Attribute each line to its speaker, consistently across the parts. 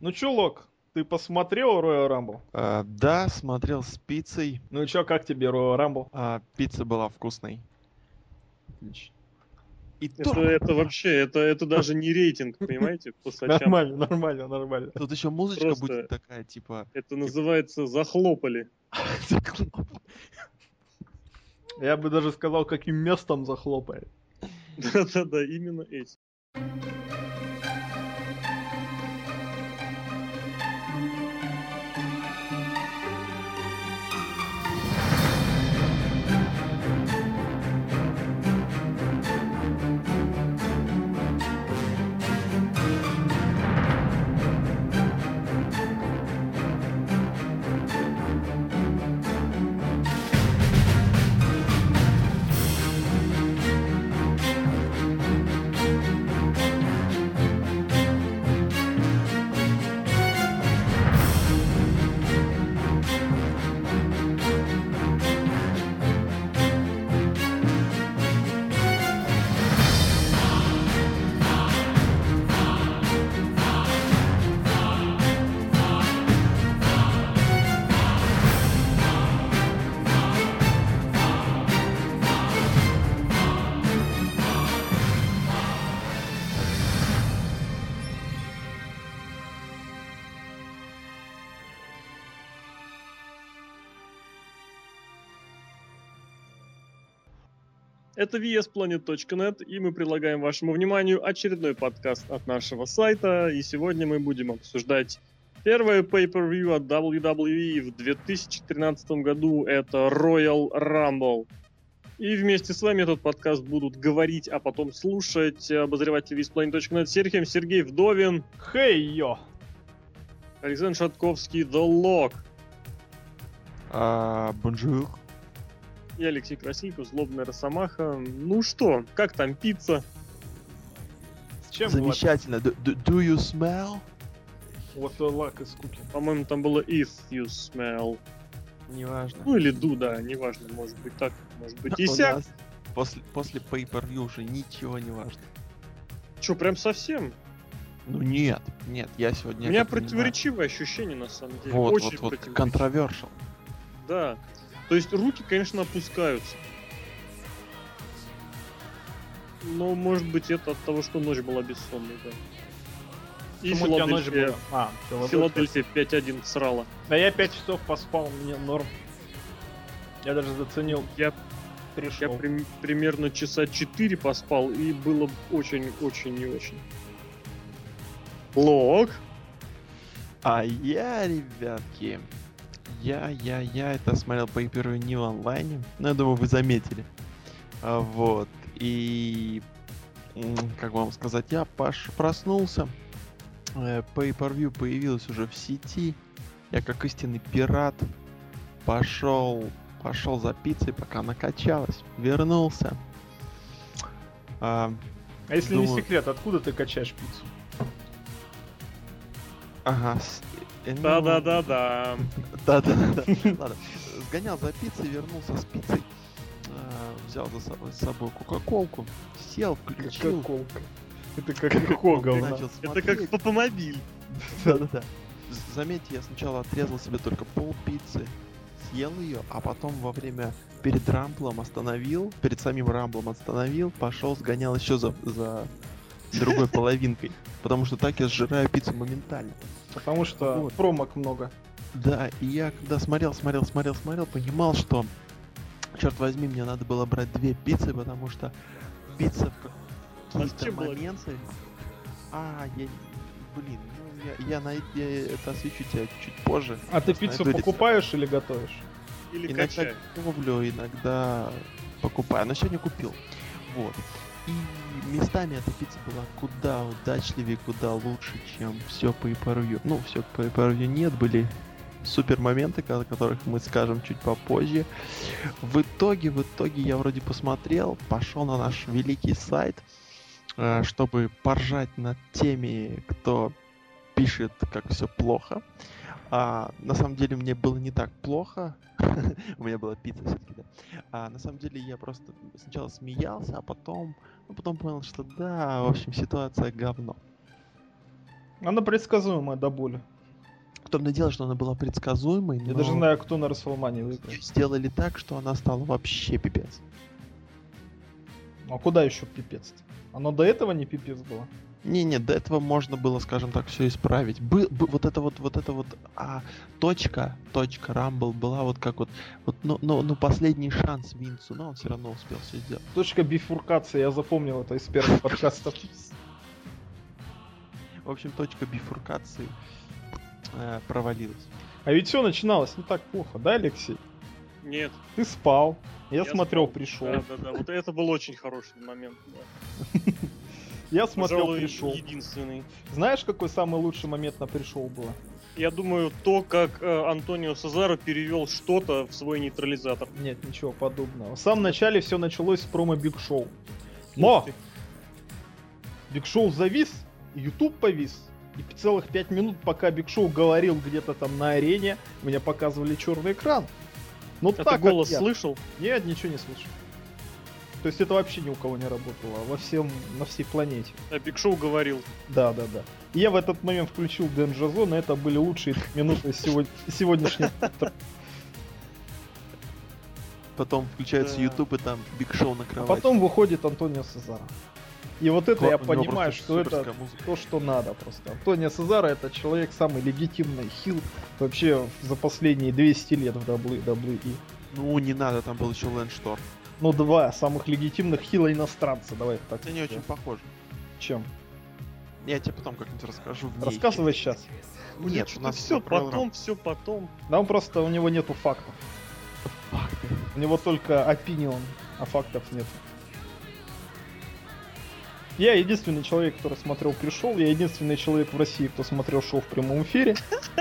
Speaker 1: Ну чё, Лок, ты посмотрел Royal Rumble?
Speaker 2: Да, смотрел с пиццей.
Speaker 1: Ну и чё, как тебе Royal Rumble?
Speaker 2: Пицца была вкусной.
Speaker 1: Отлично.
Speaker 2: И
Speaker 3: Это вообще, это даже не рейтинг, понимаете, по сочам.
Speaker 1: Нормально.
Speaker 2: Тут еще музычка
Speaker 3: Просто
Speaker 2: будет такая, типа...
Speaker 3: Это называется захлопали.
Speaker 1: Я бы даже сказал, каким местом захлопает.
Speaker 3: Да-да-да, именно эти. Это VSPlanet.net, и мы предлагаем вашему вниманию очередной подкаст от нашего сайта. И сегодня мы будем обсуждать первое pay-per-view от WWE в 2013 году. Это Royal Rumble. И вместе с вами этот подкаст будут говорить, а потом слушать обозреватель VSPlanet.net Сергей Вдовин,
Speaker 1: Хей-йо!
Speaker 3: Александр Шатковский, The Lock.
Speaker 2: Бонжур.
Speaker 3: И Алексей Красильников, Злобная Росомаха. Ну что, как там пицца?
Speaker 1: С чем
Speaker 2: Замечательно. Do you smell?
Speaker 1: Вот лак из скуки.
Speaker 3: По-моему, там было if you smell.
Speaker 2: Неважно.
Speaker 3: Ну или do, да, неважно, может быть так, может быть и
Speaker 2: У
Speaker 3: сяк.
Speaker 2: нас после pay-per-view уже ничего не важно.
Speaker 3: Чё, прям совсем?
Speaker 2: Ну нет, я сегодня...
Speaker 3: У меня
Speaker 2: как-то не знаю.
Speaker 3: противоречивое ощущение, на самом деле.
Speaker 2: Вот,
Speaker 3: Очень
Speaker 2: вот,
Speaker 3: противоречивое.
Speaker 2: controversial.
Speaker 3: Да. То есть руки, конечно, опускаются. Но, может быть, это от того, что ночь была бессонной, да. И
Speaker 1: Почему у тебя ночь
Speaker 3: Филадельфия,
Speaker 1: была?
Speaker 3: Филадельфия 5-1 срала.
Speaker 1: Да я 5 часов поспал, мне норм. Я даже заценил.
Speaker 3: Я
Speaker 1: Пришел.
Speaker 3: примерно часа 4 поспал, и было очень-очень не очень. Лок.
Speaker 2: А я, ребятки, я это смотрел pay-per-view не в онлайне, но я думаю, вы заметили. Вот, и, как вам сказать, я проснулся, pay-per-view появилось уже в сети, я как истинный пират пошел за пиццей, пока накачалась, вернулся.
Speaker 1: А если
Speaker 2: думаю-
Speaker 1: не секрет, откуда ты качаешь пиццу?
Speaker 2: Ага.
Speaker 3: Да-да-да-да.
Speaker 2: Да. Ладно. Сгонял за пиццей, вернулся с пиццей. Взял с собой кока-колку. Сел, включил.
Speaker 1: Кока-колка. Это как Хоган.
Speaker 2: Начал
Speaker 3: Это как
Speaker 2: смотреть.
Speaker 3: Папомобиль.
Speaker 2: Да. Заметьте, я сначала отрезал себе только пол пиццы. Съел ее, а потом перед рамблом остановил. Перед самим рамблом остановил. Пошел, сгонял еще за другой половинкой. Потому что так я сжираю пиццу моментально.
Speaker 1: Потому что
Speaker 2: Вот.
Speaker 1: промок много.
Speaker 2: Да, и я когда смотрел, понимал, что, черт возьми, мне надо было брать 2 пиццы, потому что пицца в какие-то
Speaker 3: чем была
Speaker 2: моменты... Я это освещу тебе чуть позже.
Speaker 1: А ты
Speaker 2: Сейчас
Speaker 1: пиццу
Speaker 2: найду рецепт.
Speaker 1: покупаешь или готовишь?
Speaker 3: Или
Speaker 2: Иногда
Speaker 3: качай.
Speaker 2: готовлю, иногда покупаю, но сегодня купил. Вот. И местами эта пицца была куда удачливее, куда лучше, чем все pay-per-view. Ну, все pay-per-view нет, были супер моменты, о которых мы скажем чуть попозже. В итоге я вроде посмотрел, пошел на наш великий сайт, чтобы поржать над теми, кто пишет, как все плохо. На самом деле мне было не так плохо. У меня была пицца все-таки, да. На самом деле я просто сначала смеялся, а потом понял, что да, в общем, ситуация говно.
Speaker 1: Она предсказуемая до боли.
Speaker 2: В том-то дело, что она была предсказуемой,
Speaker 1: Я
Speaker 2: но
Speaker 1: даже знаю, кто на Расселмане выиграет.
Speaker 2: её сделали так, что она стала вообще пипец.
Speaker 1: А куда еще пипец-то? Оно до этого не пипец было?
Speaker 2: Не, до этого можно было, скажем так, все исправить. Вот это вот, точка Рамбл была вот как вот, ну, последний шанс Винсу, но он все равно успел все сделать.
Speaker 1: Точка бифуркации, я запомнил это из первого подкаста.
Speaker 2: В общем, точка бифуркации провалилась.
Speaker 1: А ведь все начиналось не так плохо, да, Алексей?
Speaker 3: Нет.
Speaker 1: Ты спал, я смотрел,
Speaker 3: спал.
Speaker 1: пришел.
Speaker 3: Да. Вот это был очень хороший момент. Да.
Speaker 1: Я смотрел,
Speaker 3: Пожалуй,
Speaker 1: пришел.
Speaker 3: единственный.
Speaker 1: Знаешь, какой самый лучший момент на пришел было?
Speaker 3: Я думаю, то, как Антонио Сезаро перевел что-то в свой нейтрализатор.
Speaker 1: Нет, ничего подобного. В самом начале все началось с промо Биг Шоу.
Speaker 3: Ух
Speaker 1: Но
Speaker 3: ты.
Speaker 1: Биг Шоу завис, YouTube повис. И целых 5 минут, пока Биг Шоу говорил где-то там на арене, мне показывали черный экран. Ну
Speaker 3: А ты
Speaker 1: так
Speaker 3: голос
Speaker 1: как я.
Speaker 3: слышал?
Speaker 1: Нет, ничего не слышу. То есть это вообще ни у кого не работало, на всей планете.
Speaker 3: А Биг Шоу говорил.
Speaker 1: Да. И я в этот момент включил Danger Zone, и это были лучшие 3 минуты сегодняшнего.
Speaker 2: Потом включается
Speaker 3: Да.
Speaker 2: YouTube, и там Биг Шоу на
Speaker 1: А
Speaker 2: кровати.
Speaker 1: потом выходит Антонио Сезаро. И вот это
Speaker 2: У
Speaker 1: я
Speaker 2: него
Speaker 1: понимаю,
Speaker 2: просто
Speaker 1: что это
Speaker 2: суперская музыка.
Speaker 1: то, что надо просто. Антонио Сезаро это человек самый легитимный хил вообще за последние 200 лет в WWE.
Speaker 2: Ну, не надо, там был еще Лэнс Шторм.
Speaker 1: Ну, 2 самых легитимных хила иностранца, давай так.
Speaker 2: Это не очень похоже.
Speaker 1: Чем?
Speaker 2: Я тебе потом как-нибудь расскажу. вне
Speaker 1: Рассказывай
Speaker 2: эфира.
Speaker 1: сейчас.
Speaker 2: Нет, у нас
Speaker 3: все
Speaker 2: про
Speaker 3: потом, все потом.
Speaker 1: Да он просто, у него нету фактов.
Speaker 2: факты.
Speaker 1: У него только opinion, а фактов нет. Я единственный человек, который смотрел пришел, я единственный человек в России, кто смотрел шоу в прямом эфире.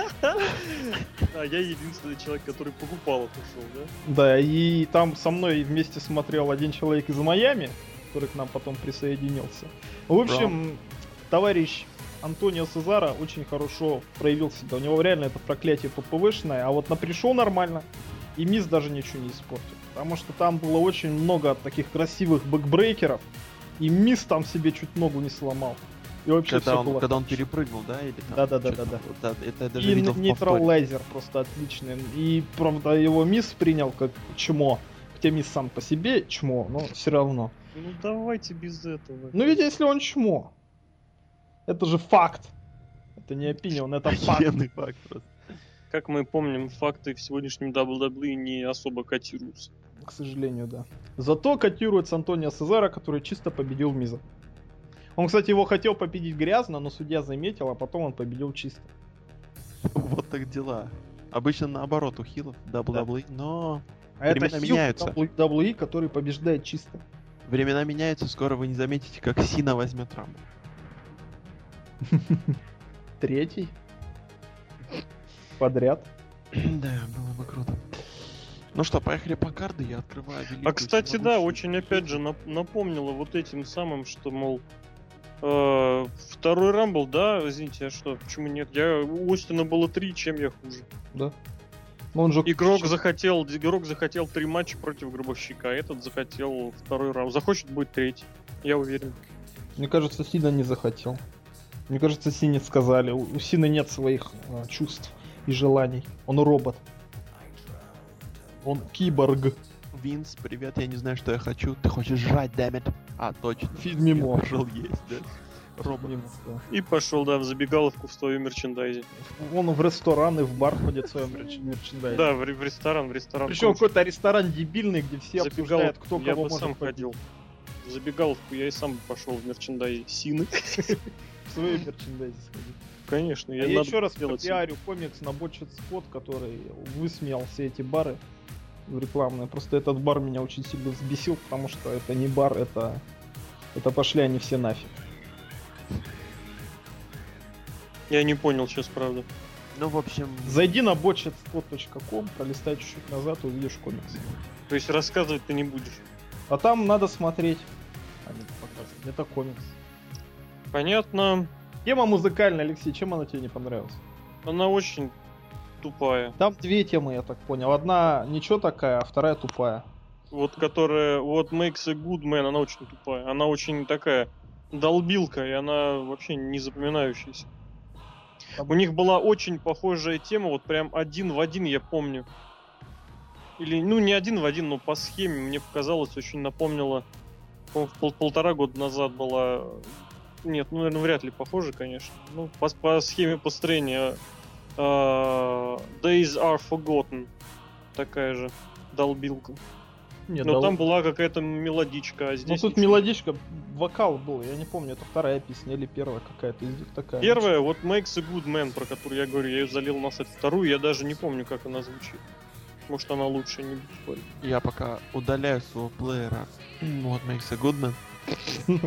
Speaker 3: А я единственный человек, который покупал это шоу, да?
Speaker 1: Да, и там со мной вместе смотрел один человек из Майами, который к нам потом присоединился. В общем, товарищ Антонио Сезаро очень хорошо проявил себя. У него реально это проклятие ППВшное, а вот на пришел нормально. И Миз даже ничего не испортил. Потому что там было очень много таких красивых бэкбрейкеров. И Миз там себе чуть ногу не сломал. И вообще
Speaker 2: Когда
Speaker 1: всё
Speaker 2: он,
Speaker 1: было
Speaker 2: когда он
Speaker 1: хорошо.
Speaker 2: перепрыгнул, да? Или там
Speaker 1: Да-да-да-да-да.
Speaker 2: что-то вот, да, это я даже
Speaker 1: И
Speaker 2: видел в повторе.
Speaker 1: нейтралайзер просто отличный. И, правда, его Мисс принял как чмо. Хотя Мисс сам по себе чмо, но все равно.
Speaker 3: Ну давайте без этого.
Speaker 1: Ну ведь если он чмо, это же факт. Это не opinion, это факт.
Speaker 2: Охеренный факт просто.
Speaker 3: Как мы помним, факты в сегодняшнем WWE не особо котируются.
Speaker 1: К сожалению, да. Зато котируется Антонио Сезаро, который чисто победил Миза. Он, кстати, его хотел победить грязно, но судья заметил, а потом он победил чисто.
Speaker 2: Вот так дела. Обычно наоборот у хилов WWE, но
Speaker 1: А это
Speaker 2: Времена
Speaker 1: хил
Speaker 2: меняются.
Speaker 1: WWE, который побеждает чисто.
Speaker 2: времена меняются, скоро вы не заметите, как Сина возьмет Рамбл.
Speaker 1: 3-й. Подряд.
Speaker 2: Да, было бы круто. Ну что, поехали по карду, я открываю великую
Speaker 3: А кстати, да,
Speaker 2: всемогущую
Speaker 3: очень опять же напомнило вот этим самым, что, мол, второй Рамбл, да, извините, а что, почему нет? У Остина было 3, чем я хуже?
Speaker 1: Да. Но он же...
Speaker 3: Игрок захотел 3 матча против Гробовщика, а этот захотел второй раунд. Захочет, будет 3-й, я уверен.
Speaker 1: Мне кажется, Сина не захотел. Мне кажется, Сине сказали. У Сины нет своих чувств и желаний. Он робот. Он киборг.
Speaker 2: Винс, привет, я не знаю, что я хочу. Ты хочешь жрать, дамит? А, точно.
Speaker 1: Feed me more.
Speaker 2: Я пошел есть, да? Робот.
Speaker 1: Да.
Speaker 3: И пошел, да, в забегаловку в свою мерчендайзе.
Speaker 1: Он в ресторан и в бар ходит в своем мерчендайзе.
Speaker 3: Да, в ресторан.
Speaker 1: Причем какой-то ресторан дебильный, где все обсуждают, кто
Speaker 3: я
Speaker 1: кого
Speaker 3: бы
Speaker 1: может
Speaker 3: сам
Speaker 1: победить.
Speaker 3: ходил. В забегаловку я и сам пошел в мерчендайзе Сины.
Speaker 1: В свой мерчендайзе сходить.
Speaker 3: Конечно,
Speaker 1: Я
Speaker 3: надо
Speaker 1: еще раз
Speaker 3: сделать.
Speaker 1: пиарю комикс на Botched Spot, который высмеял все эти бары в рекламные. Просто этот бар меня очень сильно взбесил, потому что это не бар, это пошли они все нафиг.
Speaker 3: Я не понял сейчас, правда.
Speaker 2: Ну, в общем,
Speaker 1: Зайди на botchedspot.com, пролистай чуть-чуть назад и увидишь комикс.
Speaker 3: То есть рассказывать ты не будешь.
Speaker 1: А там надо смотреть. А не показывать. Это комикс.
Speaker 3: Понятно.
Speaker 1: Тема музыкальная, Алексей, чем она тебе не понравилась?
Speaker 3: Она очень тупая.
Speaker 1: Там 2 темы, я так понял. Одна ничего такая, а вторая тупая.
Speaker 3: Вот которая, вот Makes a Good Man, она очень тупая. Она очень такая долбилка, и она вообще не запоминающаяся. У них была очень похожая тема, вот прям один в один, я помню. Или, ну, не один в один, но по схеме, мне показалось, очень напомнило. По-моему, полтора года назад была... Нет, ну, наверное, вряд ли похоже, конечно. Ну, по схеме построения Days Are Forgotten. Такая же долбилка.
Speaker 1: Нет,
Speaker 3: но там была какая-то мелодичка, а здесь...
Speaker 1: Ну, тут мелодичка, вокал был, я не помню, это вторая песня или первая какая-то из них такая.
Speaker 3: Первая, вот Makes a Good Man, про которую я говорю, я ее залил на сайт. Вторую я даже не помню, как она звучит. Может, она лучше, не буду спорить.
Speaker 2: Я пока удаляю своего плеера. Вот Makes a Good Man.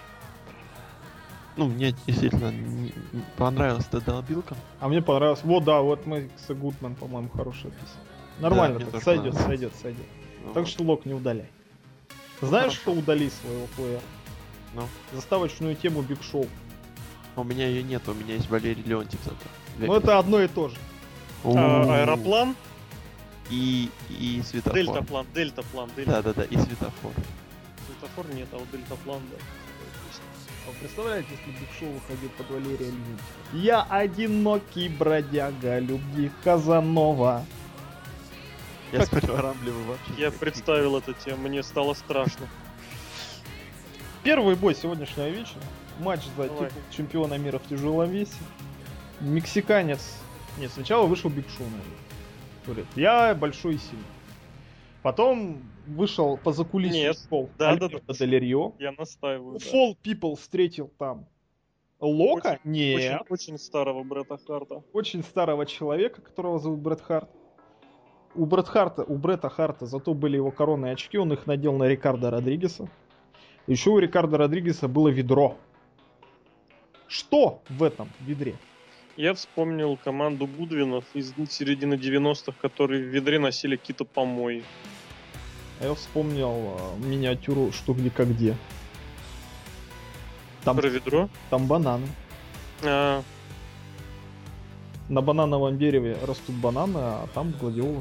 Speaker 2: Ну, мне действительно понравилась эта долбилка.
Speaker 1: А мне понравилось. Вот, да, вот Makes a Good Man, по-моему, хорошая песня. Нормально, так сойдет.
Speaker 2: Ну,
Speaker 1: Так что лог не удаляй. Знаешь, что удали своего плеера?
Speaker 2: Ну.
Speaker 1: Заставочную тему Биг Шоу.
Speaker 2: У меня ее нет, у меня есть Валерий Леонтьев зато.
Speaker 1: Ну это одно и то же.
Speaker 3: Аэроплан?
Speaker 2: И светофор.
Speaker 3: Дельтаплан.
Speaker 2: Да, и светофор.
Speaker 3: Светофор нет, а вот дельтаплан, да.
Speaker 1: А вы представляете, если Биг Шоу выходил под Валерия Леонтьева? Я одинокий бродяга, любви Казанова.
Speaker 2: Я смотрю, Рамблевый вообще.
Speaker 3: Я представил эту тему, мне стало страшно.
Speaker 1: Первый бой сегодняшнего вечера. Матч за
Speaker 3: Давай.
Speaker 1: титул чемпиона мира в тяжелом весе. Мексиканец. Нет, сначала вышел Биг Шоу, наверное. Говорит, я большой и сильный. Потом вышел по закулисью.
Speaker 3: Нет.
Speaker 1: Пол
Speaker 3: Да.
Speaker 1: Дель Рио.
Speaker 3: Я настаиваю. Да.
Speaker 1: Fall People встретил там Лока? Нет.
Speaker 3: Очень старого Бретта Харта.
Speaker 1: Очень старого человека, которого зовут Бретт Харт. У Бретта Харта зато были его коронные очки, он их надел на Рикардо Родригеса. Еще у Рикардо Родригеса было ведро. Что в этом ведре?
Speaker 3: Я вспомнил команду Гудвинов из середины 90-х, которые в ведре носили какие-то помои.
Speaker 1: А я вспомнил миниатюру «Что, где, как, где». Там,
Speaker 3: Про ведро?
Speaker 1: там бананы.
Speaker 3: А,
Speaker 1: На банановом дереве растут бананы, а там гладиолус.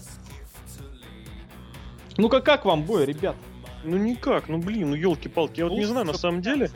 Speaker 1: Ну как вам бой, ребят?
Speaker 3: ну никак, ну блин, ну елки-палки. Я вот не знаю, на самом деле.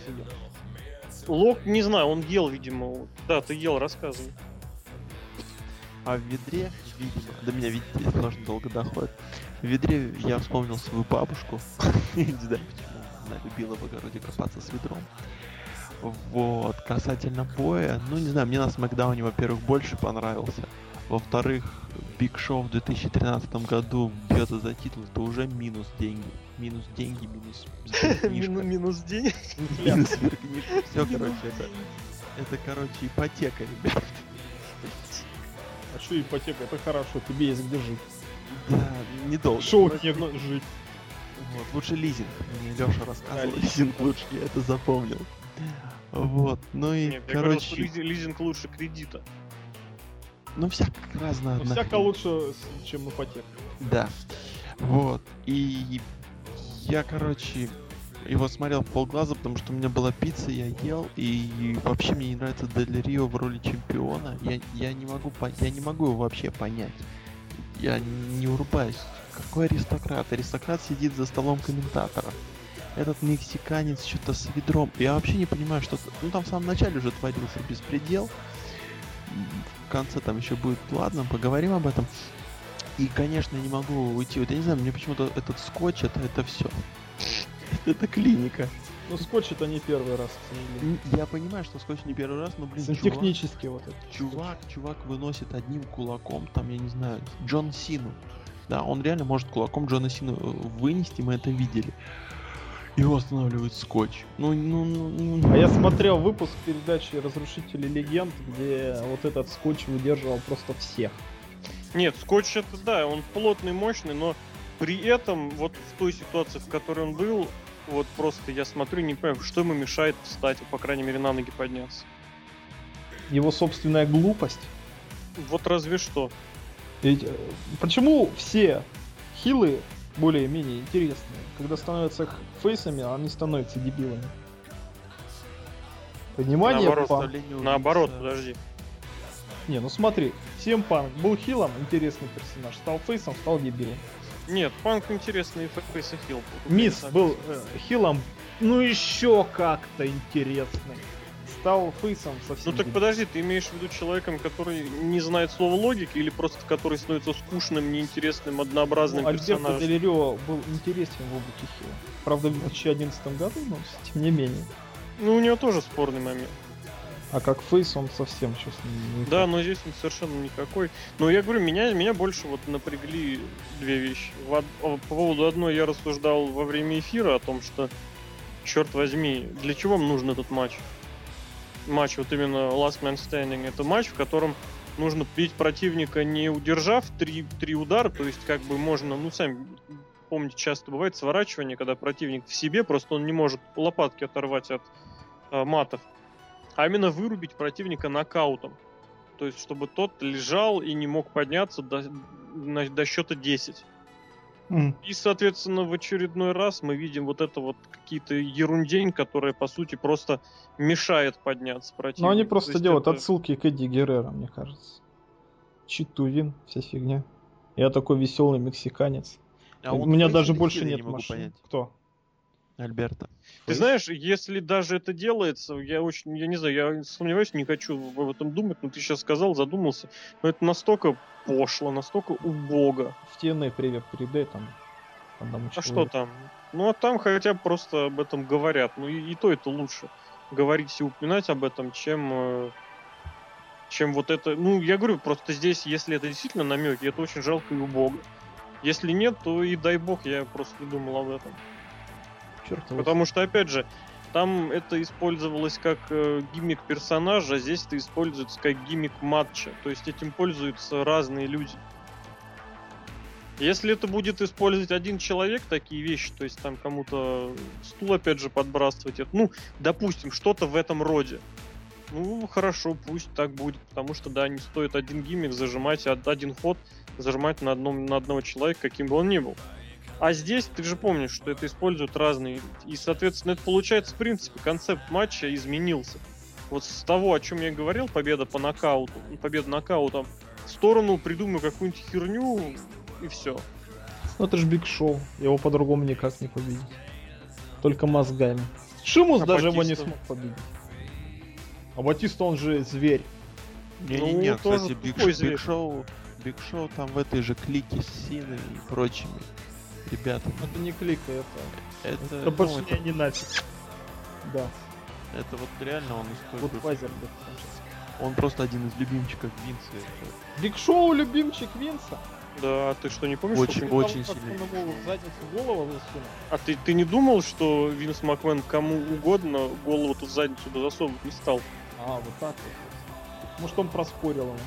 Speaker 3: Лок, не знаю, он ел, видимо. Да, ты ел, рассказывай.
Speaker 2: А в ведре, видимо, до меня, видите, сложно долго доходит. В ведре я вспомнил свою бабушку. Не знаю почему. Она любила в огороде копаться с ведром. Вот, касательно боя, ну не знаю, мне на Смакдауне, во-первых, больше понравился. Во-вторых, Биг Шоу в 2013 году бьется за титул, это уже минус деньги. Минус деньги, минус сберкнижка.
Speaker 3: Минус день.
Speaker 2: Минус сберкнижка. Все, короче, это, короче, ипотека, ребят.
Speaker 1: А что ипотека? Это хорошо, тебе есть где жить.
Speaker 2: Да, недолго.
Speaker 1: Шоу не жить.
Speaker 2: Вот, лучше лизинг. Мне Леша рассказывал, лизинг лучше, я это запомнил. Вот, ну и,
Speaker 3: Нет, я говорю, что
Speaker 2: короче,
Speaker 3: лизинг лучше кредита.
Speaker 2: ну всяко разно
Speaker 1: Ну,
Speaker 2: одна
Speaker 1: всяко
Speaker 2: хрень.
Speaker 1: лучше, чем ипотека.
Speaker 2: Да. Вот, и я, короче, его смотрел в полглаза, потому что у меня была пицца, я ел, и вообще мне не нравится Дель Рио в роли чемпиона. Я не могу его вообще понять. Я не урубаюсь. Какой аристократ? Аристократ сидит за столом комментатора. Этот мексиканец что-то с ведром. Я вообще не понимаю, что... Ну, там в самом начале уже творился беспредел. В конце там еще будет... Ладно, поговорим об этом. И, конечно, не могу уйти. Вот я не знаю, мне почему-то этот скотч, это все. Это клиника.
Speaker 1: Ну скотч это не первый раз. к сожалению.
Speaker 2: Я понимаю, что скотч не первый раз, но, блин,
Speaker 1: Сантехнически вот это.
Speaker 2: чувак выносит одним кулаком, там, я не знаю, Джон Сину. Да, он реально может кулаком Джона Сину вынести, мы это видели. Его останавливает скотч.
Speaker 1: А я смотрел выпуск передачи «Разрушители легенд», где вот этот скотч выдерживал просто всех.
Speaker 3: Нет, скотч это да, он плотный, мощный, но при этом вот в той ситуации, в которой он был, вот просто я смотрю, не понимаю, что ему мешает встать, по крайней мере, на ноги подняться.
Speaker 1: Его собственная глупость.
Speaker 3: Вот разве что.
Speaker 1: Ведь, почему все хилы более-менее интересные? Когда становятся фейсами, они становятся дебилами. Понимание?
Speaker 3: Наоборот, подожди.
Speaker 1: Не, ну смотри, CM Punk был хилом, интересный персонаж, стал фейсом, стал дебилом.
Speaker 3: Нет, Панк интересный фейс и хил.
Speaker 1: Мисс был хилом, ну еще как-то интересный. стал фейсом совсем.
Speaker 3: Ну так подожди, ты имеешь в виду человеком, который не знает слова логики, или просто который становится скучным, неинтересным, однообразным
Speaker 1: Альберто
Speaker 3: персонажем?
Speaker 1: Дель Рио был интересен в облаке Хила. Правда, в 2011 году, но тем не менее.
Speaker 3: Ну, у него тоже спорный момент.
Speaker 1: А как фейс он совсем сейчас не...
Speaker 3: Да, но здесь он совершенно никакой. Но я говорю, меня больше вот напрягли две вещи. По поводу одной я рассуждал во время эфира о том, что, черт возьми, для чего вам нужен этот матч? Матч вот именно Last Man Standing. Это матч, в котором нужно бить противника, не удержав три удара, то есть как бы можно, ну сами помните, часто бывает сворачивание, когда противник в себе, просто он не может лопатки оторвать от матов, а именно вырубить противника нокаутом. То есть, чтобы тот лежал и не мог подняться до счета 10. И, соответственно, в очередной раз мы видим вот это вот какие-то ерундень, которая, по сути, просто мешает подняться противнику.
Speaker 1: Ну, они просто делают
Speaker 3: это...
Speaker 1: отсылки к Эдди Геррера, мне кажется. Читувин, вся фигня. Я такой веселый мексиканец. У меня даже больше нет машин. Понять. Кто?
Speaker 2: Альберто.
Speaker 3: Ты знаешь, если даже это делается, я не знаю, я сомневаюсь, не хочу в этом думать, но ты сейчас сказал, задумался, но это настолько пошло, настолько убого.
Speaker 1: В TNA привет передай там одному человеку.
Speaker 3: А что там? Ну, а там хотя бы просто об этом говорят. Ну, и то это лучше. Говорить и упоминать об этом, чем вот это... Ну, я говорю, просто здесь, если это действительно намеки, это очень жалко и убого. Если нет, то и дай бог, я просто не думал об этом. Потому что, опять же, там это использовалось как гиммик персонажа, а здесь это используется как гиммик матча. То есть этим пользуются разные люди. Если это будет использовать один человек, такие вещи, то есть там кому-то стул опять же подбрасывать, ну, допустим, что-то в этом роде. Ну, хорошо, пусть так будет, потому что, да, не стоит один гиммик зажимать, один ход зажимать на одного человека, каким бы он ни был. А здесь, ты же помнишь, что это используют разные. И, соответственно, это получается, в принципе, концепт матча изменился. Вот с того, о чем я говорил, победа по нокауту, победа нокаутом, в сторону придумаю какую-нибудь херню, и все.
Speaker 1: Ну это же Биг Шоу, его по-другому никак не победить. Только мозгами. Шимус даже его не смог победить. А Батиста, он же зверь.
Speaker 2: Не-не-не, кстати, Биг Шоу там в этой же клике с Синой и прочими ребятами.
Speaker 1: Это не клика, это больше
Speaker 2: это...
Speaker 1: не нафиг. Да.
Speaker 2: Это вот реально он из
Speaker 1: вот Фазер,
Speaker 2: он просто один из любимчиков Винса.
Speaker 1: Биг Шоу любимчик Винса?
Speaker 3: Да, ты что, не помнишь?
Speaker 2: Очень сильный.
Speaker 3: А ты не думал, что Винс Макмен кому угодно голову-то в задницу засовывать не стал?
Speaker 1: А, вот так вот. Может, он проспорил ему.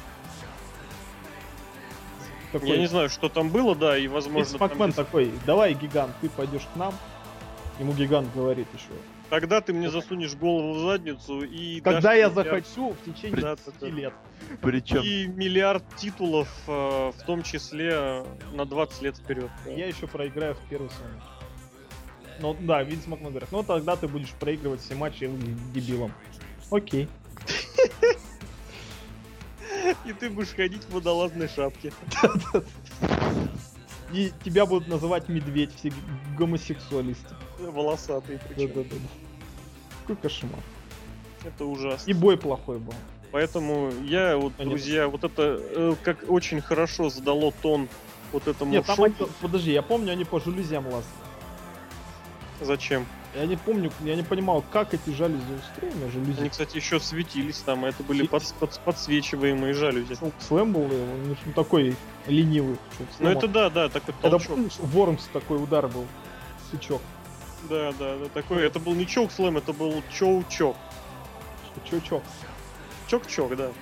Speaker 3: Такой... Я не знаю, что там было, да, и возможно...
Speaker 1: Макмен такой, давай, Гигант, ты пойдешь к нам. Ему Гигант говорит еще.
Speaker 3: Тогда ты мне засунешь голову в задницу и...
Speaker 1: Когда я захочу, в течение 20 лет.
Speaker 2: Причем...
Speaker 3: И миллиард титулов, в том числе на 20 лет вперед.
Speaker 1: Да. Я еще проиграю в первый сон. Ну да, Винс Макмен говорит, ну тогда ты будешь проигрывать все матчи дебилом. Окей.
Speaker 3: И ты будешь ходить в водолазной шапке.
Speaker 1: И тебя будут называть медведь, все гомосексуалисты.
Speaker 3: Волосатые причем.
Speaker 1: Да. Какой кошмар.
Speaker 3: Это ужасно.
Speaker 1: И бой плохой был.
Speaker 3: Поэтому я, вот, друзья, вот это как очень хорошо задало тон вот этому
Speaker 1: Нет,
Speaker 3: шоу.
Speaker 1: там подожди, я помню, они по жалюзям лазали.
Speaker 3: Зачем?
Speaker 1: Я не помню, я не понимал, как эти жалюзи устроены, жалюзи.
Speaker 3: Они, кстати, еще светились там, это были подсвечиваемые жалюзи.
Speaker 1: Слэм был, он такой ленивый.
Speaker 3: Ну это да, такой толчок.
Speaker 1: Вормс такой удар был, сучок.
Speaker 3: Да, такой, это был не чок-слэм, это был чоу-чок.
Speaker 1: Чок-чок.
Speaker 3: Чок-чок, да.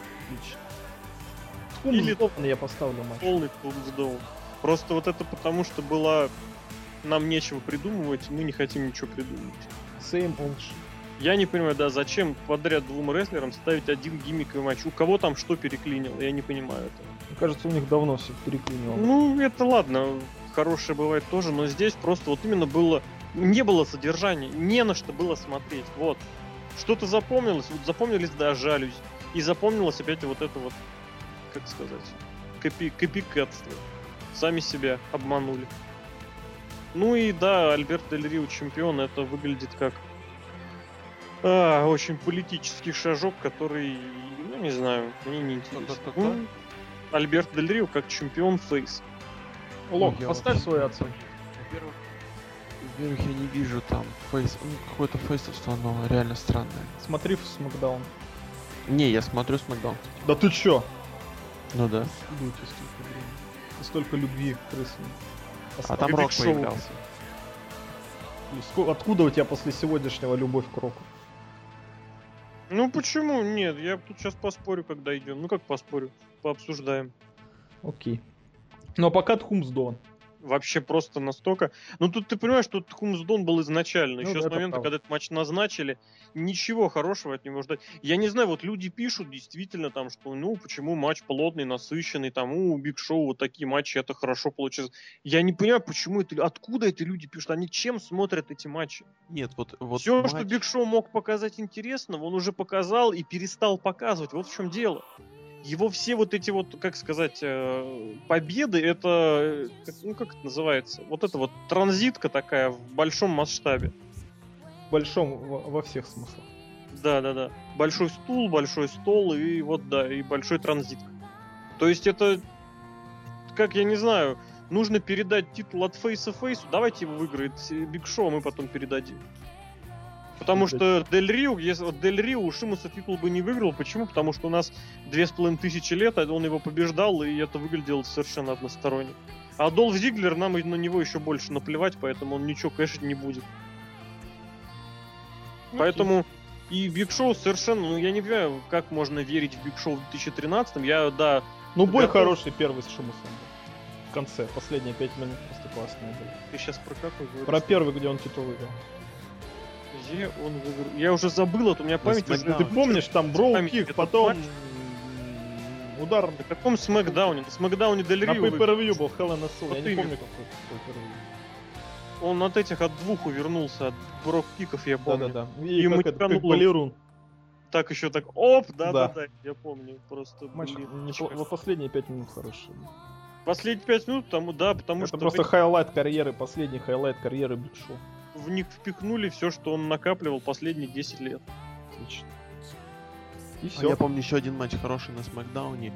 Speaker 1: Отлично. Или я поставлю матч.
Speaker 3: Полный тумсдаун. Просто вот это потому, что была... Нам нечего придумывать, мы не хотим ничего придумывать.
Speaker 1: Same old shit.
Speaker 3: Я не понимаю, да, зачем подряд двум рестлерам ставить один гиммиковый матч? У кого там что переклинило? Я не понимаю этого.
Speaker 1: Мне кажется, у них давно все переклинило.
Speaker 3: Ну, это ладно, хорошее бывает тоже, но здесь просто вот именно было... Не было содержания, не на что было смотреть, вот. Что-то запомнилось, вот запомнились, да, жалюзи. И запомнилось опять вот это вот, как сказать, копикатство. Сами себя обманули. Ну и да, Альберто Дель Рио чемпион, это выглядит как Очень политический шажок, который, ну не знаю, мне не интересно. Ну, Альберто Дель Рио как чемпион фейс.
Speaker 1: Лок,
Speaker 2: Я
Speaker 1: поставь
Speaker 2: вообще-
Speaker 1: свою оценку.
Speaker 2: Во-первых, я не вижу там фейс, какое-то фейсовство, но реально странное.
Speaker 1: Смотри в Смакдаун.
Speaker 2: Не, я смотрю Смакдаун.
Speaker 1: Да ты чё?
Speaker 2: Ну да.
Speaker 1: Идите столько времени. И столько любви к рестлингу.
Speaker 2: А там
Speaker 1: Биг
Speaker 2: Рок
Speaker 1: Шоу.
Speaker 2: появлялся.
Speaker 1: Откуда у тебя после сегодняшнего любовь к Року?
Speaker 3: Ну почему? Нет, я тут сейчас поспорю, когда идем. Ну как поспорю? Пообсуждаем.
Speaker 1: Окей. Но пока Тхумсдон.
Speaker 3: Вообще просто настолько... Ну тут ты понимаешь, что Тхумсдон был изначально.
Speaker 1: Ну
Speaker 3: Еще
Speaker 1: да,
Speaker 3: с
Speaker 1: это
Speaker 3: момента,
Speaker 1: правда.
Speaker 3: когда этот матч назначили, ничего хорошего от него ждать. Я не знаю, вот люди пишут действительно там, что ну почему матч плотный, насыщенный, там у Биг Шоу вот такие матчи, это хорошо получилось. Я не понимаю, почему это... Откуда эти люди пишут? Они чем смотрят эти матчи?
Speaker 2: Нет, вот
Speaker 3: Все,
Speaker 2: матч-
Speaker 3: что Биг Шоу мог показать интересного, он уже показал и перестал показывать. Вот в чем дело. Его все вот эти вот, как сказать, победы, это, ну как это называется? Вот это вот транзитка такая в большом масштабе.
Speaker 1: В большом, во всех смыслах.
Speaker 3: Да. Большой стул, большой стол и вот да, и большой транзит. То есть это, как я не знаю, нужно передать титул от фейса фейсу, давайте его выиграет Биг Шоу, а мы потом передадим. Потому что Дель Рио, если вот Дель Рио у Шимуса титул бы не выиграл. Почему? Потому что у нас 2500 лет, он его побеждал, и это выглядело совершенно односторонне. А Долф Зиглер, нам на него еще больше наплевать, поэтому он ничего кэшить не будет. Поэтому и Биг Шоу совершенно, ну я не понимаю, как можно верить в Биг Шоу в 2013-м. Я, да,
Speaker 1: Ну, бой
Speaker 3: готов.
Speaker 1: хороший первый с Шимусом был. В конце, последние 5 минут просто классные были.
Speaker 3: ты сейчас про какой говоришь?
Speaker 1: Про первый, где он титул выиграл.
Speaker 3: Где он выиграл? Я уже забыл, вот у меня память уже...
Speaker 2: Смакдаун.
Speaker 1: Ты помнишь, там броу
Speaker 3: Память
Speaker 1: кик,
Speaker 3: этот
Speaker 1: потом
Speaker 3: матч.
Speaker 1: удар
Speaker 3: На каком Смакдауне? На Смакдауне Дель
Speaker 1: на
Speaker 3: Рио выиграл.
Speaker 1: pay-per-view был Hell in a Cell.
Speaker 3: Вот
Speaker 1: Я не
Speaker 3: именно.
Speaker 1: помню, какой pay-per-view.
Speaker 3: Он от этих, от двух увернулся, от брок-киков, я помню.
Speaker 1: Да-да-да.
Speaker 3: И
Speaker 1: И как, это, как
Speaker 3: мочкануло.
Speaker 1: Балерун.
Speaker 3: Так еще так, оп,
Speaker 1: Да.
Speaker 3: да, я помню. Просто,
Speaker 1: Матч
Speaker 3: блин,
Speaker 1: во последние 5 минут хороший.
Speaker 3: Последние 5 минут, потому
Speaker 1: Это
Speaker 3: что
Speaker 1: просто хайлайт карьеры, последний хайлайт карьеры Биг Шоу.
Speaker 3: в них впихнули все, что он накапливал последние 10 лет.
Speaker 1: Отлично. И
Speaker 2: А
Speaker 1: все.
Speaker 2: я помню еще один матч хороший на Смакдауне.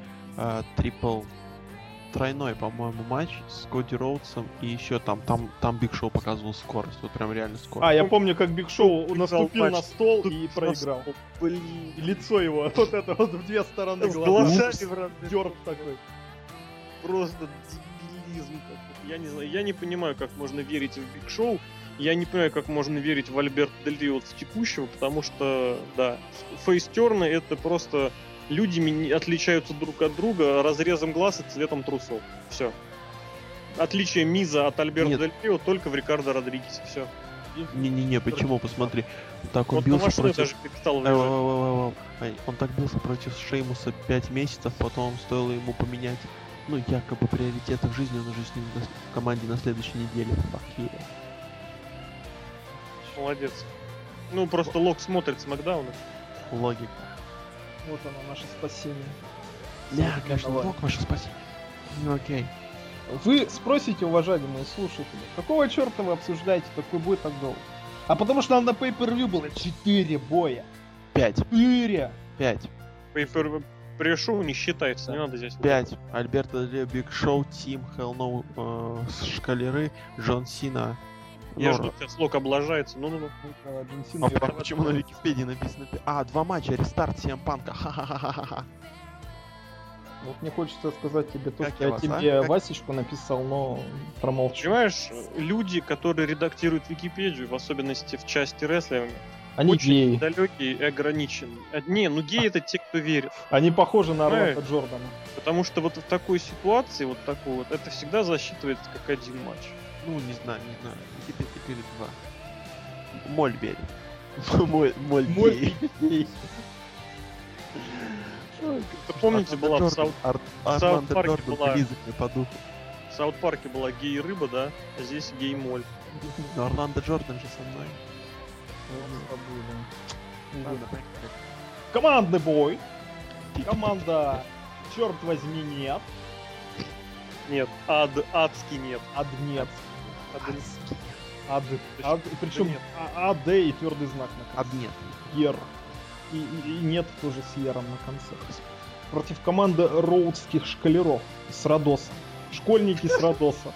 Speaker 2: Тройной, по-моему, матч с Коди Роудсом. И еще там Биг Шоу показывал скорость. Вот прям реально скорость.
Speaker 1: А, я помню, как Биг Шоу
Speaker 3: Выиграл
Speaker 1: наступил
Speaker 3: матч.
Speaker 1: на стол
Speaker 3: Тут
Speaker 1: и проиграл.
Speaker 3: Блин.
Speaker 1: И лицо его, вот это вот в две стороны
Speaker 3: С
Speaker 1: глаза.
Speaker 3: глазами в разные
Speaker 1: Дёрг такой.
Speaker 3: Просто дебилизм какой-то. Я не знаю, я не понимаю, как можно верить в Биг Шоу. Я не понимаю, как можно верить в Альберто Дель Рио в текущего, потому что, да, фейстерны это просто люди отличаются друг от друга разрезом глаз и цветом трусов. Все. Отличие Миза от Альберто
Speaker 2: Нет.
Speaker 3: Дель Рио только в Рикардо Родригесе. Все.
Speaker 2: Не-не-не, почему? Посмотри. Так он
Speaker 3: Вот на
Speaker 2: бился
Speaker 3: машину
Speaker 2: против...
Speaker 3: даже перестал выезжать.
Speaker 2: Он так бился против Шеймуса 5 месяцев, потом стоило ему поменять, ну, якобы приоритеты в жизни, он уже с ним в команде на следующей неделе. Fuck you.
Speaker 3: Молодец. Ну, просто Лок смотрит с Макдауна.
Speaker 2: Логика.
Speaker 1: Вот оно, наше спасение.
Speaker 2: Да,
Speaker 1: Современного.
Speaker 2: конечно, Лок ваше спасибо. Ну окей.
Speaker 1: Вы спросите, уважаемые слушатели, какого черта вы обсуждаете такой бой так долго? А потому что нам на pay-per-view было 4 боя.
Speaker 2: 5.
Speaker 1: 4!
Speaker 2: 5.
Speaker 3: Пришел, не считается, не
Speaker 1: Да.
Speaker 3: надо здесь.
Speaker 2: 5. Альберто Дель Рио, Биг Шоу, Тим, Hell No, Шкалеры, Джон Сина.
Speaker 3: Я
Speaker 2: Нора.
Speaker 3: жду, сейчас Лок облажается. Ну-ну-ну.
Speaker 1: Джон Сина
Speaker 2: А
Speaker 1: виноват.
Speaker 2: почему на Википедии написано? 2 матча, рестарт CM Панка. Ха-ха-ха-ха-ха.
Speaker 1: Вот мне хочется сказать тебе то,
Speaker 2: Как
Speaker 1: что
Speaker 2: я
Speaker 1: я
Speaker 2: вас,
Speaker 1: тебе
Speaker 2: а? Как?
Speaker 1: Васечку написал, но промолчу.
Speaker 3: Понимаешь, люди, которые редактируют Википедию, в особенности в части рестлинга,
Speaker 1: Они
Speaker 3: очень
Speaker 1: геи.
Speaker 3: далекие и ограниченные. Не, ну геи это те, кто верит.
Speaker 1: Они похожи на
Speaker 3: Эй.
Speaker 1: Орландо Джордана.
Speaker 3: Потому что вот в такой ситуации, вот такой вот, это всегда засчитывается как один матч.
Speaker 2: Ну, не знаю. Теперь 2. Моль верит. Моль
Speaker 1: Мой
Speaker 2: гей.
Speaker 3: Помните, была в
Speaker 2: Орландо
Speaker 3: Парке
Speaker 2: Джордан
Speaker 3: была-
Speaker 2: близок мне по духу.
Speaker 3: В Саут-парке была гей-рыба, да? А здесь гей-моль.
Speaker 2: Но Орландо Джордан же со мной.
Speaker 1: Ладно, командный бой. Команда, черт возьми, нет.
Speaker 3: Нет, адский нет.
Speaker 1: Аднец. Причем
Speaker 3: нет.
Speaker 1: АД и твердый знак на конце.
Speaker 2: Аднет.
Speaker 1: Ер. И нет тоже с Ером на конце. Против команды роудских школяров с Родоса. Школьники с Родоса.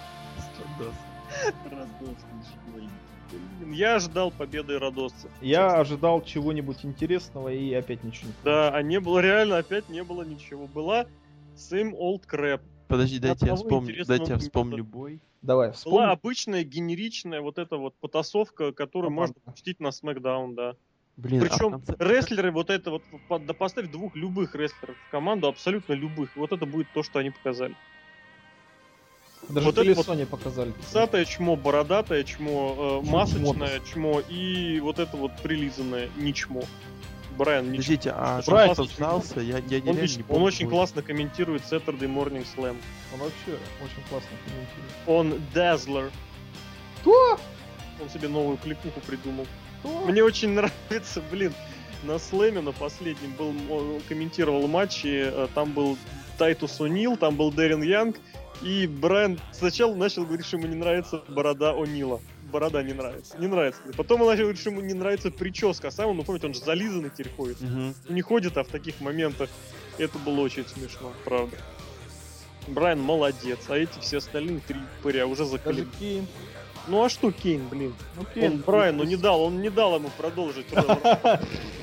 Speaker 3: Я ожидал победы родосцев.
Speaker 1: Я ожидал чего-нибудь интересного и опять ничего не
Speaker 3: Да, а не было, реально опять не было ничего. Была same old crap.
Speaker 2: Подожди, дайте я
Speaker 3: Одного
Speaker 2: вспомню,
Speaker 3: интересного
Speaker 2: вспомню бой.
Speaker 1: Давай,
Speaker 3: Была
Speaker 1: вспомни.
Speaker 3: обычная генеричная вот эта вот потасовка, которую
Speaker 1: Команда.
Speaker 3: можно пустить на SmackDown, да.
Speaker 2: Блин,
Speaker 3: Причем
Speaker 2: а в конце...
Speaker 3: рестлеры вот это вот, да поставь двух любых рестлеров в команду, абсолютно любых. Вот это будет то, что они показали.
Speaker 1: Даже
Speaker 3: вот это
Speaker 1: колесо
Speaker 3: вот
Speaker 1: не показали.
Speaker 3: Писатое чмо, бородатое чмо,
Speaker 1: Чмо.
Speaker 3: масочное чмо и вот это вот прилизанное не чмо. Брайан не чмо.
Speaker 2: Подождите, а
Speaker 1: Брайан,
Speaker 2: кто остался? Я
Speaker 3: Он,
Speaker 2: реально не помню.
Speaker 3: он очень
Speaker 2: бой.
Speaker 3: классно комментирует Saturday Morning Slam.
Speaker 1: Он вообще очень классно комментирует.
Speaker 3: Он Dazzler.
Speaker 1: Кто?
Speaker 3: Он себе новую кликуху придумал.
Speaker 1: Кто?
Speaker 3: Мне очень нравится, блин, на слэме на последнем был, он комментировал матчи, там был Тайтус О'Нил, там был Дэрин Янг, и Брайан сначала начал говорить, что ему не нравится борода О'Нила. Борода не нравится. Не нравится. Потом он начал говорить, что ему не нравится прическа. А сам он, ну помните, он же зализанный теперь ходит.
Speaker 2: Мгм.
Speaker 3: Не ходит, а в таких моментах это было очень смешно, правда. Брайан молодец, а эти все остальные три пыря уже
Speaker 1: Даже
Speaker 3: закалили.
Speaker 1: Кейн.
Speaker 3: Ну а что Кейн, блин?
Speaker 1: Ну,
Speaker 3: Он Брайану не дал ему продолжить.
Speaker 1: Да.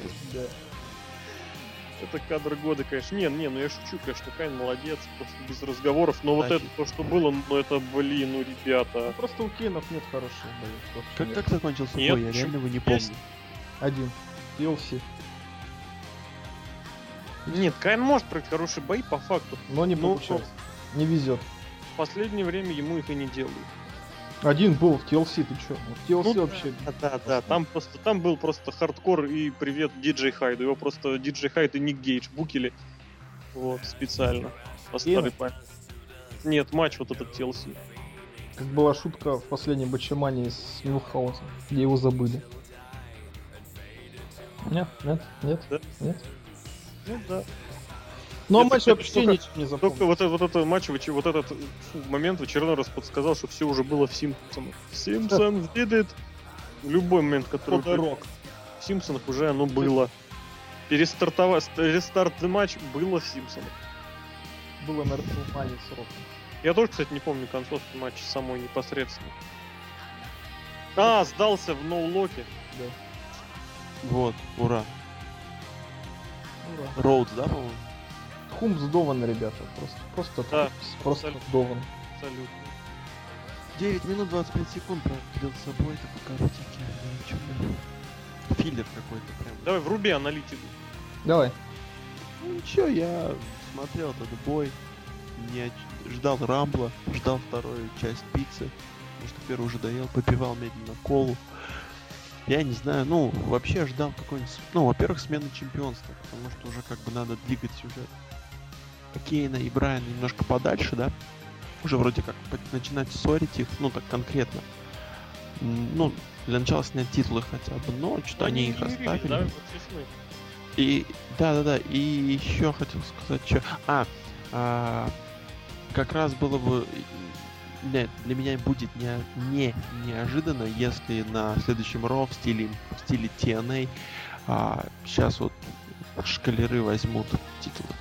Speaker 3: Это кадр года, конечно. Ну я шучу, конечно, Кайн молодец, просто без разговоров. Но вот
Speaker 2: Значит.
Speaker 3: это, то, что было, ну это, блин, ну ребята.
Speaker 1: Ну, просто у Кейнов нет хороших боев. Вот
Speaker 2: Как,
Speaker 1: нет.
Speaker 2: как закончился
Speaker 3: Нет,
Speaker 2: бой? Я
Speaker 3: почему?
Speaker 2: реально его не помню.
Speaker 3: Есть.
Speaker 1: Один. TLC.
Speaker 3: Нет, Кайн может пройти хорошие бои по факту.
Speaker 1: Но не
Speaker 3: Ну,
Speaker 1: получается. Не везет.
Speaker 3: В последнее время ему их и не делают.
Speaker 1: Один был в TLC, ты чё? Вот TLC
Speaker 3: Ну,
Speaker 1: вообще...
Speaker 3: Да, там был просто хардкор и привет Диджей Хайду. Его просто Диджей Хайд и Ник Гейдж букили. Вот, специально. По старой памяти. Нет, матч вот этот TLC.
Speaker 1: Как была шутка в последнем Бачамане с Милхаусом, где его забыли. Нет.
Speaker 3: Да?
Speaker 1: Нет.
Speaker 3: Ну да.
Speaker 1: Ну а
Speaker 3: Это,
Speaker 1: матч
Speaker 3: кстати,
Speaker 1: вообще
Speaker 3: только-
Speaker 1: ничего не
Speaker 3: Только
Speaker 1: запомнил.
Speaker 3: вот этот матч, вот этот момент в очередной раз подсказал, что все уже было в Симпсонах. Симпсонс did it. В любой момент, который
Speaker 1: Рок.
Speaker 3: в Симпсонах уже оно было. Рестарт матч было в Симпсонах.
Speaker 1: Было на WrestleMania с Роком.
Speaker 3: Я тоже, кстати, не помню концовки матча самой непосредственно. А, сдался в ноулоке.
Speaker 2: Вот, ура.
Speaker 1: Ура.
Speaker 2: Роудс, да, по-моему?
Speaker 1: Хум сдован, ребята. Просто
Speaker 3: Да,
Speaker 1: просто
Speaker 3: абсолютно.
Speaker 1: сдован.
Speaker 3: Абсолютно.
Speaker 2: 9 минут 25 секунд продлил собой, такой коротенький. Да, чё, блин. Филлер какой-то прям.
Speaker 3: Давай, вруби аналитику.
Speaker 1: Давай.
Speaker 2: Ну ничего, я смотрел этот бой, ждал Рамбла, ждал вторую часть пиццы, потому что первый уже доел, попивал медленно колу. Я не знаю, ну, вообще ждал какой-нибудь, ну, во-первых, смены чемпионства, потому что уже как бы надо двигать сюжет. Кейна и Брайана немножко подальше, да? Уже вроде как начинать ссорить их, ну, так конкретно. Ну, для начала снять титулы хотя бы, но что-то они их оставили.
Speaker 3: Да, вот честно.
Speaker 2: И да, и еще хотел сказать, что. Как раз было бы. Нет, для меня будет неожиданно, если на следующем Ро в стиле TNA сейчас вот шкалеры возьмут титулы.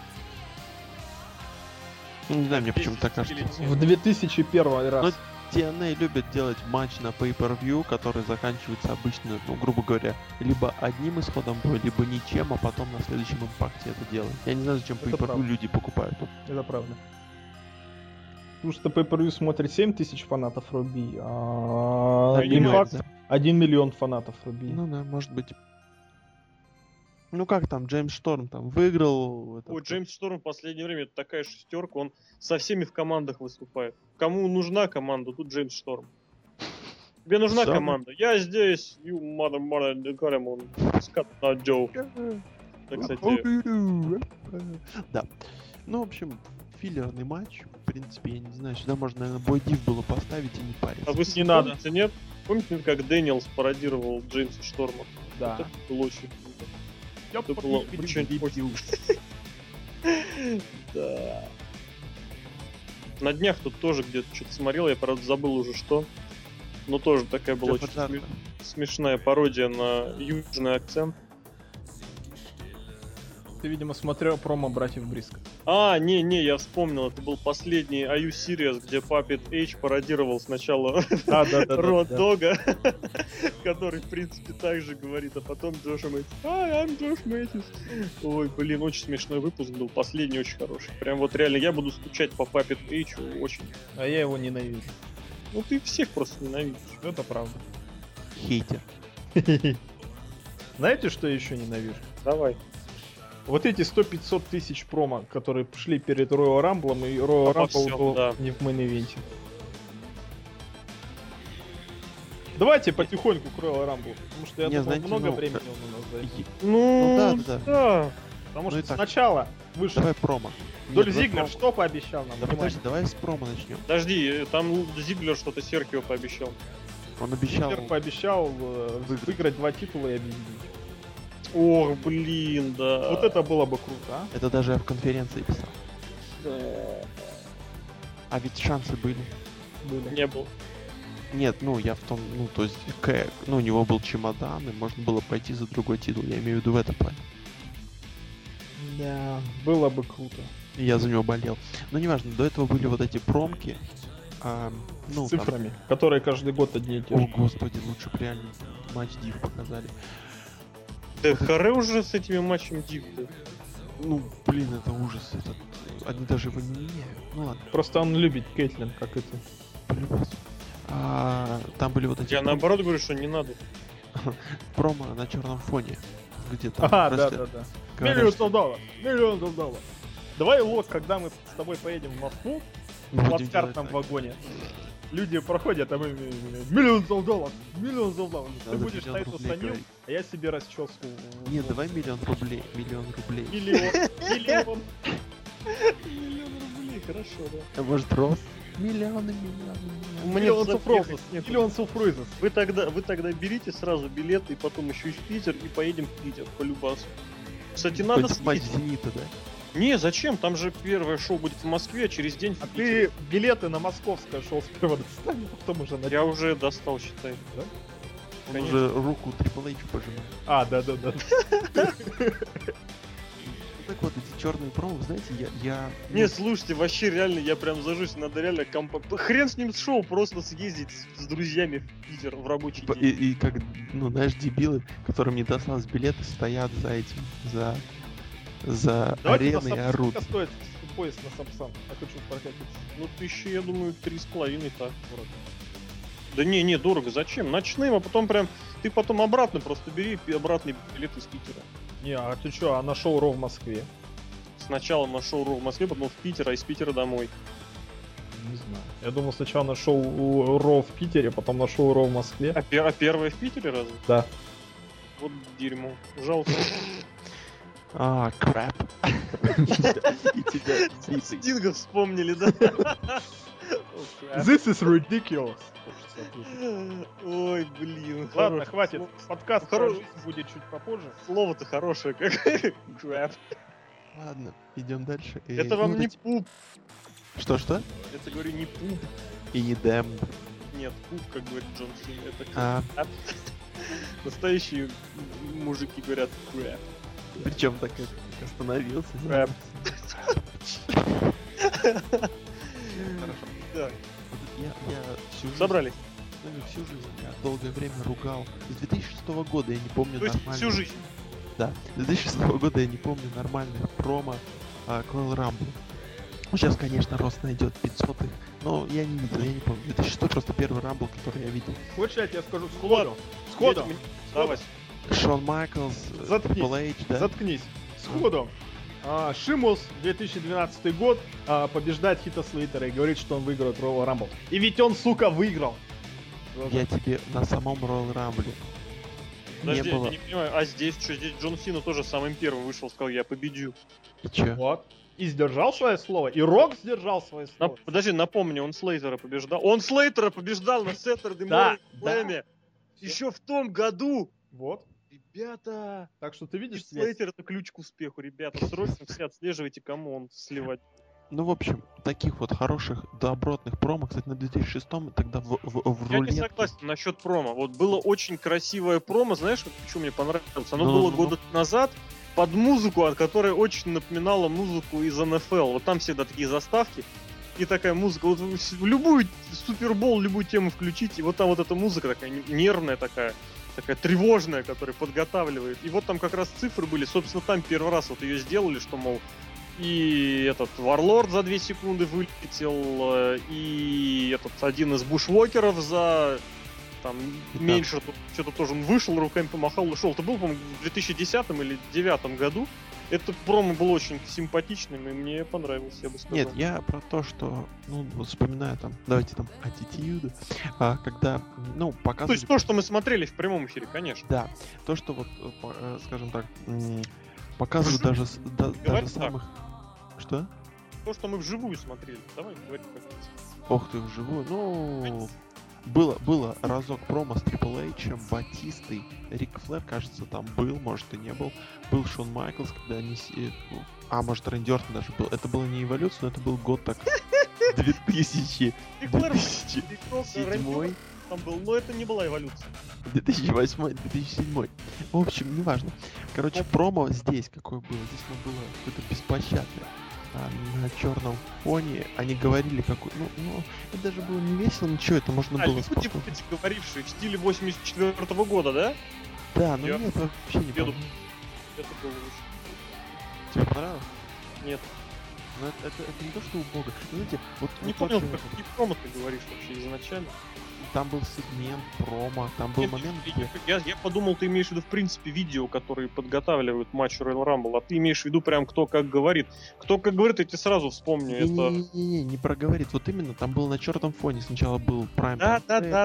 Speaker 2: Ну, не знаю, мне почему-то так кажется.
Speaker 1: В 2001 раз.
Speaker 2: TNA любят делать матч на Pay-Per-View, который заканчивается обычно, ну, грубо говоря, либо одним исходом боя, либо ничем, а потом на следующем импакте это делают. Я не знаю, зачем
Speaker 1: Это
Speaker 2: Pay-Per-View
Speaker 1: правда.
Speaker 2: люди покупают.
Speaker 1: Это правда. Потому что Pay-Per-View смотрит 7 тысяч фанатов Руби, а
Speaker 3: Да, не
Speaker 1: Impact
Speaker 2: да.
Speaker 1: 1 миллион фанатов Руби.
Speaker 2: Ну да, может быть. Ну как там, Джеймс Шторм там выиграл.
Speaker 3: Ой, Джеймс Шторм в последнее время это такая шестерка, он со всеми в командах выступает. Кому нужна команда, тут Джеймс Шторм. Тебе нужна
Speaker 2: Самый-
Speaker 3: команда? Я здесь, you mother, Karamon, Scott Joe. Да, кстати,
Speaker 2: Да. Ну, в общем, филлерный матч. В принципе, я не знаю, сюда можно, наверное, бойдив было поставить и не париться.
Speaker 3: а вы
Speaker 1: Не надо.
Speaker 3: помните, нет? Помните, как Дэниелс пародировал Джеймса Шторма?
Speaker 1: Да.
Speaker 3: Вот это было очень круто. Это было очень... Да. На днях тут тоже где-то что-то смотрел, я, правда, забыл уже что. Но тоже такая была
Speaker 2: Джеффа
Speaker 3: очень
Speaker 2: Джарта.
Speaker 3: смешная пародия на южный акцент.
Speaker 1: Ты, видимо, смотрел промо братьев Бриско.
Speaker 3: Не, я вспомнил, это был последний Are You Serious, где Puppet H пародировал сначала Род Дога, который, в принципе, так же говорит, а потом Джоша Мэтис. Hi, I'm Josh Мэтис. Ой, блин, очень смешной выпуск был, последний очень хороший. Прям вот реально, я буду скучать по Puppet H очень.
Speaker 1: А я его ненавижу.
Speaker 3: Ну ты всех просто ненавидишь.
Speaker 1: Это правда.
Speaker 2: Хейтер.
Speaker 1: Знаете, что я еще ненавижу?
Speaker 3: Давай.
Speaker 1: Вот эти 100-500 тысяч промо, которые шли перед Royal Rumble, и Royal
Speaker 3: Обо
Speaker 1: Rumble
Speaker 3: всем,
Speaker 1: был
Speaker 3: да.
Speaker 1: не в мейн-ивенте. Давайте потихоньку к Royal Rumble, потому что я
Speaker 2: Не,
Speaker 1: думал,
Speaker 2: знаете,
Speaker 1: много
Speaker 2: ну,
Speaker 1: времени он у нас займет.
Speaker 3: Ну, да.
Speaker 1: Потому
Speaker 2: Ну
Speaker 1: что
Speaker 2: и так.
Speaker 1: сначала вышел
Speaker 2: Давай промо.
Speaker 1: Доль
Speaker 2: Нет, давай
Speaker 1: Зиглер,
Speaker 2: промо.
Speaker 1: что пообещал нам?
Speaker 2: Да
Speaker 1: Внимание.
Speaker 2: подожди, давай с промо начнем.
Speaker 3: Подожди, там Зиглер что-то Серхио пообещал.
Speaker 2: Он обещал...
Speaker 1: Зиглер пообещал
Speaker 2: выиграть.
Speaker 1: выиграть 2 титула и объединить.
Speaker 3: Ох, блин, да.
Speaker 1: Вот это было бы круто, а?
Speaker 2: Это даже я в конференции писал.
Speaker 3: Да.
Speaker 2: А ведь шансы были.
Speaker 1: Были.
Speaker 3: Не был.
Speaker 2: Нет, ну я в том, ну то есть, у него был чемодан, и можно было пойти за другой титул. Я имею в виду в этом плане.
Speaker 1: Да, было бы круто.
Speaker 2: И я за него болел. Но неважно, до этого были вот эти промки. Ну,
Speaker 1: С цифрами, которые каждый год одни и те
Speaker 2: О,
Speaker 1: же.
Speaker 2: господи, лучше бы реально матч Див показали.
Speaker 3: Да харе уже с этими матчами Див.
Speaker 2: Ну, блин, это ужас. Они даже его не меняют. Ну ладно,
Speaker 1: Просто он любит Кейтлин, как это.
Speaker 2: полюбас. Там были вот эти
Speaker 3: Я наоборот говорю, что не надо.
Speaker 2: промо на черном фоне. Где там
Speaker 1: Да.
Speaker 2: говорят,
Speaker 1: Миллион
Speaker 2: что
Speaker 1: долларов. Давай, Лок, когда мы с тобой поедем в Москву,
Speaker 2: мы
Speaker 1: в
Speaker 2: будем
Speaker 1: плацкартном
Speaker 2: делать так.
Speaker 1: вагоне, люди проходят, а мы миллион долларов. Ты
Speaker 2: Надо
Speaker 1: будешь
Speaker 2: миллион
Speaker 1: стоять у
Speaker 2: рублей
Speaker 1: Саню,
Speaker 2: говорить.
Speaker 1: а я себе расческу.
Speaker 2: Нет, давай миллион рублей.
Speaker 1: Миллион рублей, хорошо, да.
Speaker 2: А может рост? Миллионы.
Speaker 3: Мне
Speaker 1: Миллион
Speaker 3: туда
Speaker 1: суфрозов.
Speaker 3: ехать некуда.
Speaker 1: Миллион суфрозов.
Speaker 3: Вы тогда берите сразу билет и потом еще и в Питер и поедем в Питер по любасу. Кстати, надо
Speaker 2: Хоть матч
Speaker 3: съездить.
Speaker 2: Зенита, да?
Speaker 3: Не, зачем? Там же первое шоу будет в Москве, а через день в
Speaker 1: А
Speaker 3: Питере.
Speaker 1: ты билеты на московское шоу сперва достань, а потом уже на...
Speaker 3: Я уже достал, считай.
Speaker 1: Да?
Speaker 2: Он
Speaker 3: Конечно.
Speaker 2: уже руку Triple H пожимал.
Speaker 1: А, да.
Speaker 2: Ну так вот, эти черные промо, вы знаете, я...
Speaker 3: Не, слушайте, вообще реально, я прям зажусь, надо реально хрен с ним с шоу, просто съездить с друзьями в Питер в рабочий
Speaker 2: Типа,
Speaker 3: день.
Speaker 2: и как, ну, знаешь, дебилы, которым не досталось билеты, стоят за этим, за
Speaker 1: Давайте
Speaker 2: ареной и
Speaker 1: на
Speaker 2: орут.
Speaker 1: сколько стоит поезд на Сапсан? Я хочу прокатиться.
Speaker 3: Ну, 1000, я думаю, 3,5 так. Дорого. Да не, дорого, зачем? Ночным, а потом прям, ты потом обратно просто бери обратный билет из Питера.
Speaker 1: Не, а ты чё, а на шоу Ро в Москве?
Speaker 3: Сначала на шоу Ро в Москве, потом в Питер, а из Питера домой.
Speaker 1: Не знаю. Я думал сначала на шоу Ро в Питере, потом на шоу Ро в Москве.
Speaker 3: А первое в Питере разве?
Speaker 1: Да.
Speaker 3: Вот дерьмо. Жалко.
Speaker 2: Крэп. И тебя битый.
Speaker 3: Стинга вспомнили, да? О, crap.
Speaker 1: This is ridiculous.
Speaker 3: Ой, блин.
Speaker 1: Ладно,
Speaker 3: хорошее
Speaker 1: хватит.
Speaker 3: слово.
Speaker 1: Подкаст
Speaker 3: Хоро-
Speaker 1: про жизнь будет чуть попозже.
Speaker 3: Слово-то хорошее, как crap.
Speaker 2: Ладно, идем дальше.
Speaker 3: Это вам не пуп.
Speaker 2: Что?
Speaker 3: Это, говорю, не пуп.
Speaker 2: И не дэм.
Speaker 3: Нет, пуп, как говорит Джон Сина. Это
Speaker 2: А,
Speaker 3: crap. Настоящие мужики говорят crap.
Speaker 2: причем так остановился.
Speaker 1: Крэп.
Speaker 2: Хорошо.
Speaker 3: Да.
Speaker 2: Вот я всю жизнь,
Speaker 3: Собрались.
Speaker 2: всю жизнь я долгое время ругал. С 2006 года я не помню
Speaker 3: То есть
Speaker 2: нормально.
Speaker 3: всю жизнь.
Speaker 2: Да, с 2006 года я не помню нормальных промо к Royal Rumble. Ну, сейчас, конечно, рост найдет 500, но я не видел, я не помню. 2006 просто первый Rumble, который я видел.
Speaker 1: Хочешь, я тебе скажу сходу? Сходу.
Speaker 3: Давай.
Speaker 2: Шон Майклс,
Speaker 1: Заткнись.
Speaker 2: Triple H, да?
Speaker 1: Заткнись. Сходу. Шимус, 2012 год, побеждает Хита Слейтера и говорит, что он выиграет Royal Rumble. И ведь он, сука, выиграл.
Speaker 2: Я тебе на самом Royal Rumble
Speaker 3: Подожди,
Speaker 2: не было.
Speaker 3: я не понимаю, а здесь что? Здесь Джон Сина тоже самым первым вышел, сказал, я победю.
Speaker 2: И чё?
Speaker 1: Вот. И сдержал свое слово. И Рок сдержал свое слово.
Speaker 3: Подожди, напомни, он Слейтера побеждал. Он Слейтера побеждал на Saturday
Speaker 1: Да,
Speaker 3: Morning Slam'е. Еще в том году.
Speaker 1: Вот.
Speaker 3: Ребята,
Speaker 1: Так что ты видишь связь?
Speaker 3: Слейтер это ключ к успеху, ребята. Срочно все отслеживайте, кому он сливать.
Speaker 2: Ну, в общем, таких вот хороших, добротных промо, кстати, на 2006-м тогда в
Speaker 3: Я не
Speaker 2: рулетке.
Speaker 3: согласен насчет промо. Вот было очень красивое промо, знаешь, почему мне понравилось? Оно
Speaker 2: Ну,
Speaker 3: было
Speaker 2: ну,
Speaker 3: года назад под музыку, от которой очень напоминала музыку из НФЛ. Вот там всегда такие заставки и такая музыка. Вот в любую Супербол, любую тему включить, и вот там вот эта музыка такая нервная такая тревожная, которая подготавливает. И вот там как раз цифры были. Собственно, там первый раз вот ее сделали, что, мол, и этот Варлорд за 2 секунды вылетел, и этот один из бушвокеров за там меньше, тут что-то тоже он вышел, руками помахал, ушел. Это был, по-моему, в 2010 или 2009 году. Этот промо был очень симпатичным, и мне понравился, я бы сказал.
Speaker 2: Нет, я про то, что, ну, вот вспоминаю там, давайте там, Attitude, когда, ну, показывали...
Speaker 3: То есть то, что мы смотрели в прямом эфире, конечно.
Speaker 2: Да, то, что вот, скажем так, показывают даже, даже самых... Что?
Speaker 3: То, что мы вживую смотрели. Давай говорить как есть.
Speaker 2: Ох ты, вживую, ну... Было разок промо с Triple H, Батистой, Рик Флэр, кажется, там был, может и не был. Был Шон Майклс, когда они... может, Рэнди Ортон даже был. Это было не эволюция, но это был год так... 2007.
Speaker 3: Там был, но это не была эволюция.
Speaker 2: 2008-2007. В общем, неважно. Короче, промо здесь какое было. Здесь оно было какое-то беспощадное. На черном фоне они говорили какой... Ну, это даже было не весело, ничего, это можно было
Speaker 3: люди,
Speaker 2: спокойно.
Speaker 3: эти говорившие в стиле 84-го года, да?
Speaker 2: Да, но
Speaker 3: Я
Speaker 2: нет, вообще не
Speaker 3: еду.
Speaker 2: понравилось.
Speaker 3: Это было лучше.
Speaker 2: Тебе понравилось?
Speaker 3: Нет.
Speaker 2: Ну, это не то, что убого. Знаете, вот...
Speaker 3: Не
Speaker 2: вот
Speaker 3: понял,
Speaker 2: вообще
Speaker 3: какие промо ты говоришь вообще изначально.
Speaker 2: Там был сегмент, промо, там был момент, где...
Speaker 3: Я подумал, ты имеешь в виду, в принципе, видео, которые подготавливают матч Royal Rumble, а ты имеешь в виду прям кто как говорит. Кто как говорит, я тебе сразу вспомню. Это...
Speaker 2: Не проговорит. Вот именно, там был на черном фоне. Сначала был Prime.
Speaker 3: Да.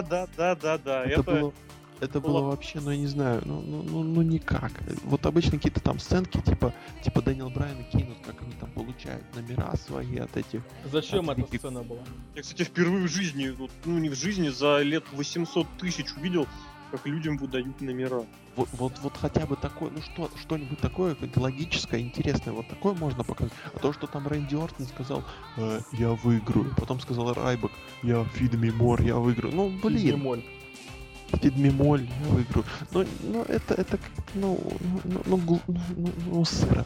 Speaker 2: Это было вообще, ну я не знаю, ну никак. Вот обычно какие-то там сценки, типа Дэниел Брайан и Кейн, вот как они там получают номера свои от этих...
Speaker 1: Зачем
Speaker 2: от
Speaker 1: эта
Speaker 2: этих-
Speaker 1: сцена была?
Speaker 3: Я, кстати, впервые в жизни, вот, ну не в жизни, за лет 800 тысяч увидел, как людям выдают номера.
Speaker 2: Вот хотя бы такое, ну что-нибудь такое логическое, интересное, вот такое можно показать. А то, что там Рэнди Ортон сказал, я выиграю, потом сказал Райбек, я feed me more, я выиграю. Ну, блин.
Speaker 1: Бемоль.
Speaker 2: Feed me more, я выиграю. Ну это как-то, сыро.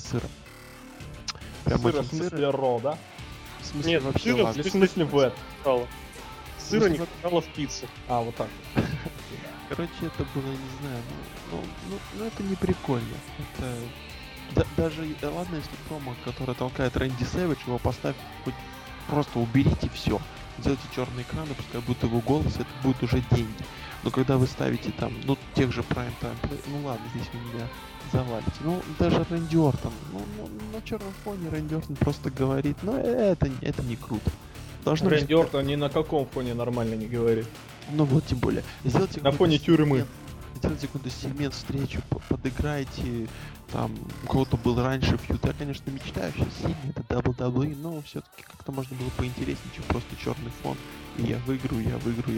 Speaker 2: Прям
Speaker 1: Сыро, в
Speaker 2: очень
Speaker 1: смысле ро, да?
Speaker 2: В смысле
Speaker 3: Нет,
Speaker 2: вообще
Speaker 3: сыро,
Speaker 2: ладно.
Speaker 1: Или в смысле в это?
Speaker 3: Сыра не
Speaker 2: вот-
Speaker 3: хватало в пицце.
Speaker 1: А, вот так.
Speaker 2: Короче, это было, не знаю, ну это не прикольно. Это... даже, ладно, если промо, которое толкает Рэнди Сэвидж, его поставь, хоть просто уберите все. Сделайте черные экраны, пускай будет его голос, это будет уже деньги. Но когда вы ставите там, ну, тех же Prime Time Play, ну ладно, здесь вы меня завалите. Ну, даже Рэнди Ортон, на черном фоне Рэнди Ортон просто говорит, ну, это не круто. Должно быть-
Speaker 1: Рэнди Ортон ни на каком фоне нормально не говорит.
Speaker 2: Ну вот, тем более. Сделайте
Speaker 1: На фоне
Speaker 2: какой-то
Speaker 1: тюрьмы.
Speaker 2: сегмент, сделайте какой-то сегмент, встречу, подыграйте, там, у кого-то был раньше фьюд. Я, конечно, мечтаю сейчас сильно, это WWE, но все-таки как-то можно было поинтереснее, чем просто черный фон. И я выиграю.
Speaker 1: Я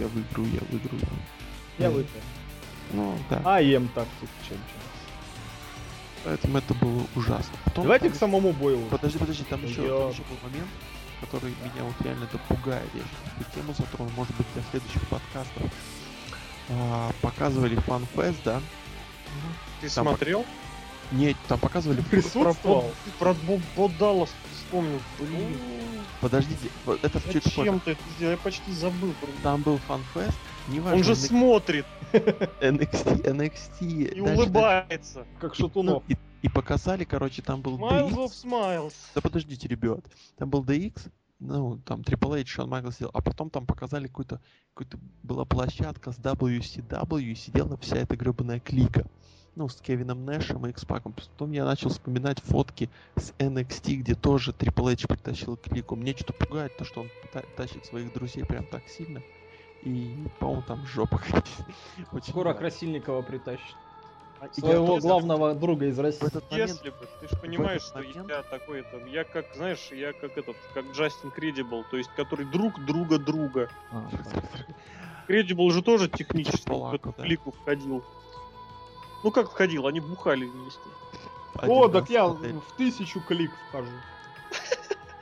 Speaker 2: Мгм.
Speaker 1: выиграю.
Speaker 2: Ну, да.
Speaker 1: А ем так тут чем.
Speaker 2: Поэтому это было ужасно. Потом
Speaker 1: Давайте
Speaker 2: там
Speaker 1: к самому бою.
Speaker 2: Подожди, там еще
Speaker 1: Я-
Speaker 2: был момент, который меня вот реально это пугает. Я сейчас эту тему затрону, может быть, для следующих подкастов. Показывали FanFest, да?
Speaker 3: Ты
Speaker 2: Там
Speaker 3: смотрел?
Speaker 2: Нет, там показывали...
Speaker 1: Присутствовал.
Speaker 3: Про Боб Даллас вспомнил. Блин,
Speaker 2: Подождите, вот это чуть позже.
Speaker 3: зачем ты это сделал? Я почти забыл. про него.
Speaker 2: Там был FanFest, неважно,
Speaker 3: Он же смотрит
Speaker 2: NXT,
Speaker 3: и
Speaker 2: дальше-
Speaker 3: улыбается.
Speaker 1: Как
Speaker 2: Ну,
Speaker 1: Шатунов.
Speaker 2: и показали, короче, там был
Speaker 3: Miles
Speaker 2: DX.
Speaker 3: of Smiles.
Speaker 2: Да подождите, ребят. Там был DX, ну, там Triple H, Шон Майклс сделал, а потом там показали какую-то была площадка с WCW, и сидела вся эта гребаная клика. Ну, с Кевином Нэшем и X-Pac. Потом я начал вспоминать фотки с NXT, где тоже Triple H притащил клику. Мне что-то пугает то, что он тащит своих друзей прям так сильно. И, по-моему, там жопа. Очень
Speaker 1: Скоро
Speaker 2: да.
Speaker 1: Красильникова притащит.
Speaker 3: А
Speaker 1: Своего
Speaker 3: если-
Speaker 1: главного друга из
Speaker 2: В
Speaker 1: России.
Speaker 2: этот момент
Speaker 3: Если бы, ты же понимаешь,
Speaker 2: этот
Speaker 3: что
Speaker 2: момент-
Speaker 3: я такой, я как, знаешь, как Джастин Кредибл, то есть, который друг друга.
Speaker 1: А,
Speaker 3: Кредибл же тоже технически в
Speaker 2: Полаку,
Speaker 3: эту
Speaker 2: да.
Speaker 3: клику входил. Ну как входил, они бухали вместе.
Speaker 1: О,
Speaker 2: один
Speaker 1: так
Speaker 2: раз
Speaker 1: я
Speaker 2: в отель.
Speaker 1: в 1000 клик вхожу.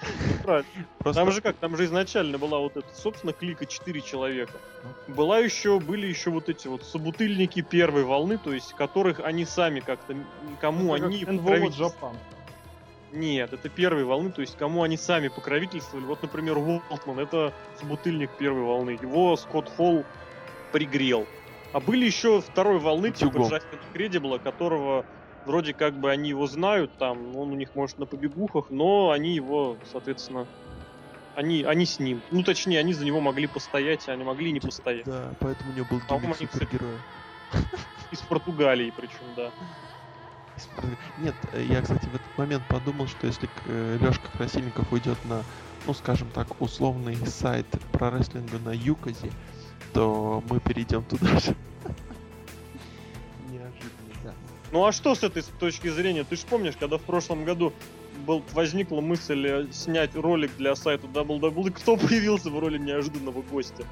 Speaker 3: правильно.
Speaker 2: Просто
Speaker 3: Там же как, там же изначально была вот эта, собственно, клика 4 человека. Были еще вот эти вот собутыльники первой волны, то есть которых они сами как-то, кому
Speaker 1: Это
Speaker 3: они
Speaker 1: как НВО
Speaker 3: покровительствовали.
Speaker 1: Japan.
Speaker 3: Нет, это первой волны, то есть кому они сами покровительствовали. Вот, например, Уолтман, это собутыльник первой волны. Его Скотт Холл пригрел. А были еще второй волны, типа
Speaker 2: Утюгом.
Speaker 3: Джастина Кредибла, которого вроде как бы они его знают, там, он у них может на побегухах, но они его, соответственно, они с ним. Ну, точнее, они за него могли постоять, а они могли не постоять.
Speaker 2: Да, поэтому у него был
Speaker 3: По-моему,
Speaker 2: гиммик
Speaker 3: они, кстати,
Speaker 2: супергероя.
Speaker 3: Из Португалии, причем, да.
Speaker 2: Нет, я, кстати, в этот момент подумал, что если Лёшка Красильников уйдет на, ну, скажем так, условный сайт про рестлинга на Юказе, то мы перейдем туда же. Неожиданно, да.
Speaker 3: Ну а что с этой точки зрения? Ты же помнишь, когда в прошлом году возникла мысль снять ролик для сайта WWE, кто появился в роли неожиданного гостя?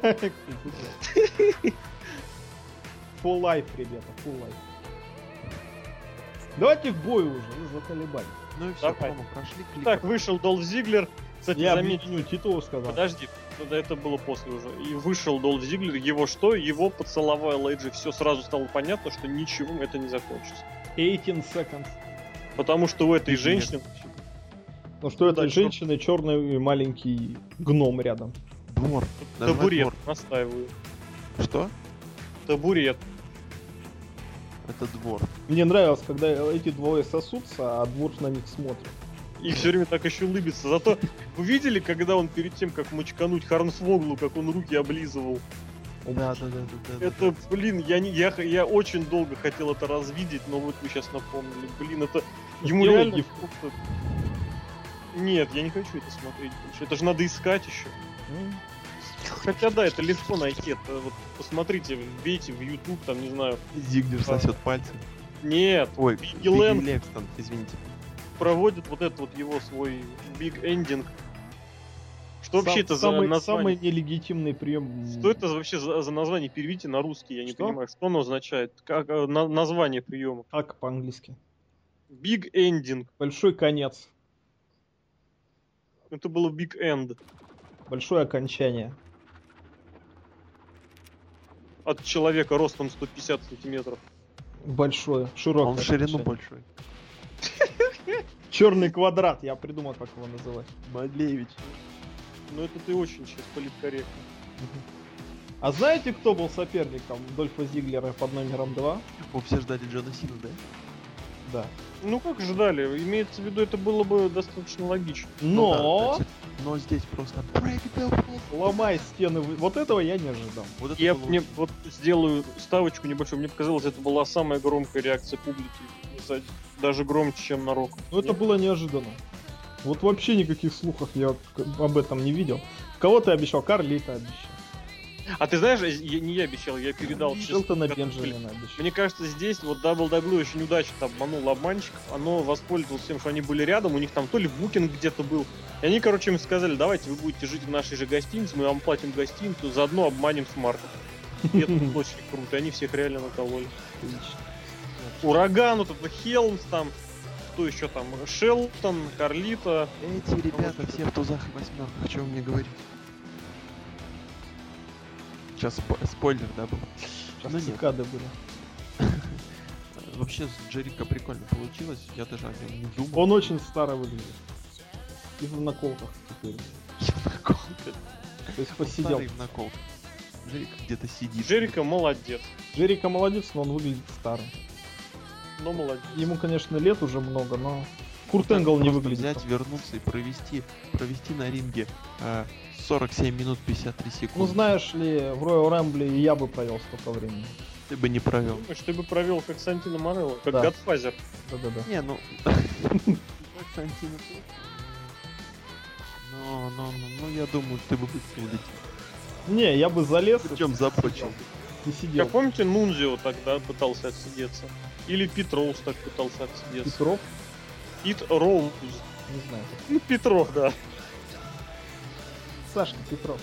Speaker 1: Full life, ребята, full life. Давайте к бою уже, вы заколебали.
Speaker 2: Ну и все,
Speaker 3: Давай.
Speaker 2: по-моему, прошли клип.
Speaker 3: Так, вышел Долф Зиглер. Кстати,
Speaker 1: Я
Speaker 3: заметь,
Speaker 1: объединю титулу сказал.
Speaker 3: подожди, это было после уже. И вышел Долф Зиглер, его что? Его поцеловал Эйджи. Все сразу стало понятно, что ничего это не закончится.
Speaker 1: 18 seconds.
Speaker 3: Потому что у этой
Speaker 2: Нет.
Speaker 3: женщины...
Speaker 1: Ну что этой
Speaker 3: Да,
Speaker 1: женщины черный маленький гном рядом.
Speaker 2: Двор. Назвать
Speaker 3: Табурет,
Speaker 2: двор.
Speaker 3: настаиваю.
Speaker 2: Что?
Speaker 3: Табурет.
Speaker 2: Это двор.
Speaker 1: Мне нравилось, когда эти двое сосутся, а двор на них смотрит.
Speaker 3: И все время так еще улыбится. Зато вы видели, когда он перед тем, как мочкануть Харнсвоглу, как он руки облизывал?
Speaker 2: Да.
Speaker 3: Это, блин, я очень долго хотел это развидеть, но вот вы сейчас напомнили. Блин, это ему
Speaker 1: Сделай
Speaker 3: реально...
Speaker 1: гиф.
Speaker 3: просто- Нет, я не хочу это смотреть больше. Это же надо искать еще. Хотя да, это легко найти. Это вот посмотрите, вбейте в YouTube, там, не знаю.
Speaker 2: Зиглер сосет пальцы.
Speaker 3: Нет,
Speaker 2: Ой,
Speaker 3: Бигги
Speaker 2: Бигги
Speaker 3: Лэнг
Speaker 2: Лэнгстон, извините.
Speaker 3: проводит вот этот вот его свой big ending. Что вообще это за
Speaker 1: самый,
Speaker 3: название?
Speaker 1: самый нелегитимный прием.
Speaker 3: Что это вообще за название? Переведите на русский, я не
Speaker 1: Что?
Speaker 3: понимаю, что оно означает. Как название приема?
Speaker 1: Как по-английски?
Speaker 3: Big ending.
Speaker 1: Большой конец.
Speaker 3: Это было big end.
Speaker 1: Большое окончание.
Speaker 3: От человека ростом 150 сантиметров.
Speaker 1: Большое, широкое.
Speaker 2: Он в ширину
Speaker 1: окончание.
Speaker 2: большой.
Speaker 1: Черный квадрат, я придумал, как его называть.
Speaker 2: Малевич.
Speaker 3: Ну это ты очень сейчас политкорректно.
Speaker 1: А знаете, кто был соперником Дольфа Зиглера под номером 2?
Speaker 2: Вы все ждали Джона Сина, да?
Speaker 1: Да.
Speaker 3: Ну как ждали? Имеется в виду, это было бы достаточно логично.
Speaker 1: Но
Speaker 2: Ну да, кстати. Но здесь просто break the wall.
Speaker 1: ломай стены. Вот этого я не ожидал.
Speaker 2: Вот это
Speaker 3: Я
Speaker 2: было
Speaker 3: мне
Speaker 2: очень-
Speaker 3: вот сделаю ставочку небольшую. Мне показалось, это была самая громкая реакция публики. Даже громче, чем на рок.
Speaker 1: Но это было неожиданно. Вот вообще никаких слухов я об этом не видел. Кого ты обещал? Карлита обещал.
Speaker 3: А ты знаешь, не я обещал, я передал.
Speaker 1: Шелтона
Speaker 3: честно,
Speaker 1: Бенджамина обещал.
Speaker 3: Мне кажется, здесь вот WWE очень удачно обманул обманщиков. Оно воспользовалось тем, что они были рядом, у них там то ли букинг где-то был. И они, короче, им сказали, давайте вы будете жить в нашей же гостинице, мы вам платим гостиницу, заодно обманем с Марком. И это было очень круто, они всех реально накололи.
Speaker 1: Отлично.
Speaker 3: Ураган, вот это Хелмс там, кто еще там, Шелтон, Карлита.
Speaker 2: Эти ребята все в тузах и восьмерках, о чем мне говорить? Сейчас спойлер, да, был?
Speaker 1: Сейчас
Speaker 2: Ну нет.
Speaker 1: цикады были.
Speaker 2: Вообще с Джерико прикольно получилось, я даже о нем не думал.
Speaker 1: Он очень старо выглядит. И в наколках теперь. То есть посидел.
Speaker 2: Старый в наколках. Джерико где-то сидит.
Speaker 3: Джерико молодец,
Speaker 1: Джерико молодец, но он выглядит старым.
Speaker 3: но молодец.
Speaker 1: Ему, конечно, лет уже много, но Курт
Speaker 2: Так
Speaker 1: Энгл не
Speaker 2: просто
Speaker 1: выглядит.
Speaker 2: взять, вернуться и провести на ринге 47 минут 53 секунды.
Speaker 1: Ну знаешь ли, в Royal Rumble и я бы провел столько времени.
Speaker 2: Ты бы не провел.
Speaker 3: Думаешь, ты бы провел как Сантино Морелло, как
Speaker 1: Да.
Speaker 3: Годфазер.
Speaker 1: Да-да-да.
Speaker 2: Не, ну... Константин, ну, я думаю, ты бы быстро улетел.
Speaker 1: Не, я бы залез
Speaker 2: Причем забочил.
Speaker 1: и сидел.
Speaker 3: Как помните, Нунзио тогда пытался отсидеться? Или Пит Роуз так пытался отсидеться?
Speaker 1: Петров?
Speaker 3: Пит Роуз.
Speaker 1: Не знаю.
Speaker 3: Ну, Петров, да.
Speaker 1: Сашка Петров.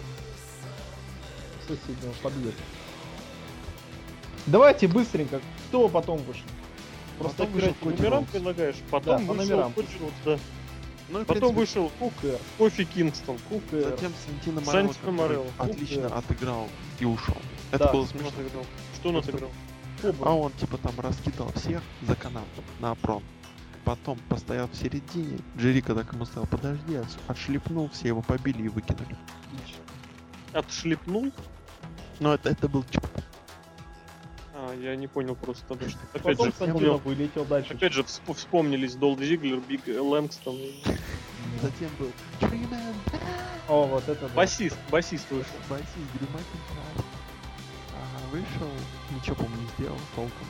Speaker 1: Соседнего подъезда. Давайте быстренько. Кто потом вышел? Просто
Speaker 2: Потом вышел
Speaker 1: оперативно.
Speaker 2: Коди
Speaker 3: Номерам
Speaker 2: Роудс.
Speaker 3: предлагаешь? Потом
Speaker 1: Да, по
Speaker 3: вышел
Speaker 1: номерам.
Speaker 3: Коди Роудс, да.
Speaker 2: Ну и, в
Speaker 3: Потом
Speaker 2: принципе,
Speaker 3: вышел
Speaker 1: Кукер.
Speaker 3: Кофи Кингстон.
Speaker 2: затем Сантино
Speaker 3: Сантино Морелло.
Speaker 2: отлично отыграл и ушел. Это
Speaker 1: Да,
Speaker 2: было
Speaker 3: Что он
Speaker 2: смешно.
Speaker 3: отыграл? Что он
Speaker 2: Просто-
Speaker 3: отыграл?
Speaker 2: А он типа там раскидал всех за канат на прон. Потом постоял в середине. Джерика так ему сказал, подожди, отшлепнул, все его побили и выкинули.
Speaker 3: Отшлепнул?
Speaker 2: Но это был
Speaker 3: А, я не понял просто, потому что опять
Speaker 1: Потом
Speaker 3: же,
Speaker 1: Сантино вылетел дальше.
Speaker 3: опять же вспомнились Долф Зиглер, Биг Лэнгстон.
Speaker 2: Затем был Треймен,
Speaker 1: О, вот это да.
Speaker 3: Басист вышел.
Speaker 2: басист Дрю Макинтайр. Вышел, ничего, по-моему, не сделал толком.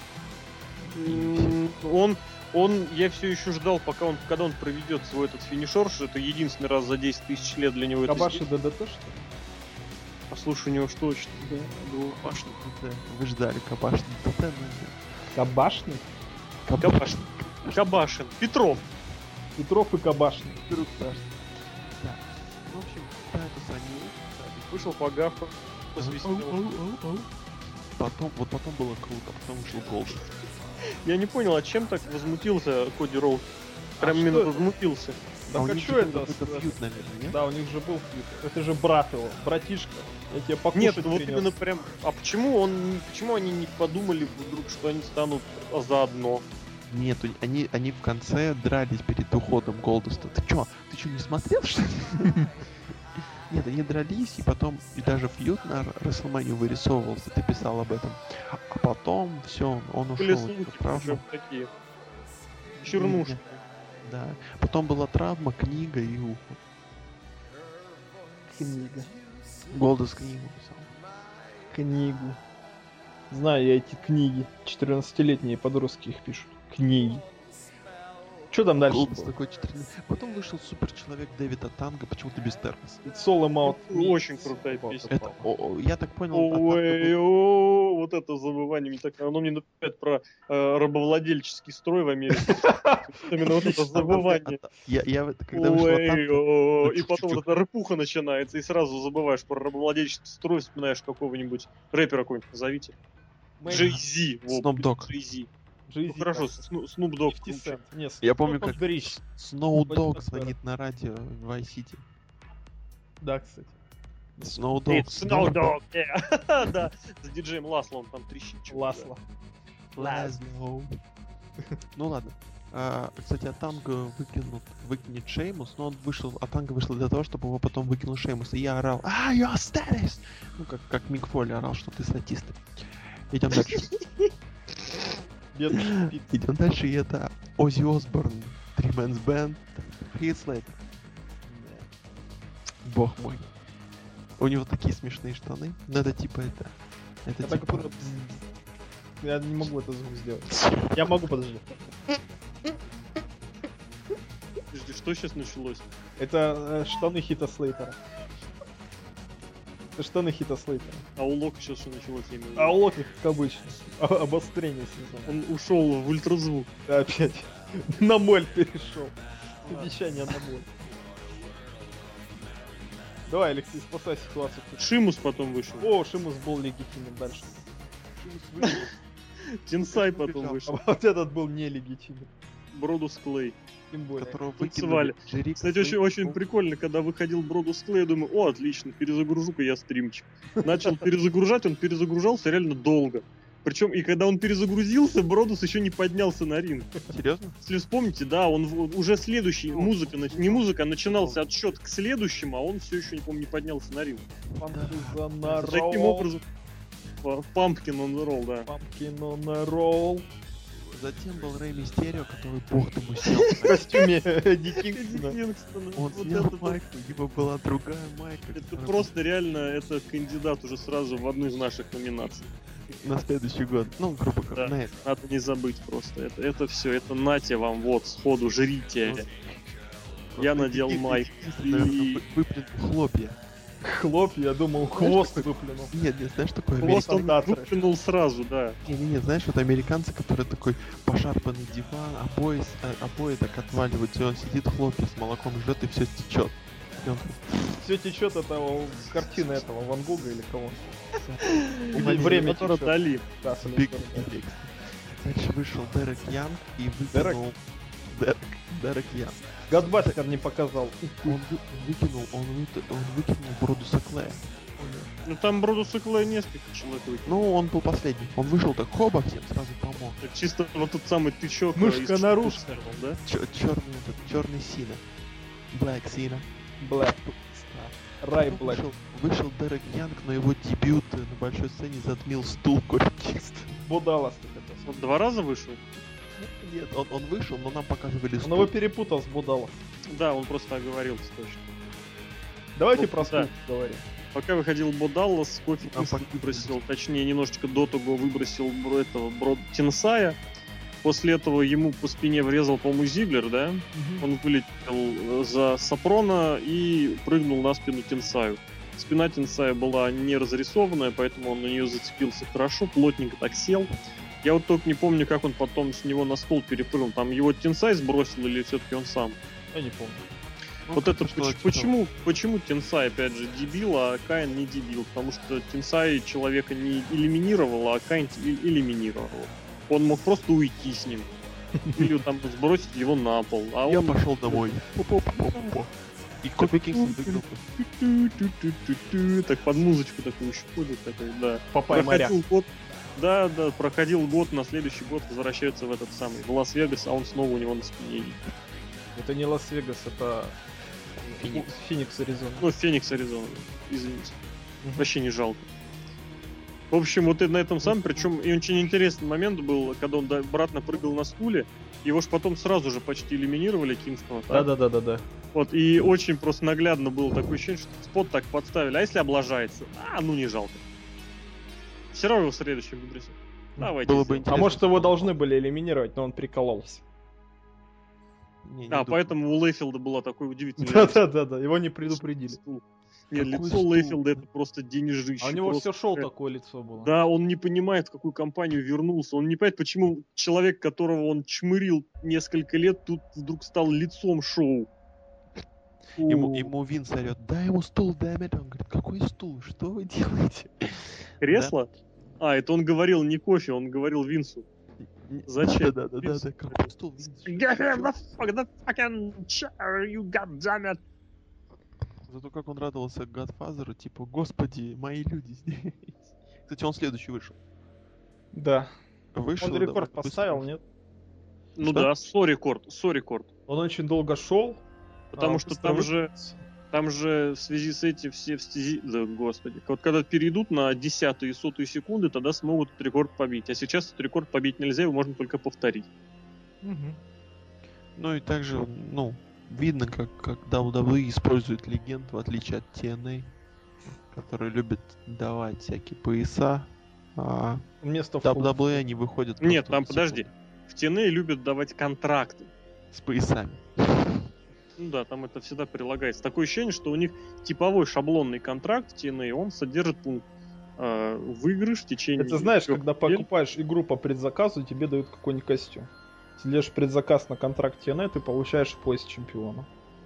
Speaker 3: Я все еще ждал, когда он проведет свой этот финишер, что это единственный раз за 10 тысяч лет для него это
Speaker 1: Кабаши
Speaker 3: сделать.
Speaker 1: ДДТ, что ли?
Speaker 3: А слушай, у него что точно?
Speaker 1: Да.
Speaker 2: Кабашный ДТ. Вы ждали Кабашный ДТ, но нет.
Speaker 1: Кабашный?
Speaker 3: Кабашин. Кабашин. Петров.
Speaker 1: Петров и Кабашный.
Speaker 2: Да. В общем, Тайтус они
Speaker 3: Вышел Пагафа. Посвистел.
Speaker 2: Потом было круто, потом вышел Голден.
Speaker 3: Я не понял, а чем так возмутился Коди Роуд? Прям
Speaker 1: А
Speaker 3: именно
Speaker 1: что это?
Speaker 3: возмутился.
Speaker 1: Да
Speaker 2: у
Speaker 1: а
Speaker 2: них
Speaker 1: что
Speaker 2: же
Speaker 1: это?
Speaker 2: был какой-то фьюд, наверное, нет?
Speaker 1: Да, у них же был фьюд. Это же брат его, братишка. Я тебе покушать
Speaker 3: Нет, вот
Speaker 1: принес.
Speaker 3: именно прям. А почему они не подумали вдруг, что они станут заодно?
Speaker 2: Нет, они в конце дрались перед уходом Голдуста. Ты чё не смотрел, что ли? Нет, они дрались, и потом и даже фьюд на Расселманию вырисовывался, ты писал об этом. А потом все, он
Speaker 3: Были
Speaker 2: ушел.
Speaker 3: слухи
Speaker 2: Травма.
Speaker 3: уже такие. Чернушки.
Speaker 2: Да. Потом была травма, книга и ухо.
Speaker 1: Книга.
Speaker 2: Голдус книгу писал.
Speaker 1: Книгу. Знаю я эти книги. 14-летние подростки их пишут. Книги. Что там дальше
Speaker 2: Голдус
Speaker 1: было?
Speaker 2: такой 14. Потом вышел суперчеловек Дэвида Танга, почему-то без термоса.
Speaker 1: It's all about me.
Speaker 3: Очень крутая песня.
Speaker 2: Это, я так понял,
Speaker 3: Ой, о, вот это забывание мне так, оно мне напоминает про рабовладельческий строй в Америке. Именно вот это забывание.
Speaker 2: когда вышел
Speaker 3: Ой,
Speaker 2: Атанга,
Speaker 3: о, и потом вот эта рыпуха начинается, и сразу забываешь про рабовладельческий строй, вспоминаешь какого-нибудь рэпера какой-нибудь, назовите. Джей-Зи.
Speaker 2: Snoop Dogg.
Speaker 3: Джей-Зи.
Speaker 1: Jay-Z,
Speaker 3: Ну хорошо, Снуп Дог.
Speaker 1: 50 Cent. Нет,
Speaker 2: Я помню,
Speaker 1: Snoop
Speaker 2: как
Speaker 1: Dogg.
Speaker 2: Snow Dogg
Speaker 1: Возьми
Speaker 2: звонит на радио в Vice City.
Speaker 1: Да, кстати.
Speaker 2: Snow Dogg.
Speaker 3: Snow Dog, yeah. Да, с диджеем Ласло он там трещит. что-то,
Speaker 1: Ласло.
Speaker 2: Лазлоу. Ну ладно. Кстати, Атанга выкинет Шеймус, но он Атанга вышел для того, чтобы его потом выкинул Шеймус. И я орал, your status! Ну, как Мик Фоли орал, что ты статист. Идем дальше.
Speaker 1: Бедный Пит.
Speaker 2: Идем дальше, и это Оззи Осборн, Three Man's Band, Heath Slater. Бог мой. У него такие смешные штаны. Но это типа это. Это
Speaker 1: Это
Speaker 2: типа...
Speaker 1: как-то... Я не могу этот звук сделать. Я могу, подожди.
Speaker 3: Подожди, что сейчас началось?
Speaker 1: Это штаны Хита Слейтера. Это штаны Хита Слейтера.
Speaker 3: А у Лока сейчас что началось? Я имею в виду?
Speaker 1: А у Локи, как обычно. Обострение сезона.
Speaker 3: Он ушел в ультразвук.
Speaker 1: Опять. На моль перешел. Обещание на моль. Давай, Алексей, спасай ситуацию.
Speaker 3: Шимус потом вышел.
Speaker 1: О, Шимус был легитимен дальше.
Speaker 3: Тинсай потом вышел.
Speaker 1: А вот этот был нелегитимен.
Speaker 3: Бродус Клей.
Speaker 1: Тем более.
Speaker 2: Которого
Speaker 3: Танцевали.
Speaker 2: выкинули Джерика
Speaker 3: Кстати, очень,
Speaker 2: Слейта.
Speaker 3: очень прикольно, когда выходил Бродус Клей, я думаю, о, отлично, перезагружу-ка я стримчик. Начал перезагружать, он перезагружался реально долго. Причем, и когда он перезагрузился, Бродус еще не поднялся на ринг.
Speaker 2: Серьезно?
Speaker 3: Если вспомните, да, он уже следующий, не музыка, начинался отсчет к следующему, а он все еще, не помню, не поднялся на ринг.
Speaker 1: Pumpkin on a
Speaker 3: Таким
Speaker 1: roll.
Speaker 3: образом, Pumpkin on the roll, да.
Speaker 1: Pumpkin on a roll.
Speaker 2: Затем был Рэй Мистерио, который бог ему снял.
Speaker 1: В костюме Эдди Кингстона.
Speaker 2: Он
Speaker 3: Вот
Speaker 2: снял
Speaker 3: это
Speaker 2: майку, у него была другая майка.
Speaker 3: Это
Speaker 2: которая
Speaker 3: просто реально, это кандидат уже сразу в одну из наших номинаций.
Speaker 2: на следующий год. Ну, грубо
Speaker 3: Да.
Speaker 2: говоря, на это.
Speaker 3: Надо не забыть просто. Это все, это нате вам, вот, сходу, жрите. Я надел майк. И
Speaker 2: Выплюнул хлопья.
Speaker 1: Хлопья, я думал, хвост выплюнул.
Speaker 2: Нет, знаешь, такое
Speaker 3: хвост он
Speaker 1: Комментаторы.
Speaker 3: выплюнул сразу, да.
Speaker 2: Не, знаешь, вот американцы, которые такой пошарпанный диван, обои так отваливаются, и он сидит, хлопья с молоком жрет, и все течет. И он
Speaker 1: Все течет этого картины этого Ван Гога или кого?
Speaker 2: Время
Speaker 1: Время
Speaker 3: Который
Speaker 1: течет.
Speaker 3: Дали.
Speaker 1: Да,
Speaker 2: Биг
Speaker 1: абсолютно.
Speaker 2: Биг. Дальше вышел Дерек Янг и
Speaker 1: Дерек?
Speaker 2: выкинул... Дерек Янг.
Speaker 1: Гадбастер не показал.
Speaker 2: Он выкинул Бродуса Клея.
Speaker 3: Ну там Бродуса Клея несколько человек выкинули.
Speaker 2: Ну, он был последний. Он вышел так, хоба, всем сразу помог.
Speaker 3: Это чисто вот тот самый тычок.
Speaker 1: Мышка наружка.
Speaker 3: Да?
Speaker 2: Черный Сина. Black Сина.
Speaker 1: Блэк. Рай Блэк.
Speaker 2: Вышел Дерек Янг, но его дебют на большой сцене затмил стул Кори Кингстон.
Speaker 1: Бодалас ты хотел.
Speaker 3: Вот 2 раза вышел?
Speaker 2: Нет, он вышел, но нам показывали
Speaker 1: Он
Speaker 2: стул.
Speaker 1: его перепутал с Бодалас.
Speaker 3: Да, он просто оговорился точно.
Speaker 1: Давайте
Speaker 3: Ну,
Speaker 1: про
Speaker 3: да.
Speaker 1: стул говорим.
Speaker 3: Пока выходил Бо Даллас, Кофи
Speaker 2: Там
Speaker 3: Кингстон
Speaker 2: пока-
Speaker 3: выбросил, точнее, немножечко до того выбросил Тинсая. После этого ему по спине врезал, по-моему, Зиглер, да? Он вылетел за Сапрона и прыгнул на спину Тинсаю. Спина Тинсая была не разрисованная, поэтому он на нее зацепился хорошо, плотненько так сел. Я вот только не помню, как он потом с него на стол перепрыгнул. Там его Тинсай сбросил или все-таки он сам?
Speaker 1: Я не помню.
Speaker 2: Ну,
Speaker 3: Вот
Speaker 2: как-то
Speaker 3: это
Speaker 2: что-то типа
Speaker 3: почему Тинсай, опять же, дебил, а Каин не дебил? Потому что Тинсай человека не элиминировал, а Каин элиминировал. Он мог просто уйти с ним. Или там сбросить его на пол. А
Speaker 2: Я
Speaker 3: он...
Speaker 2: пошел домой. По-по-по-по-по. И Кофи Кингстон выиграл.
Speaker 3: Так под музычку такую еще ходит, такой, да.
Speaker 1: Папай моряк.
Speaker 3: Проходил год, да, проходил год, на следующий год возвращается в этот самый, в Лас-Вегас, а он снова у него на спине.
Speaker 1: Это не Лас-Вегас, это Феникс, Аризона.
Speaker 3: Ну, Феникс, Аризона, извините. Вообще не жалко. В общем, вот и на этом самом, причем и очень интересный момент был, когда он обратно прыгал на стуле, его ж потом сразу же почти элиминировали Кингстона. так?
Speaker 1: Да.
Speaker 3: Вот, и очень просто наглядно было такое ощущение, что спот так подставили. А если облажается? Ну не жалко. Все равно его в следующем выбросил. Давайте.
Speaker 2: Было бы
Speaker 3: сделаем.
Speaker 1: А
Speaker 2: интересно.
Speaker 1: может его должны были элиминировать, но он прикололся.
Speaker 2: Не
Speaker 3: А,
Speaker 2: думаю.
Speaker 3: поэтому у Лейфилда была такой удивительная...
Speaker 1: Да, его не предупредили.
Speaker 3: стул. Нет,
Speaker 2: Какой
Speaker 3: лицо
Speaker 2: стул?
Speaker 3: Лейфилда это просто денежище.
Speaker 1: А у него
Speaker 3: просто.
Speaker 1: все шоу такое лицо было.
Speaker 3: Да, он не понимает, в какую компанию вернулся. Он не понимает, почему человек, которого он чмырил несколько лет, тут вдруг стал лицом шоу.
Speaker 2: Ему Винс орет, дай ему стул, дамит. Он говорит, какой стул? Что вы делаете?
Speaker 3: Кресло? Это он говорил не Кофе, он говорил Винсу. Зачем?
Speaker 2: Да, какой стул? Винс?
Speaker 3: Get him the fucking chair, you goddammit.
Speaker 2: Зато как он радовался Godfather'у, типа, господи, мои люди здесь. Кстати, он следующий вышел.
Speaker 1: Да.
Speaker 2: Вышел.
Speaker 1: Он рекорд
Speaker 2: довольно
Speaker 1: поставил,
Speaker 2: быстро.
Speaker 1: нет?
Speaker 3: Ну
Speaker 2: Что?
Speaker 3: да, сорекорд.
Speaker 1: Он очень долго шел.
Speaker 3: Потому что там же в связи с этим все в стези... Да, господи. Вот когда перейдут на 10-ю и 100-ю секунды, тогда смогут этот рекорд побить. А сейчас этот рекорд побить нельзя, его можно только повторить.
Speaker 2: Ну и также, видно, как WWE использует легенд, в отличие от TNA, которые любят давать всякие пояса, а
Speaker 1: Вместо
Speaker 2: WWE они выходят...
Speaker 3: Нет,
Speaker 2: просто
Speaker 3: там,
Speaker 2: типа
Speaker 3: подожди. В TNA любят давать контракты.
Speaker 2: с поясами.
Speaker 3: Ну да, там это всегда прилагается. Такое ощущение, что у них типовой шаблонный контракт в TNA, он содержит пункт выигрыш в течение...
Speaker 1: Это знаешь,
Speaker 3: 3
Speaker 1: когда
Speaker 3: недель.
Speaker 1: покупаешь игру по предзаказу, тебе дают какой-нибудь костюм. Если делаешь предзаказ на контракт TNA, ты получаешь пояс чемпиона.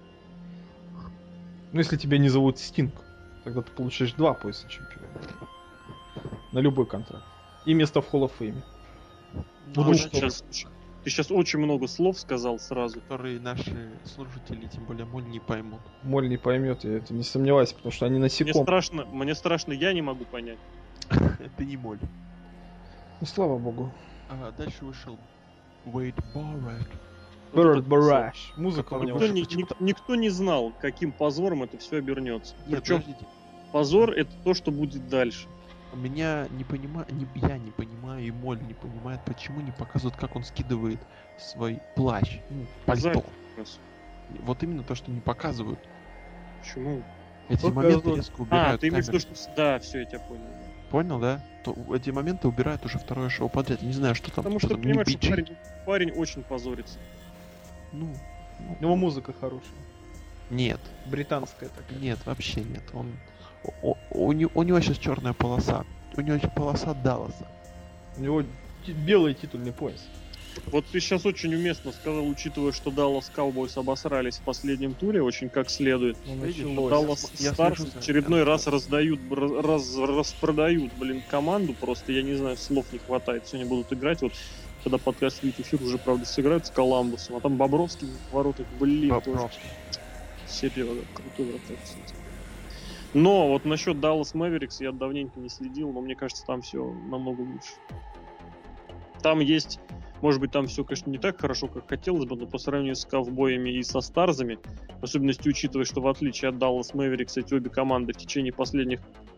Speaker 1: Ну, если тебя не зовут Стинг, тогда ты получаешь 2 пояса чемпиона. На любой контракт. И место в Hall of Fame.
Speaker 2: Ну,
Speaker 3: Очень
Speaker 2: значит,
Speaker 3: ты сейчас очень много слов сказал сразу.
Speaker 2: которые наши слушатели, тем более Моль, не поймут.
Speaker 1: Моль не поймет, я это не сомневаюсь, потому что они насекомые.
Speaker 3: Мне страшно, я не могу понять.
Speaker 2: Это не Моль.
Speaker 1: Ну, слава богу.
Speaker 2: Дальше вышел Уэйд Барретт.
Speaker 3: Вот
Speaker 1: Bird
Speaker 3: этот
Speaker 1: Barrage. Музыка у
Speaker 2: который
Speaker 1: него.
Speaker 3: Никто не знал, каким позором это все обернется.
Speaker 2: Нет,
Speaker 3: Причем
Speaker 2: подождите.
Speaker 3: позор это то, что будет дальше.
Speaker 2: Меня не понимаю, я не понимаю, и Моль не понимает, почему не показывают, как он скидывает свой плащ, пальто. Вот именно то, что не показывают.
Speaker 3: Почему?
Speaker 2: Эти
Speaker 1: Вот
Speaker 2: моменты
Speaker 1: показывают.
Speaker 2: резко убирают
Speaker 3: Ты имеешь в
Speaker 2: камеры.
Speaker 3: виду, что... Да, все, я тебя понял.
Speaker 2: Понял, да? Эти моменты убирают уже второе шоу подряд. Не знаю, что там.
Speaker 3: Потому что,
Speaker 2: там,
Speaker 3: понимаешь,
Speaker 2: не
Speaker 3: что
Speaker 2: бичи.
Speaker 3: парень очень позорится.
Speaker 2: Ну,
Speaker 1: У него музыка хорошая.
Speaker 2: нет,
Speaker 1: Британская такая.
Speaker 2: нет, вообще нет. У него сейчас черная полоса. У него полоса Далласа.
Speaker 1: У него белый титульный пояс.
Speaker 3: Вот ты сейчас очень уместно сказал, учитывая, что Dallas Cowboys обосрались в последнем туре, очень как следует.
Speaker 1: Ну,
Speaker 2: Видишь,
Speaker 1: началось.
Speaker 3: Dallas
Speaker 2: я
Speaker 3: Stars
Speaker 2: слежу
Speaker 3: в
Speaker 2: за
Speaker 3: очередной
Speaker 2: этим.
Speaker 3: раз распродают, команду, просто я не знаю, слов не хватает. Сегодня будут играть, вот когда подкаст выйдет в эфир, уже, правда, сыграют с Коламбусом, а там Бобровский в воротах, блин,
Speaker 2: Бобровский.
Speaker 3: серьезно, крутой вратарь, кстати. Но вот насчет Dallas Mavericks я давненько не следил, но мне кажется, там все намного лучше. Там есть, может быть, там все, конечно, не так хорошо, как хотелось бы, но по сравнению с ковбоями и со Старзами, в особенности учитывая, что в отличие от Dallas Mavericks эти обе команды в течение последних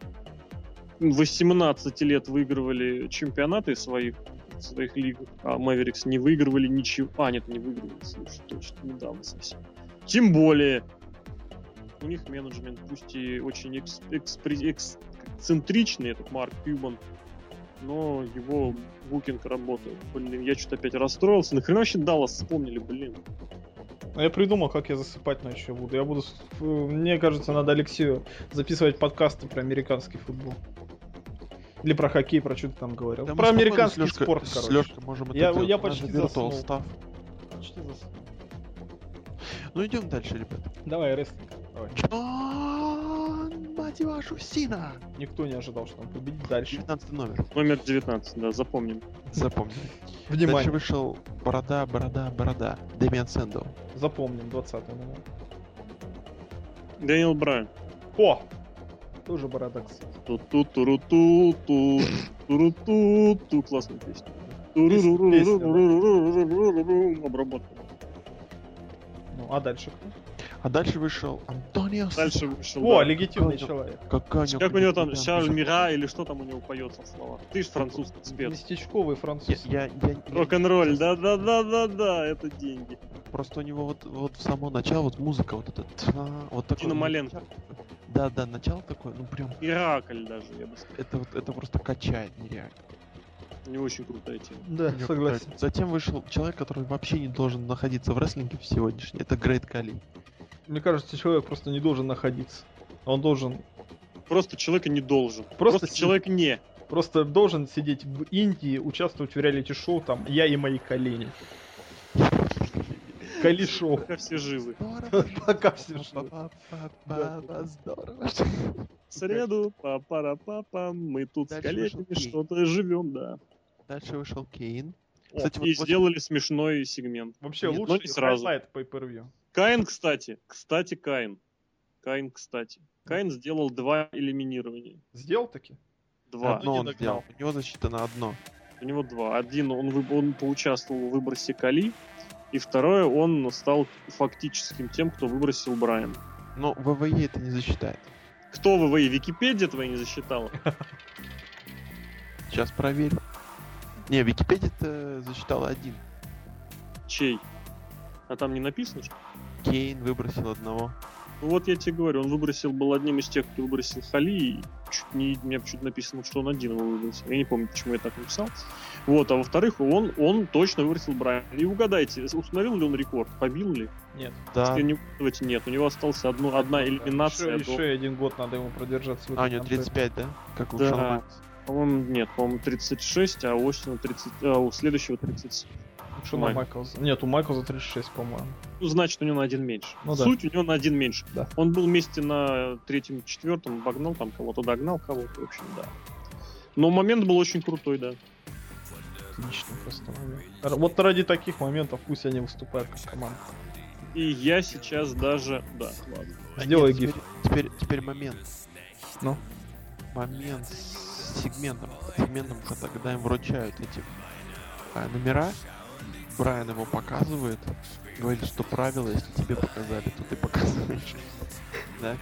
Speaker 3: 18 лет выигрывали чемпионаты в своих лигах, а Mavericks не выигрывали ничего. Нет, не выигрывали, слушай, точно, недавно совсем. Тем более, у них менеджмент, пусть и очень эксцентричный, этот Марк Кьюбан, но его букинг работает. Блин, я что-то опять расстроился. Нахрена вообще Даллас вспомнили, блин?
Speaker 1: Я придумал, как я засыпать ночью буду. Мне кажется, надо Алексею записывать подкасты про американский футбол. Или про хоккей, про что ты там говорил.
Speaker 2: Да
Speaker 1: про
Speaker 2: мы
Speaker 1: американский
Speaker 2: спокойно
Speaker 1: спорт,
Speaker 2: с
Speaker 1: короче.
Speaker 2: Лёшкой можем это
Speaker 1: Я
Speaker 2: делать.
Speaker 1: почти
Speaker 2: У нас же
Speaker 1: заснул.
Speaker 2: Virtual Stuff.
Speaker 1: Почти заснул.
Speaker 2: Ну идем дальше, ребят.
Speaker 1: Давай, рестлинг. Давай.
Speaker 2: Джон, мать вашу, Сина!
Speaker 1: Никто не ожидал, что он победит. Дальше.
Speaker 2: 19 номер.
Speaker 3: Номер 19, да, запомним.
Speaker 2: Запомнили. Дальше
Speaker 1: Внимание.
Speaker 2: вышел Борода. Дэмиан Сэндоу.
Speaker 1: Запомним, 20-й номер.
Speaker 3: Дэниел Брайан.
Speaker 1: О! Тоже борода, кстати.
Speaker 3: Ту-ту-туру-ту-ту. Туру-ту-ту. Классная песня. Туру-ру-ру-ру-ру-ру-ру-ру-ру. Обработка.
Speaker 1: Ну, а дальше кто?
Speaker 2: А дальше вышел Антонио
Speaker 3: Дальше вышел.
Speaker 1: О,
Speaker 3: да.
Speaker 1: легитимный
Speaker 2: Какой-
Speaker 1: человек.
Speaker 3: Как у него там, Шарль Мира, или что там у него поется в словах? Ты ж французский спец.
Speaker 1: Местечковый француз.
Speaker 2: Я
Speaker 3: Рок-н-ролл, да, это деньги.
Speaker 2: просто у него вот в само начало, вот музыка, вот этот, вот такой.
Speaker 3: Тина Маленко.
Speaker 2: Да, начало такое, ну прям,
Speaker 3: Иракль даже, я бы сказал.
Speaker 2: это просто качает нереально.
Speaker 3: Не очень крутая тема.
Speaker 1: Да,
Speaker 2: Мне
Speaker 1: согласен.
Speaker 2: нравится. Затем вышел человек, который вообще не должен находиться в рестлинге в сегодняшний. Это Грейт Кали.
Speaker 1: Мне кажется, человек просто не должен находиться. Он должен...
Speaker 3: Просто человека не должен.
Speaker 1: Просто
Speaker 3: Просто человек не.
Speaker 1: Просто должен сидеть в Индии, участвовать в реалити-шоу, там, я и мои колени. Кали-шоу.
Speaker 3: Пока все живы.
Speaker 1: Пока все живы.
Speaker 2: Здорово.
Speaker 3: В среду, папа-папа, мы тут с
Speaker 2: Дальше
Speaker 3: коллегами
Speaker 2: вышел Кейн.
Speaker 3: что-то живем, да.
Speaker 2: Дальше вышел Кейн.
Speaker 3: О,
Speaker 2: Кстати,
Speaker 3: и
Speaker 2: вот
Speaker 3: сделали смешной сегмент.
Speaker 1: Вообще
Speaker 2: Нет,
Speaker 3: но
Speaker 1: лучший
Speaker 3: не сразу.
Speaker 1: хайлайт pay-per-view.
Speaker 3: Каин, кстати. Каин, кстати. Каин сделал 2 элиминирования.
Speaker 1: Сделал таки?
Speaker 3: 2.
Speaker 2: Одно
Speaker 1: не
Speaker 2: он
Speaker 1: догнал.
Speaker 2: сделал. У него засчитано одно.
Speaker 3: У него 2. Один он поучаствовал в выбросе Кали, и второе он стал фактическим тем, кто выбросил Брайана.
Speaker 2: Но ВВЕ это не засчитает.
Speaker 3: Кто ВВЕ? Википедия твоя не засчитала?
Speaker 2: Сейчас проверю. Не, Википедия-то засчитала один.
Speaker 3: Чей? А там не написано, что?
Speaker 2: Кейн выбросил одного.
Speaker 3: Ну вот я тебе говорю, он был одним из тех, кто выбросил Хали, и у меня чуть написано, что он один его выбросил. Я не помню, почему я так написал. Вот, а во-вторых, он точно выбросил Брайана. И угадайте, установил ли он рекорд? Побил ли?
Speaker 1: Нет.
Speaker 2: Да.
Speaker 3: Если не угадываете, нет. У него осталась одна элиминация.
Speaker 1: Еще 1 год надо ему продержаться. в
Speaker 2: А, у
Speaker 1: этой
Speaker 2: него
Speaker 1: концепции.
Speaker 2: 35, да? Как у
Speaker 3: Да.
Speaker 2: Шона Майклса.
Speaker 3: По-моему, нет, по-моему, 36, а у Остина 30, а у следующего 37.
Speaker 1: Шона Майклза. Нет, у Майклза 36, по-моему.
Speaker 3: Ну, значит, у него на один меньше.
Speaker 1: Ну да.
Speaker 3: Суть у него на один меньше.
Speaker 1: Да.
Speaker 3: Он был вместе на 3-м, 4-м, обогнал там кого-то, догнал кого-то, в общем, да. Но момент был очень крутой, да.
Speaker 1: Отлично просто момент. Вот ради таких моментов пусть они выступают как команда.
Speaker 3: И я сейчас даже... Да, ладно.
Speaker 1: Сделай
Speaker 2: Нет,
Speaker 1: гиф.
Speaker 2: Теперь момент.
Speaker 1: Ну?
Speaker 2: Момент с сегментом. Сегментом, когда им вручают эти номера. Брайан его показывает. Говорит, что правило, если тебе показали, то ты показываешь. Да?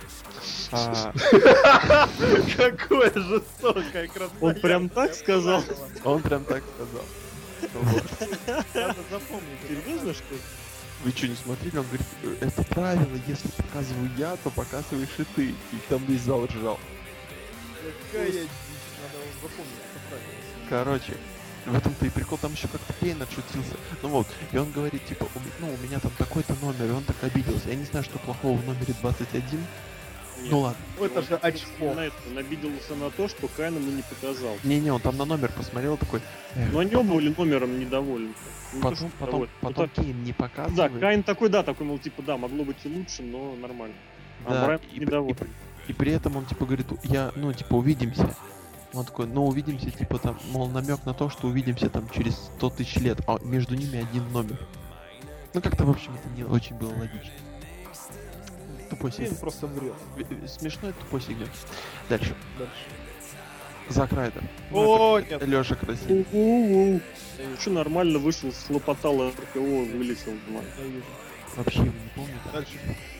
Speaker 1: Какое жестокое красота.
Speaker 3: Он прям так сказал?
Speaker 2: Он прям так сказал. Вот.
Speaker 1: Надо запомнить.
Speaker 3: Серьезно, что ли?
Speaker 2: Вы что, не смотрели? Он говорит, это правило, если показываю я, то показываешь и ты. И там весь зал ржал.
Speaker 1: Какая дичь. Надо запомнить это правильно.
Speaker 2: Короче, в этом-то и прикол, там еще как-то Кейн отшутился. Ну вот, и он говорит, типа, у меня там такой-то номер, и он так обиделся. Я не знаю, что плохого в номере 21.
Speaker 3: Нет.
Speaker 2: Ну ладно.
Speaker 1: Ну, это же очко.
Speaker 3: Он обиделся на то, что Кайн ему не показал.
Speaker 2: Не-не, он там на номер посмотрел такой.
Speaker 3: Но они оба были номером недовольны. Не то, что
Speaker 2: Потом
Speaker 3: недовольны.
Speaker 2: Кейн не
Speaker 3: Да,
Speaker 2: показывает.
Speaker 3: Кайн такой, мол, типа, да, могло быть и лучше, но нормально. А
Speaker 2: Да,
Speaker 3: Брайан
Speaker 2: и
Speaker 3: недоволен.
Speaker 2: И при этом он типа говорит, увидимся. Он такой, ну увидимся, типа там, мол, намек на то, что увидимся там через 100 тысяч лет, а между ними один номер. Ну как-то, в общем, это не очень было логично. Тупой
Speaker 1: Фильм
Speaker 2: сигнал.
Speaker 1: просто врет.
Speaker 2: Смешной тупой сигнал. Дальше.
Speaker 1: Дальше.
Speaker 2: Зак Райдер.
Speaker 1: О, нет.
Speaker 2: Лёша красивый.
Speaker 3: Что нормально вышел, слопотал РКО, вылетел в мать.
Speaker 1: Ненавижу.
Speaker 2: Вообще его не помню.
Speaker 1: Дальше.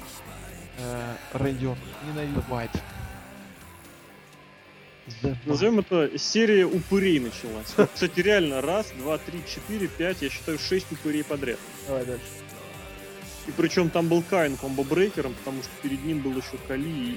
Speaker 2: Рэнди Ортон.
Speaker 1: Ненавижу.
Speaker 2: White.
Speaker 3: Назовем это серия упырей началась. Вот, кстати, реально, раз, два, три, четыре, пять, я считаю, 6 упырей подряд.
Speaker 1: Давай дальше.
Speaker 3: И причем там был Каин комбо-брейкером, потому что перед ним был еще Кали и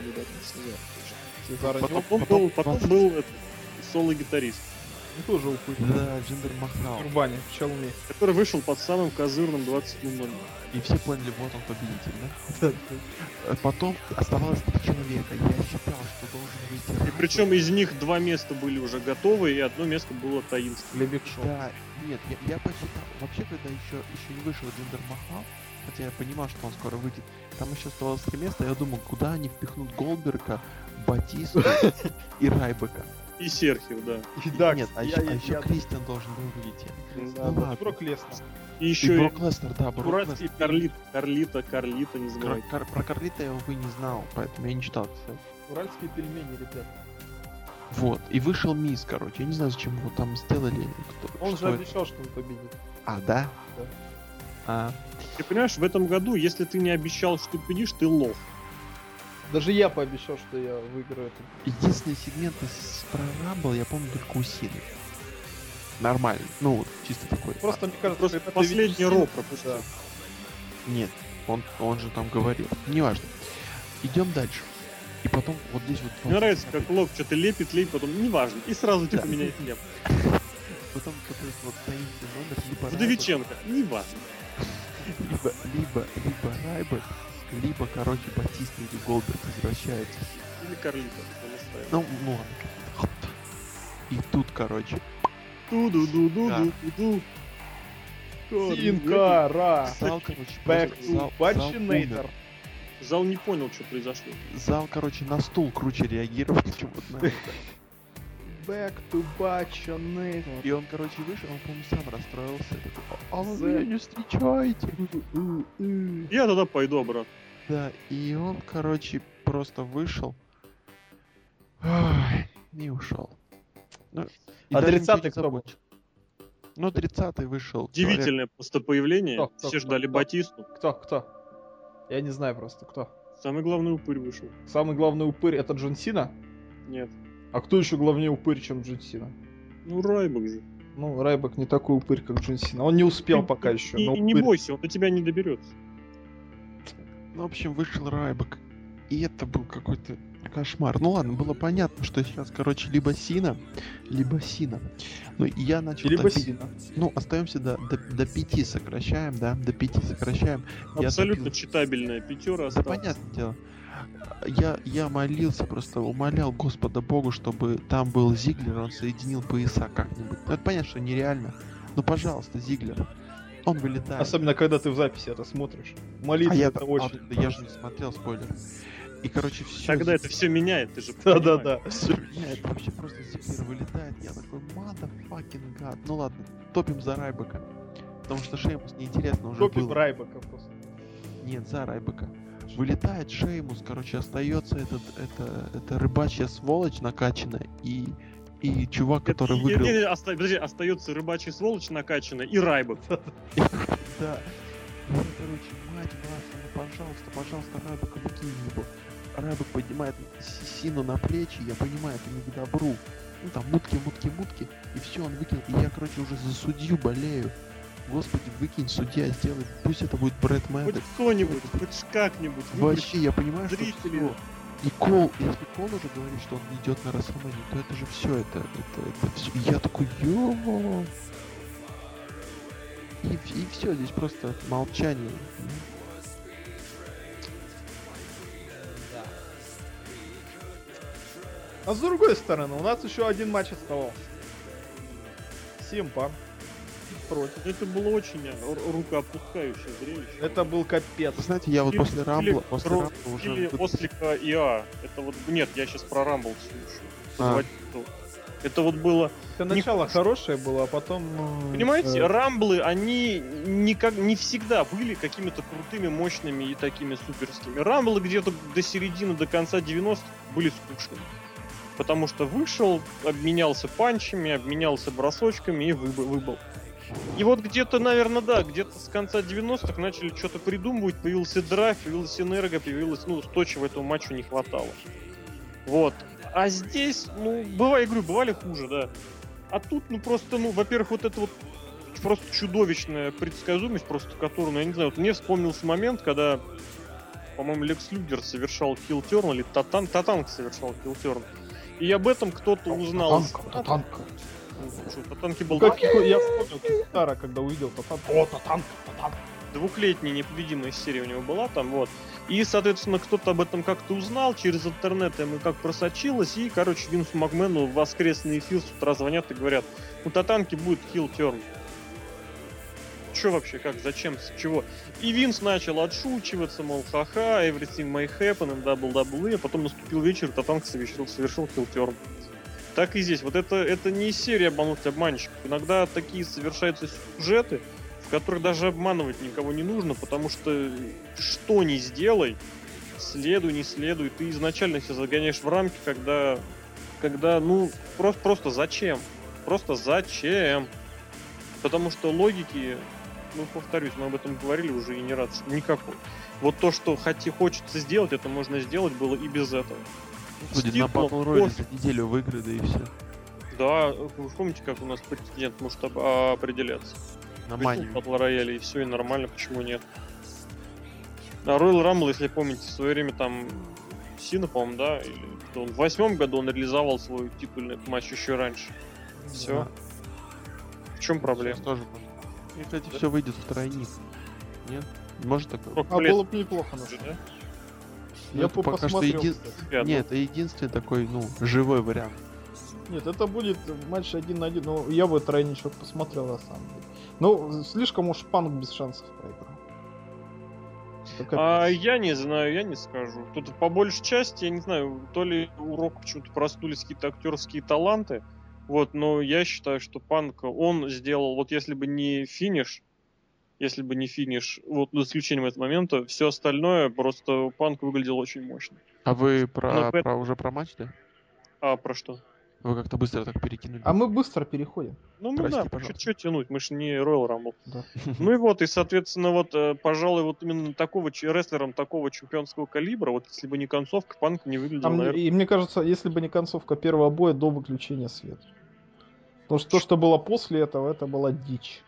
Speaker 1: Сезара
Speaker 3: Потом был этот, соло-гитарист,
Speaker 1: Ну, тоже упырь.
Speaker 2: Да, Джиндер Махал.
Speaker 1: Урбане, в Челме.
Speaker 3: который вышел под самым козырным 27 номером.
Speaker 2: И все поняли, вот он победитель, да? Потом оставалось 3 человека. Я считал, что должен выйти
Speaker 3: И
Speaker 2: Райдер.
Speaker 3: причем из них 2 места были уже готовы, и одно место было таинственное.
Speaker 1: Для Биг Шоу.
Speaker 2: Да, нет, я посчитал. Вообще, когда еще не вышел Джиндер Махал, хотя я понимал, что он скоро выйдет, там еще оставалось 3 места, я думал, куда они впихнут Голдберга, Батисту и Райбека.
Speaker 3: И Серхио, да.
Speaker 1: И да,
Speaker 2: Нет, а еще Кристиан должен был вылететь.
Speaker 1: Да,
Speaker 2: Ну ладно.
Speaker 1: Брок Леснар.
Speaker 3: И
Speaker 2: И
Speaker 3: еще и
Speaker 2: Брок Леснер, да, Брок
Speaker 3: дурацкий
Speaker 2: Леснер.
Speaker 3: Карлита, не забывайте.
Speaker 2: Про Карлита я, увы, не знал, поэтому я не читал, кстати.
Speaker 1: Уральские пельмени, ребят.
Speaker 2: Вот, и вышел Мисс, короче. Я не знаю, зачем его там сделали.
Speaker 1: Он
Speaker 2: что
Speaker 1: же
Speaker 2: это.
Speaker 1: обещал, что он победит.
Speaker 2: А, да?
Speaker 1: Да.
Speaker 2: А,
Speaker 3: Ты понимаешь, в этом году, если ты не обещал, что ты победишь, ты лох.
Speaker 1: Даже я пообещал, что я выиграю это.
Speaker 2: единственный сегмент про Рамбл я помню только у Сины. Нормально. Ну, вот, чисто такой.
Speaker 1: Просто, мне кажется,
Speaker 3: Просто
Speaker 1: когда ты
Speaker 3: последний
Speaker 1: видишь
Speaker 3: Ро
Speaker 1: Сину-
Speaker 3: пропустил.
Speaker 1: Да.
Speaker 2: Нет, он же там говорил. Неважно. Идем дальше. И потом вот здесь вот...
Speaker 3: Мне нравится, как Лок что-то лепит, потом неважно. И сразу типа
Speaker 2: Да.
Speaker 3: меняет небо.
Speaker 2: Потом вот этот вот таинственный номер, либо
Speaker 3: Вдовиченко, неважно.
Speaker 2: либо Райбек, либо, короче, Батиста или Голдберг возвращается.
Speaker 3: Или Карлита. я настаиваю.
Speaker 2: Ну ладно. И тут, короче,
Speaker 3: Ту-ду-ду-ду-ду-ду.
Speaker 1: Синкара!
Speaker 2: зал, короче,
Speaker 1: Back
Speaker 2: просто
Speaker 1: to
Speaker 2: зал
Speaker 1: Bacinator.
Speaker 2: умер.
Speaker 3: Зал не понял, что произошло.
Speaker 2: Зал, короче, на стул круче реагировал, чем вот на это.
Speaker 1: Back to Bacinator.
Speaker 2: И он, короче, вышел, он, по-моему, сам расстроился. Такой, а вы
Speaker 1: The-
Speaker 2: меня не встречаете?
Speaker 3: Я тогда пойду обратно.
Speaker 2: Да, и он, короче, просто вышел. Ай, и ушел. Ну, и
Speaker 1: А
Speaker 2: даже
Speaker 1: 30-й
Speaker 2: ничего не
Speaker 1: кто был?
Speaker 2: закончил. Ну, 30-й вышел.
Speaker 3: Удивительное просто появление.
Speaker 1: Кто,
Speaker 3: Все ждали
Speaker 1: кто?
Speaker 3: Батисту.
Speaker 1: Кто? Я не знаю просто, кто.
Speaker 3: Самый главный упырь вышел.
Speaker 1: Самый главный упырь это Джон Сина?
Speaker 3: Нет.
Speaker 1: А кто еще главнее упырь, чем Джон Сина?
Speaker 3: Ну, Райбок же.
Speaker 1: Ну, Райбек не такой упырь, как Джон Сина. Он не успел пока еще.
Speaker 3: И
Speaker 1: но
Speaker 3: не
Speaker 1: упырь.
Speaker 3: бойся, он до тебя не доберется.
Speaker 2: Ну, в общем, вышел Райбек. И это был какой-то кошмар. Ну ладно, было понятно, что сейчас, короче, либо Сина, либо Сина. Ну, и я начал...
Speaker 1: Либо
Speaker 2: топить.
Speaker 1: Сина.
Speaker 2: Ну, остаемся до 5 сокращаем, да? До 5 сокращаем. Я
Speaker 3: Абсолютно
Speaker 2: топил.
Speaker 3: читабельная пятера
Speaker 2: Да,
Speaker 3: осталась.
Speaker 2: понятное дело. Я молился, просто умолял Господа Богу, чтобы там был Зиглер, он соединил пояса как-нибудь. Ну, это понятно, что нереально. Ну, пожалуйста, Зиглер. Он вылетает.
Speaker 1: Особенно, когда ты в записи это смотришь. Молитва это очень...
Speaker 2: Да я же не смотрел спойлер. И, короче, все.
Speaker 3: Тогда это все меняет, ты же
Speaker 1: Да-да-да.
Speaker 2: Все меняет, вообще просто Зиглер вылетает. Я такой, motherfucking god. Ну ладно, топим за Райбека. Потому что Шеймус неинтересно уже
Speaker 1: Топи
Speaker 2: было.
Speaker 1: Райбека просто.
Speaker 2: Нет, за Райбека. Вылетает Шеймус, короче, остается это рыбачья сволочь накачанная и чувак, который выиграл.
Speaker 3: Подожди, остается рыбачий сволочь накачанная и Райбок.
Speaker 2: Да. Ну, короче, мать ваша, ну пожалуйста, Райбека выкинь его. Райбек поднимает Сину на плечи, я понимаю, это не к добру. Ну там мутки, и все, он выкинул. И я, короче, уже за судью болею. Господи, выкинь, судья, сделай, пусть это будет Брэд
Speaker 3: Хоть
Speaker 2: Мэддок.
Speaker 3: кто-нибудь, хоть как-нибудь.
Speaker 2: Вообще, я понимаю, что
Speaker 3: зрители.
Speaker 2: всё. И Кол, если Кол уже говорит, что он не идет на Расселманию, то это же все, это все. И я такой, ё. И все, здесь просто молчание.
Speaker 1: А с другой стороны, у нас еще один матч оставался. Симпа против.
Speaker 3: Это было очень рукоопускающее зрелище.
Speaker 1: Это был капец.
Speaker 2: Вы знаете, я вот
Speaker 3: Или-
Speaker 2: после Рамбла
Speaker 3: или
Speaker 2: уже...
Speaker 3: Или Ослика ИА. Это вот... Нет, я сейчас про Рамбл слушаю. подводил. Это вот было...
Speaker 1: Это начало хорошее было, а потом...
Speaker 3: Понимаете, рамблы, они не всегда были какими-то крутыми, мощными и такими суперскими. Рамблы где-то до середины, до конца 90-х были скучными. Потому что вышел, обменялся панчами, обменялся бросочками и выбыл. И вот где-то, наверное, да, где-то с конца 90-х начали что-то придумывать, появился драйв, появилась энерго, появилось, то, чего этому матчу не хватало. Вот. А здесь, бывали хуже, да. А тут, просто, во-первых, вот это вот просто чудовищная предсказуемость, просто которую, я не знаю, вот мне вспомнился момент, когда, по-моему, Лекс Люгер совершал килл-терн, или Татанг совершал килл-терн. И об этом кто-то узнал.
Speaker 1: Татанка.
Speaker 3: Татанки был...
Speaker 1: Я вспомнил Китара, когда увидел Татанка. О, Татанка.
Speaker 3: Двухлетняя непобедимая серия у него была там, вот. И, соответственно, кто-то об этом как-то узнал, через интернет ему как просочилось, и, Винсу Макмену в воскресный эфир с утра звонят и говорят, у Татанки будет хилл-терн. Чё вообще, как, зачем, с чего? И Винс начал отшучиваться, мол, ха-ха, everything may happen in WWE, а потом наступил вечер, и Татанка совершил хилл-терн. Так и здесь. Вот это не серия обмануть обманщиков. Иногда такие совершаются сюжеты, в которых даже обманывать никого не нужно, потому что что ни сделай, следуй, не следуй, ты изначально себя загоняешь в рамки, когда просто зачем? Просто зачем? Потому что логики, повторюсь, мы об этом говорили уже и не раз, никакой. Вот то, что хочется сделать, это можно сделать было и без этого.
Speaker 2: Будет на Battle Royale за неделю в игры, да и все.
Speaker 3: Да, вы помните, как у нас претендент может определяться?
Speaker 2: На манию.
Speaker 3: Battle Royale, и все, и нормально, почему нет? А Royal Rumble, если помните, в свое время там Сина, по-моему, да? Или кто он? В 2008 году он реализовал свой титульный матч еще раньше. Все.
Speaker 2: Да.
Speaker 3: В чем проблема?
Speaker 2: Сейчас тоже. И, кстати, все выйдет в тройник. Нет? Может такое?
Speaker 1: Было бы неплохо, да? Я
Speaker 2: пока что Нет, это единственный такой, живой вариант.
Speaker 1: Нет, это будет матч 1 на 1. Я бы тройничок посмотрел, на самом деле. Слишком уж Панк без шансов проиграл.
Speaker 3: Я не знаю, я не скажу. Тут по большей части, я не знаю, то ли у Рока почему-то проснулись какие-то актерские таланты. Вот, но я считаю, что Панк, он сделал, вот если бы не финиш, вот за исключением этого момента, все остальное просто Панк выглядел очень мощно.
Speaker 2: А вы уже про матч, да?
Speaker 3: А про что?
Speaker 2: Вы как-то быстро так перекинули.
Speaker 1: А мы быстро переходим.
Speaker 3: Что тянуть, мы же не Royal Rumble.
Speaker 1: Да.
Speaker 3: И, соответственно, пожалуй, именно рестлером такого чемпионского калибра, вот если бы не концовка, Панк не выглядел, наверное...
Speaker 1: И мне кажется, если бы не концовка первого боя до выключения света. Потому что то, что было после этого, это была дичь.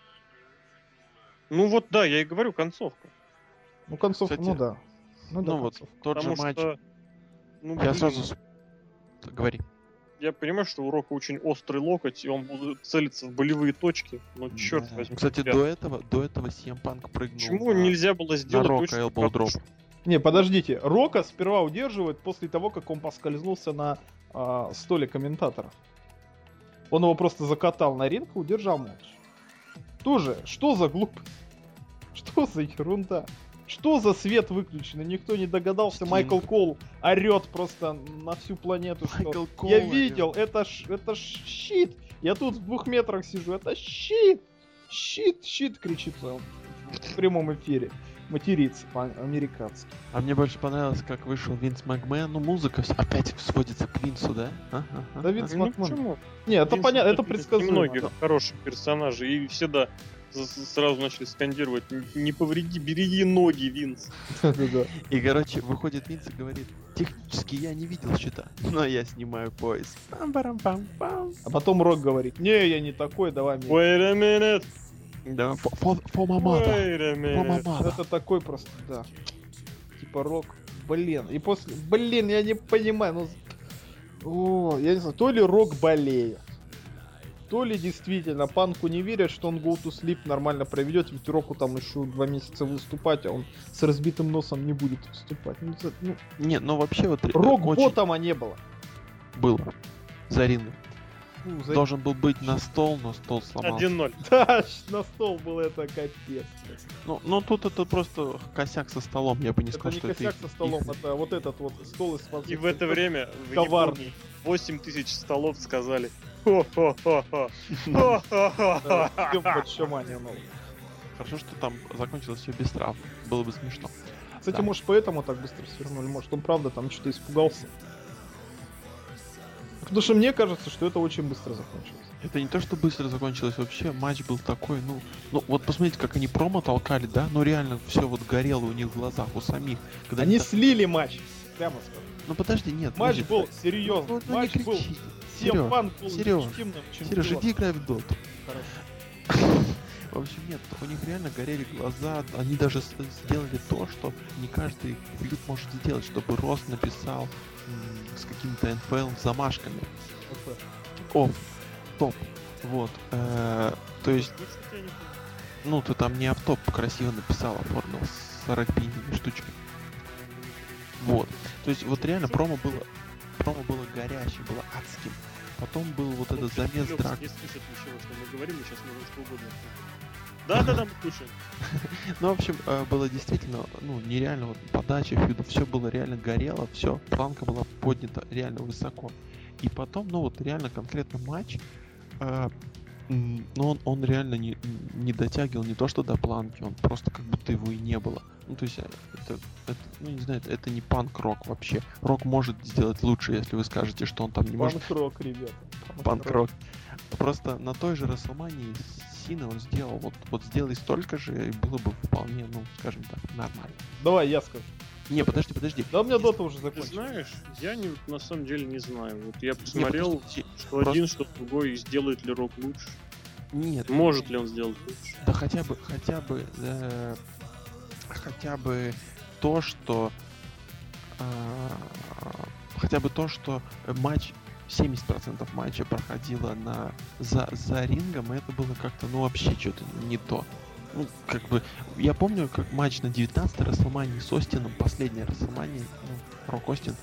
Speaker 3: Да, я и говорю, концовка.
Speaker 1: Концовка,
Speaker 2: кстати,
Speaker 1: да.
Speaker 2: Тот же матч. Я сразу... Говори.
Speaker 3: Я понимаю, что у Рока очень острый локоть, и он будет целиться в болевые точки. Черт возьми.
Speaker 2: Кстати, до этого CM Punk прыгнул.
Speaker 3: Почему нельзя было сделать
Speaker 2: Рока elbow drop?
Speaker 1: Не, подождите. Рока сперва удерживает после того, как он поскользнулся на столе комментаторов. Он его просто закатал на ринг и удержал матч. Тоже, что за глупость? Что за ерунда? Что за свет выключено? Никто не догадался. Майкл Кол орет просто на всю планету. Что... Я видел, это щит. Я тут в 2 метрах сижу. Это щит. Щит, кричит он в прямом эфире. Матерится по-американски.
Speaker 2: А мне больше понравилось, как вышел Винс Макмен. Музыка опять сводится к Винсу, да?
Speaker 1: Да, Винс Макмен. Не, это понятно, это предсказуемо.
Speaker 3: Многих хороших персонажей. И всегда сразу начали скандировать: не повреди, береги ноги, Винс.
Speaker 2: И, выходит Винс и говорит: технически я не видел щита, но я снимаю пояс.
Speaker 1: А потом Рок говорит: не, я не такой, давай мне.
Speaker 3: Wait a minute.
Speaker 2: Да, фомамада.
Speaker 1: Это такой просто, да. Типа Рок. И после... я не понимаю, я не знаю, то ли Рок болеет, то ли действительно Панку не верят, что он Go to Sleep нормально проведет, ведь Року там еще 2 месяца выступать, а он с разбитым носом не будет выступать.
Speaker 2: Вообще
Speaker 1: Рок-ботома не было.
Speaker 2: Было. За рингом. должен был быть на стол, но стол сломался.
Speaker 3: 1-0.
Speaker 1: Да, на стол был это капец.
Speaker 2: Ну тут это просто косяк со столом, я бы не
Speaker 1: Это
Speaker 2: сказал,
Speaker 1: не
Speaker 2: что
Speaker 1: косяк
Speaker 2: это
Speaker 1: со столом, это вот этот вот стол из
Speaker 3: И в это время в
Speaker 1: коварный.
Speaker 3: Японии 8000 столов сказали хо-хо-хо-хо. Хо-хо-хо-хо.
Speaker 1: Всем подшамание новое.
Speaker 2: Хорошо, что там закончилось все без травм. Было бы смешно.
Speaker 1: Кстати,
Speaker 2: Да.
Speaker 1: может, поэтому так быстро свернули, может, он правда там что-то испугался. Потому что мне кажется, что это очень быстро закончилось.
Speaker 2: Это не то, что быстро закончилось вообще, матч был такой, ну вот посмотрите, как они промо толкали, да, ну реально все вот горело у них в глазах, у самих. Когда
Speaker 1: Они
Speaker 2: так-
Speaker 1: слили матч, прямо скажу.
Speaker 2: Ну подожди, нет.
Speaker 1: Матч
Speaker 2: подожди.
Speaker 1: был серьезный,
Speaker 2: Ну, не
Speaker 1: матч был
Speaker 2: кричи.
Speaker 1: всем
Speaker 2: Серёж,
Speaker 1: фан был
Speaker 2: Серёж,
Speaker 1: легитимным
Speaker 2: Сереж,
Speaker 1: чемпионом.
Speaker 2: иди играй в доту.
Speaker 1: Хорошо.
Speaker 2: В общем, нет, у них реально горели глаза, они даже сделали то, что не каждый фьюд может сделать, чтобы Рост написал с каким-то НФЛ замашками. Офф, топ. Вот. То есть, ну, ты там не автоп красиво написал, оформил с рогбийными штучками. Вот. То есть, вот реально промо было горячим, было адским. Потом был вот этот замес драк.
Speaker 3: Не слышит ничего, что мы говорим, мы сейчас можем что угодно. Да, мы слушаем.
Speaker 2: Ну, в общем, было действительно, ну, нереально, вот подача фьюда, все было реально горело, все, планка была поднята реально высоко. И потом, ну, вот реально конкретно матч, ну, он реально не дотягивал не то что до планки, он просто как будто его и не было. Ну, то есть, это ну, не знаю, это не панк-рок вообще. Рок может сделать лучше, если вы скажете, что он там не может...
Speaker 1: Панк-рок, ребята.
Speaker 2: Панк-рок. Просто на той же Расселмании Сина он сделал, вот сделай столько же, и было бы вполне, ну, скажем так, нормально.
Speaker 1: Давай, я скажу.
Speaker 2: Не, подожди.
Speaker 1: Да у меня дота уже
Speaker 3: Ты
Speaker 1: закончилась.
Speaker 3: знаешь, я на самом деле не знаю. Вот я
Speaker 2: Не,
Speaker 3: посмотрел,
Speaker 2: подожди,
Speaker 3: что
Speaker 2: просто-
Speaker 3: один, что другой, сделает ли Рок лучше.
Speaker 2: Нет.
Speaker 3: Может ли он сделать лучше?
Speaker 2: Да хотя бы то, что матч 70% матча проходило за рингом, и это было как-то, ну, вообще что-то не то. Ну, как бы, я помню, как матч на 19-й Расселмании с Остином, последняя Расселмания, ну, Рок Остин,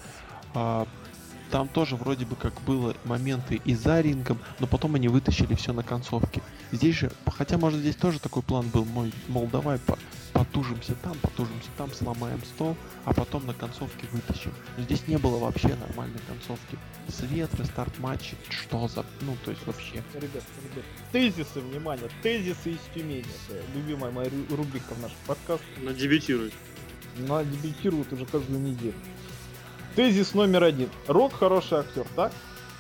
Speaker 2: там тоже вроде бы как было моменты и за рингом, но потом они вытащили все на концовке. Здесь же, хотя, может, здесь тоже такой план был мой, мол, давай потужимся там, сломаем стол, а потом на концовке вытащим. Но здесь не было вообще нормальной концовки. Свет, рестарт матча, что за... Ну, то есть вообще...
Speaker 1: Ребят, тезисы, внимание, тезисы из Тюмени. Это любимая моя рубрика в нашем подкасте.
Speaker 3: Но дебютирует.
Speaker 1: Она дебютирует уже каждую неделю. Тезис номер 1. Рок хороший актер, так?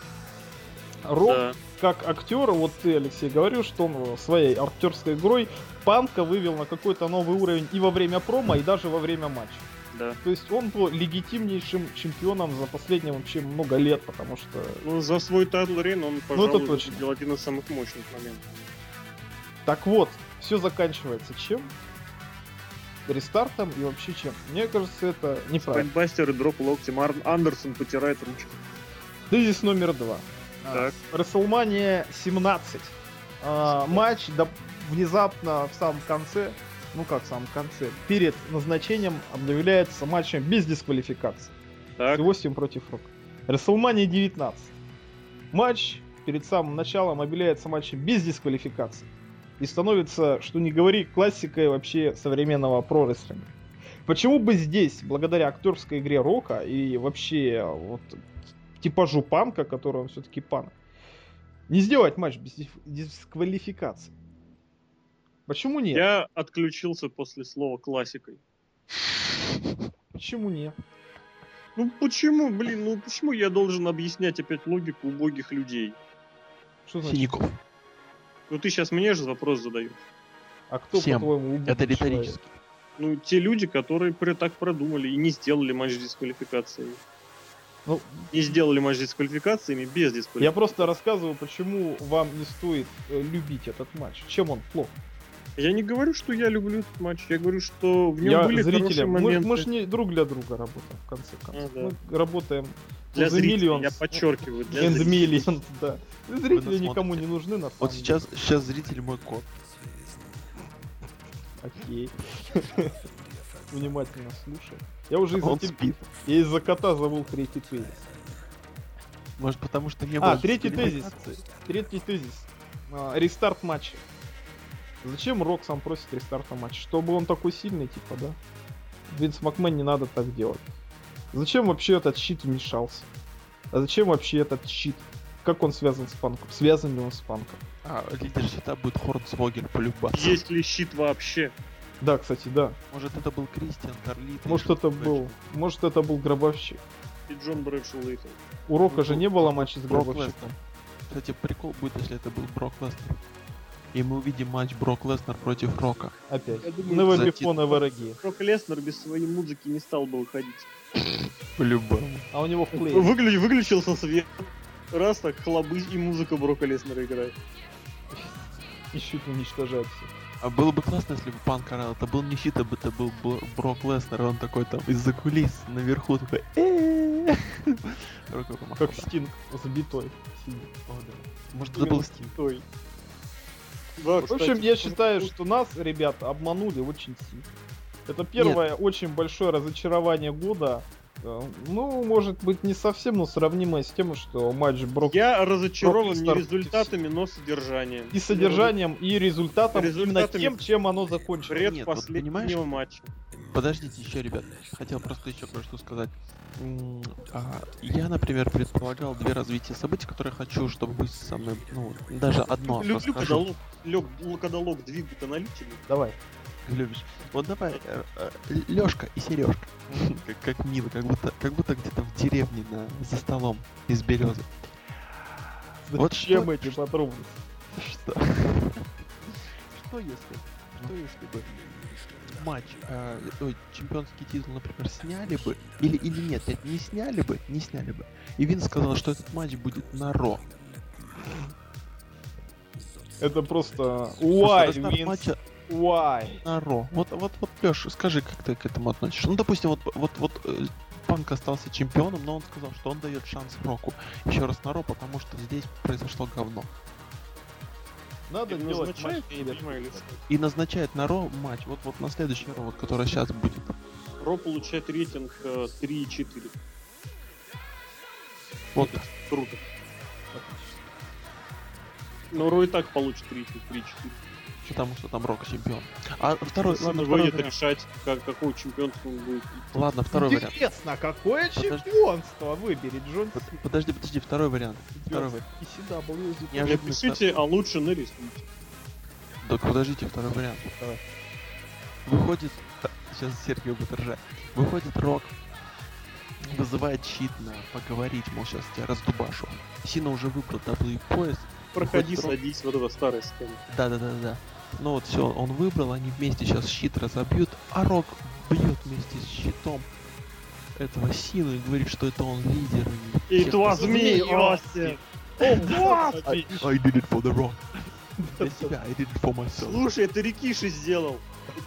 Speaker 1: Рок,
Speaker 3: Да.
Speaker 1: как актер, вот ты, Алексей, говорил, что он своей актерской игрой Панка вывел на какой-то новый уровень и во время промо, и даже во время матча.
Speaker 3: Да.
Speaker 1: То есть он был легитимнейшим чемпионом за последние вообще много лет, потому что...
Speaker 3: Ну, за свой тайтл рейн он,
Speaker 1: это
Speaker 3: пожалуй,
Speaker 1: точно.
Speaker 3: был один из самых мощных моментов.
Speaker 1: Так вот, все заканчивается чем? Рестартом и вообще чем? Мне кажется, это неправильно.
Speaker 3: Спайнбастер и дроп локтем. Андерсон потирает ручку.
Speaker 1: Тезис номер 2.
Speaker 3: Так.
Speaker 1: WrestleMania 17. Матч внезапно в самом конце, ну как в самом конце, перед назначением объявляется матчем без дисквалификации.
Speaker 3: Так.
Speaker 1: Всего 7 против Рока. WrestleMania 19. Матч перед самым началом объявляется матчем без дисквалификации. И становится, что не говори, классикой вообще современного про-рестлинга. Почему бы здесь, благодаря актерской игре Рока и вообще вот типажу Панка, который он все-таки Панк, не сделать матч без дисквалификации? Почему нет?
Speaker 3: Я отключился после слова классикой.
Speaker 1: Почему нет?
Speaker 3: Ну почему, почему я должен объяснять опять логику убогих людей?
Speaker 1: Что значит?
Speaker 2: Синяков.
Speaker 3: Ну ты сейчас мне же вопрос задаешь.
Speaker 1: А кто,
Speaker 2: Всем.
Speaker 1: по-твоему, убогий
Speaker 2: Это
Speaker 1: человек?
Speaker 2: риторически.
Speaker 3: Ну, те люди, которые так продумали и не сделали матч с дисквалификацией.
Speaker 1: Ну,
Speaker 3: Не сделали матч с дисквалификациями без дисквалификации.
Speaker 1: я просто рассказываю, почему вам не стоит любить этот матч. Чем он плох?
Speaker 3: Я не говорю, что я люблю этот матч. Я говорю, что в нем
Speaker 1: Я
Speaker 3: были хорошие
Speaker 1: зрителям.
Speaker 3: моменты.
Speaker 1: Мы же не друг для друга работаем, в конце концов.
Speaker 3: да.
Speaker 1: Мы работаем
Speaker 3: Для
Speaker 1: for the
Speaker 3: зрителей,
Speaker 1: millions
Speaker 3: я подчеркиваю, для
Speaker 1: and
Speaker 3: зрителей.
Speaker 1: millions, да. Зрители
Speaker 2: нас
Speaker 1: никому
Speaker 2: смотрите.
Speaker 1: не нужны, на
Speaker 2: Вот
Speaker 1: самом
Speaker 2: сейчас зритель мой кот.
Speaker 1: деле. Окей. Внимательно слушай. Я уже
Speaker 2: Он
Speaker 1: из-за
Speaker 2: спит.
Speaker 1: я из-за кота забыл третий тезис.
Speaker 2: Может, потому что не было...
Speaker 1: третий тезис.
Speaker 2: дисквалификации?
Speaker 1: Третий тезис. Рестарт матча. Зачем Рок сам просит рестарта матча? Чтобы он такой сильный, типа, да? Винс Макмен не надо так делать. Зачем вообще этот щит вмешался? А зачем вообще этот щит? Как он связан с Панком? Связан ли он с Панком?
Speaker 2: Лидер щита будет Хорнсвогель по-любому.
Speaker 3: Есть ли щит вообще?
Speaker 1: Да, кстати, да.
Speaker 2: Может, это был Кристиан, Карлит.
Speaker 1: Может это был гробовщик.
Speaker 3: И Джон Брэдшоу Лейтон.
Speaker 1: У Рока же не было матча с
Speaker 2: Брок
Speaker 1: гробовщиком.
Speaker 2: Леснер. Кстати, прикол будет, если это был Брок Леснер. И мы увидим матч Брок Леснер против Рока.
Speaker 1: Опять.
Speaker 3: Я думаю,
Speaker 1: Never
Speaker 2: за
Speaker 1: before, never again.
Speaker 3: Брок Леснер без своей музыки не стал бы выходить.
Speaker 2: По-любому.
Speaker 1: А у него в плее.
Speaker 3: Выключился свет. Раз так, хлобысь, и музыка Брока Леснера играет.
Speaker 1: И щит уничтожает все.
Speaker 2: А было бы классно, если бы Панк орал. Это был не щит, это был Брок Леснер. Он такой там из-за кулис наверху такой. Руку помахал,
Speaker 1: Как
Speaker 2: да.
Speaker 1: Стинг забитой. сидит.
Speaker 2: О, да. Может, это был Стинг.
Speaker 3: Ой. Да,
Speaker 1: В общем, я считаю, что нас, ребята, обманули очень сильно. Это первое очень большое разочарование года. Ну, может быть, не совсем, но сравнимое с тем, что матч Брок
Speaker 3: Я разочарован
Speaker 1: Брок
Speaker 3: не
Speaker 1: Леснер
Speaker 3: результатами, но содержанием.
Speaker 1: и содержанием, и результатом, именно
Speaker 3: Результатами
Speaker 1: тем, чем оно закончилось.
Speaker 3: Бред
Speaker 2: Нет, вот
Speaker 3: последнего
Speaker 2: понимаешь?
Speaker 3: матча.
Speaker 2: Подождите еще, ребят. Хотел просто еще кое-что сказать. Я, например, предполагал две развития событий, которые хочу, чтобы вы со мной, ну, даже одно
Speaker 3: Люблю, когда
Speaker 2: расскажу.
Speaker 3: лог двигает аналитику.
Speaker 1: Давай.
Speaker 2: Любишь. Вот давай, Лёшка и Сережка. Как мило, как будто где-то в деревне за столом из березы. Вот
Speaker 1: Зачем
Speaker 2: что-
Speaker 1: эти подробности?
Speaker 2: Что? Что если бы матч, чемпионский титул, например, сняли бы, или нет, не сняли бы, и Винс сказал, что этот матч будет на Ро.
Speaker 1: Это просто...
Speaker 2: Слушай,
Speaker 1: Why,
Speaker 2: рестарт
Speaker 1: Винс?
Speaker 2: матча
Speaker 1: Why?
Speaker 2: на Ро. Вот, Лёш, скажи, как ты к этому относишься? Ну, допустим, Панк остался чемпионом, но он сказал, что он дает шанс Року еще раз на Ро, потому что здесь произошло говно.
Speaker 1: Надо делать
Speaker 3: Назначает,
Speaker 1: матч
Speaker 3: я не
Speaker 1: перед.
Speaker 3: понимаю, или что?
Speaker 2: И назначает на Ро матч, вот на следующий Ро, вот, который сейчас будет.
Speaker 3: Ро получает рейтинг 3,4.
Speaker 2: Вот.
Speaker 3: Круто. Но Ро и так получит рейтинг 3,4.
Speaker 2: Потому что там Рок чемпион. А второй,
Speaker 3: Если
Speaker 2: ладно,
Speaker 3: он
Speaker 2: второй
Speaker 3: выйдет
Speaker 2: вариант.
Speaker 3: решать, какого чемпионства он будет.
Speaker 2: Ладно, второй вариант.
Speaker 1: Интересно, какое
Speaker 2: Подожди.
Speaker 1: чемпионство выберет Джон
Speaker 2: Подожди, второй вариант. Второй вариант.
Speaker 1: ECW.
Speaker 2: Неожиданно.
Speaker 3: Напишите, а лучше нарисуйте.
Speaker 2: Так подождите, второй вариант.
Speaker 1: Давай.
Speaker 2: Выходит... Сейчас Сергей будет ржать. Выходит Рок, вызывает щит на поговорить, мол, сейчас тебя раздубашу. Сина уже выбрал W пояс.
Speaker 3: Проходи,
Speaker 2: Выходит Рок.
Speaker 3: садись, вот эта старая схема.
Speaker 2: Да. Ну вот все, он выбрал, они вместе сейчас щит разобьют, а Рок бьет вместе с щитом этого Сину и говорит, что это он лидер. и
Speaker 3: It
Speaker 2: всех
Speaker 3: was me,
Speaker 1: Austin.
Speaker 3: Austin!
Speaker 2: I did it for the Rock. Для себя, I did it for myself.
Speaker 3: Слушай, это Рикиши сделал.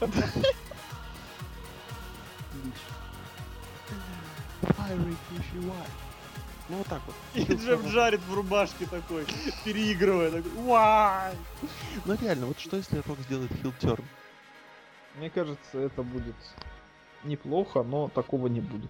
Speaker 2: Why, Rikishi, why? Ну вот так вот.
Speaker 3: И Джефф жарит в рубашке такой, переигрывая. Такой, «Уай!»
Speaker 2: Ну реально, вот что если Рок сделает хилтерн?
Speaker 1: Мне кажется, это будет неплохо, но такого не будет.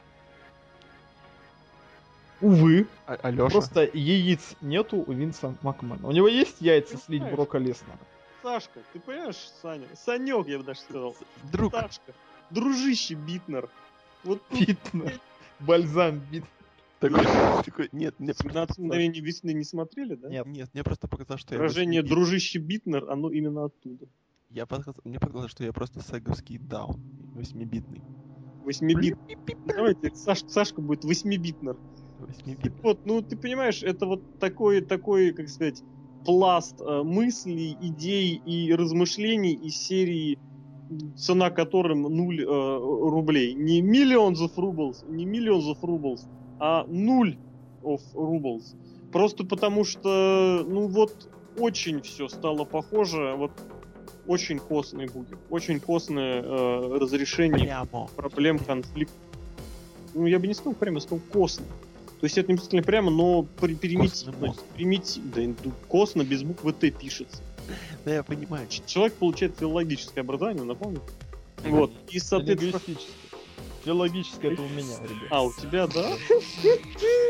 Speaker 1: Увы,
Speaker 2: Алёша?
Speaker 1: просто яиц нету у Винса Макмена. У него есть яйца слить
Speaker 3: Понимаешь?
Speaker 1: Брока Леснера?
Speaker 3: Сашка, ты понимаешь, Саня? Санек, я бы даже сказал.
Speaker 2: Друг,
Speaker 3: Сашка, дружище Битнер. Вот тут
Speaker 1: Битно. Бальзам бит.
Speaker 2: такой, нет, мне
Speaker 3: 17 мгновений весны не смотрели, да?
Speaker 1: Нет.
Speaker 2: Нет, мне просто показалось, что
Speaker 3: Выражение
Speaker 2: я...
Speaker 3: дружище Битнер, оно именно оттуда.
Speaker 2: Мне показалось, что я просто сэговский даун, 8-битный.
Speaker 3: 8-бит. Давайте, Сашка будет 8-битнер.
Speaker 2: 8-битный.
Speaker 3: Вот, ну ты понимаешь, это вот такой, как сказать, пласт мыслей, идей и размышлений из серии, цена которым 0 рублей. Не millions of rubles, а 0 of rubles. Просто потому что, ну вот, очень все стало похоже, вот очень костный будет. Очень костное разрешение
Speaker 2: Прямо.
Speaker 3: проблем, конфликтов. Ну, я бы не сказал прямо, я сказал косно. То есть это не обязательно прямо, но примитивно.
Speaker 2: Костный мозг.
Speaker 3: Да, косно без буквы Т пишется.
Speaker 2: Да, я понимаю.
Speaker 3: Человек получает филологическое образование, напомню. Вот. И, соответственно...
Speaker 1: Лингвистическое. Филологическое это у меня, ребят.
Speaker 3: А, у тебя, да?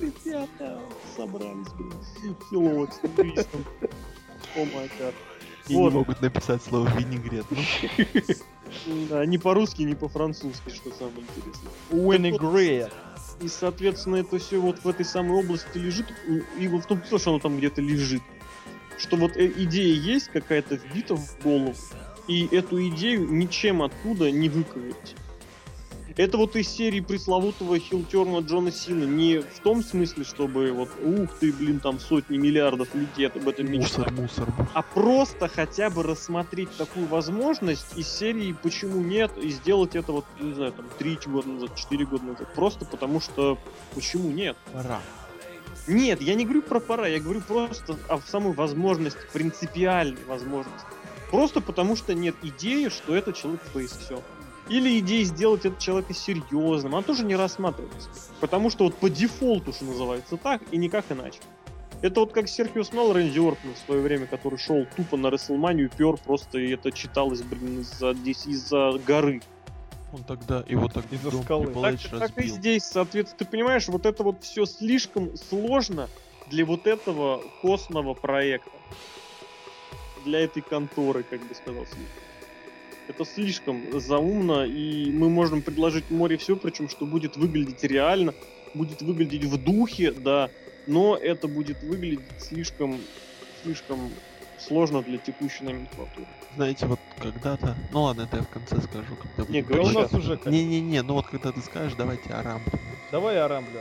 Speaker 3: Ребята собрались, блин. Филолог с лингвистом. О май гад.
Speaker 2: И не могут написать слово винегрет.
Speaker 3: Да, ни по-русски, ни по-французски, что самое интересное.
Speaker 1: Винегрет.
Speaker 3: И, соответственно, это все вот в этой самой области лежит. И вот в том, что оно там где-то лежит. Что вот идея есть какая-то вбита в голову. И эту идею ничем оттуда не выковырять. Это вот из серии пресловутого хилтерна Джона Сина. Не в том смысле, чтобы вот, ух ты, блин, там сотни миллиардов людей об этом мечтают.
Speaker 2: Мусор.
Speaker 3: А просто хотя бы рассмотреть такую возможность из серии «Почему нет?» и сделать это вот, не знаю, там, 3 года назад, 4 года назад. Просто потому что «Почему нет?»
Speaker 2: Пора.
Speaker 3: Нет, я не говорю про пора, я говорю просто о самой возможности, принципиальной возможности. Просто потому что нет идеи, что это человек фейс, все. Или идея сделать этого человека серьезным, она тоже не рассматривается. Потому что вот по дефолту, что называется, так и никак иначе. Это вот как Серхио Смел, Рэнди Ортон в свое время, который шел тупо на Рестлманию, пер просто, и это читалось, блин, из-за горы.
Speaker 2: Он тогда его так
Speaker 1: из-за скалы.
Speaker 3: Так и здесь, соответственно, ты понимаешь, вот это вот все слишком сложно для вот этого костного проекта. Для этой конторы, как бы сказал Смит. Это слишком заумно, и мы можем предложить море все, причем что будет выглядеть реально, будет выглядеть в духе, да, но это будет выглядеть слишком сложно для текущей номенклатуры.
Speaker 2: Знаете, вот когда-то... Ну ладно, это я в конце скажу, когда...
Speaker 3: Не,
Speaker 1: Да у нас уже...
Speaker 2: Не-не-не, ну вот когда ты скажешь, давайте о Рамбле.
Speaker 1: Давай о Рамбле.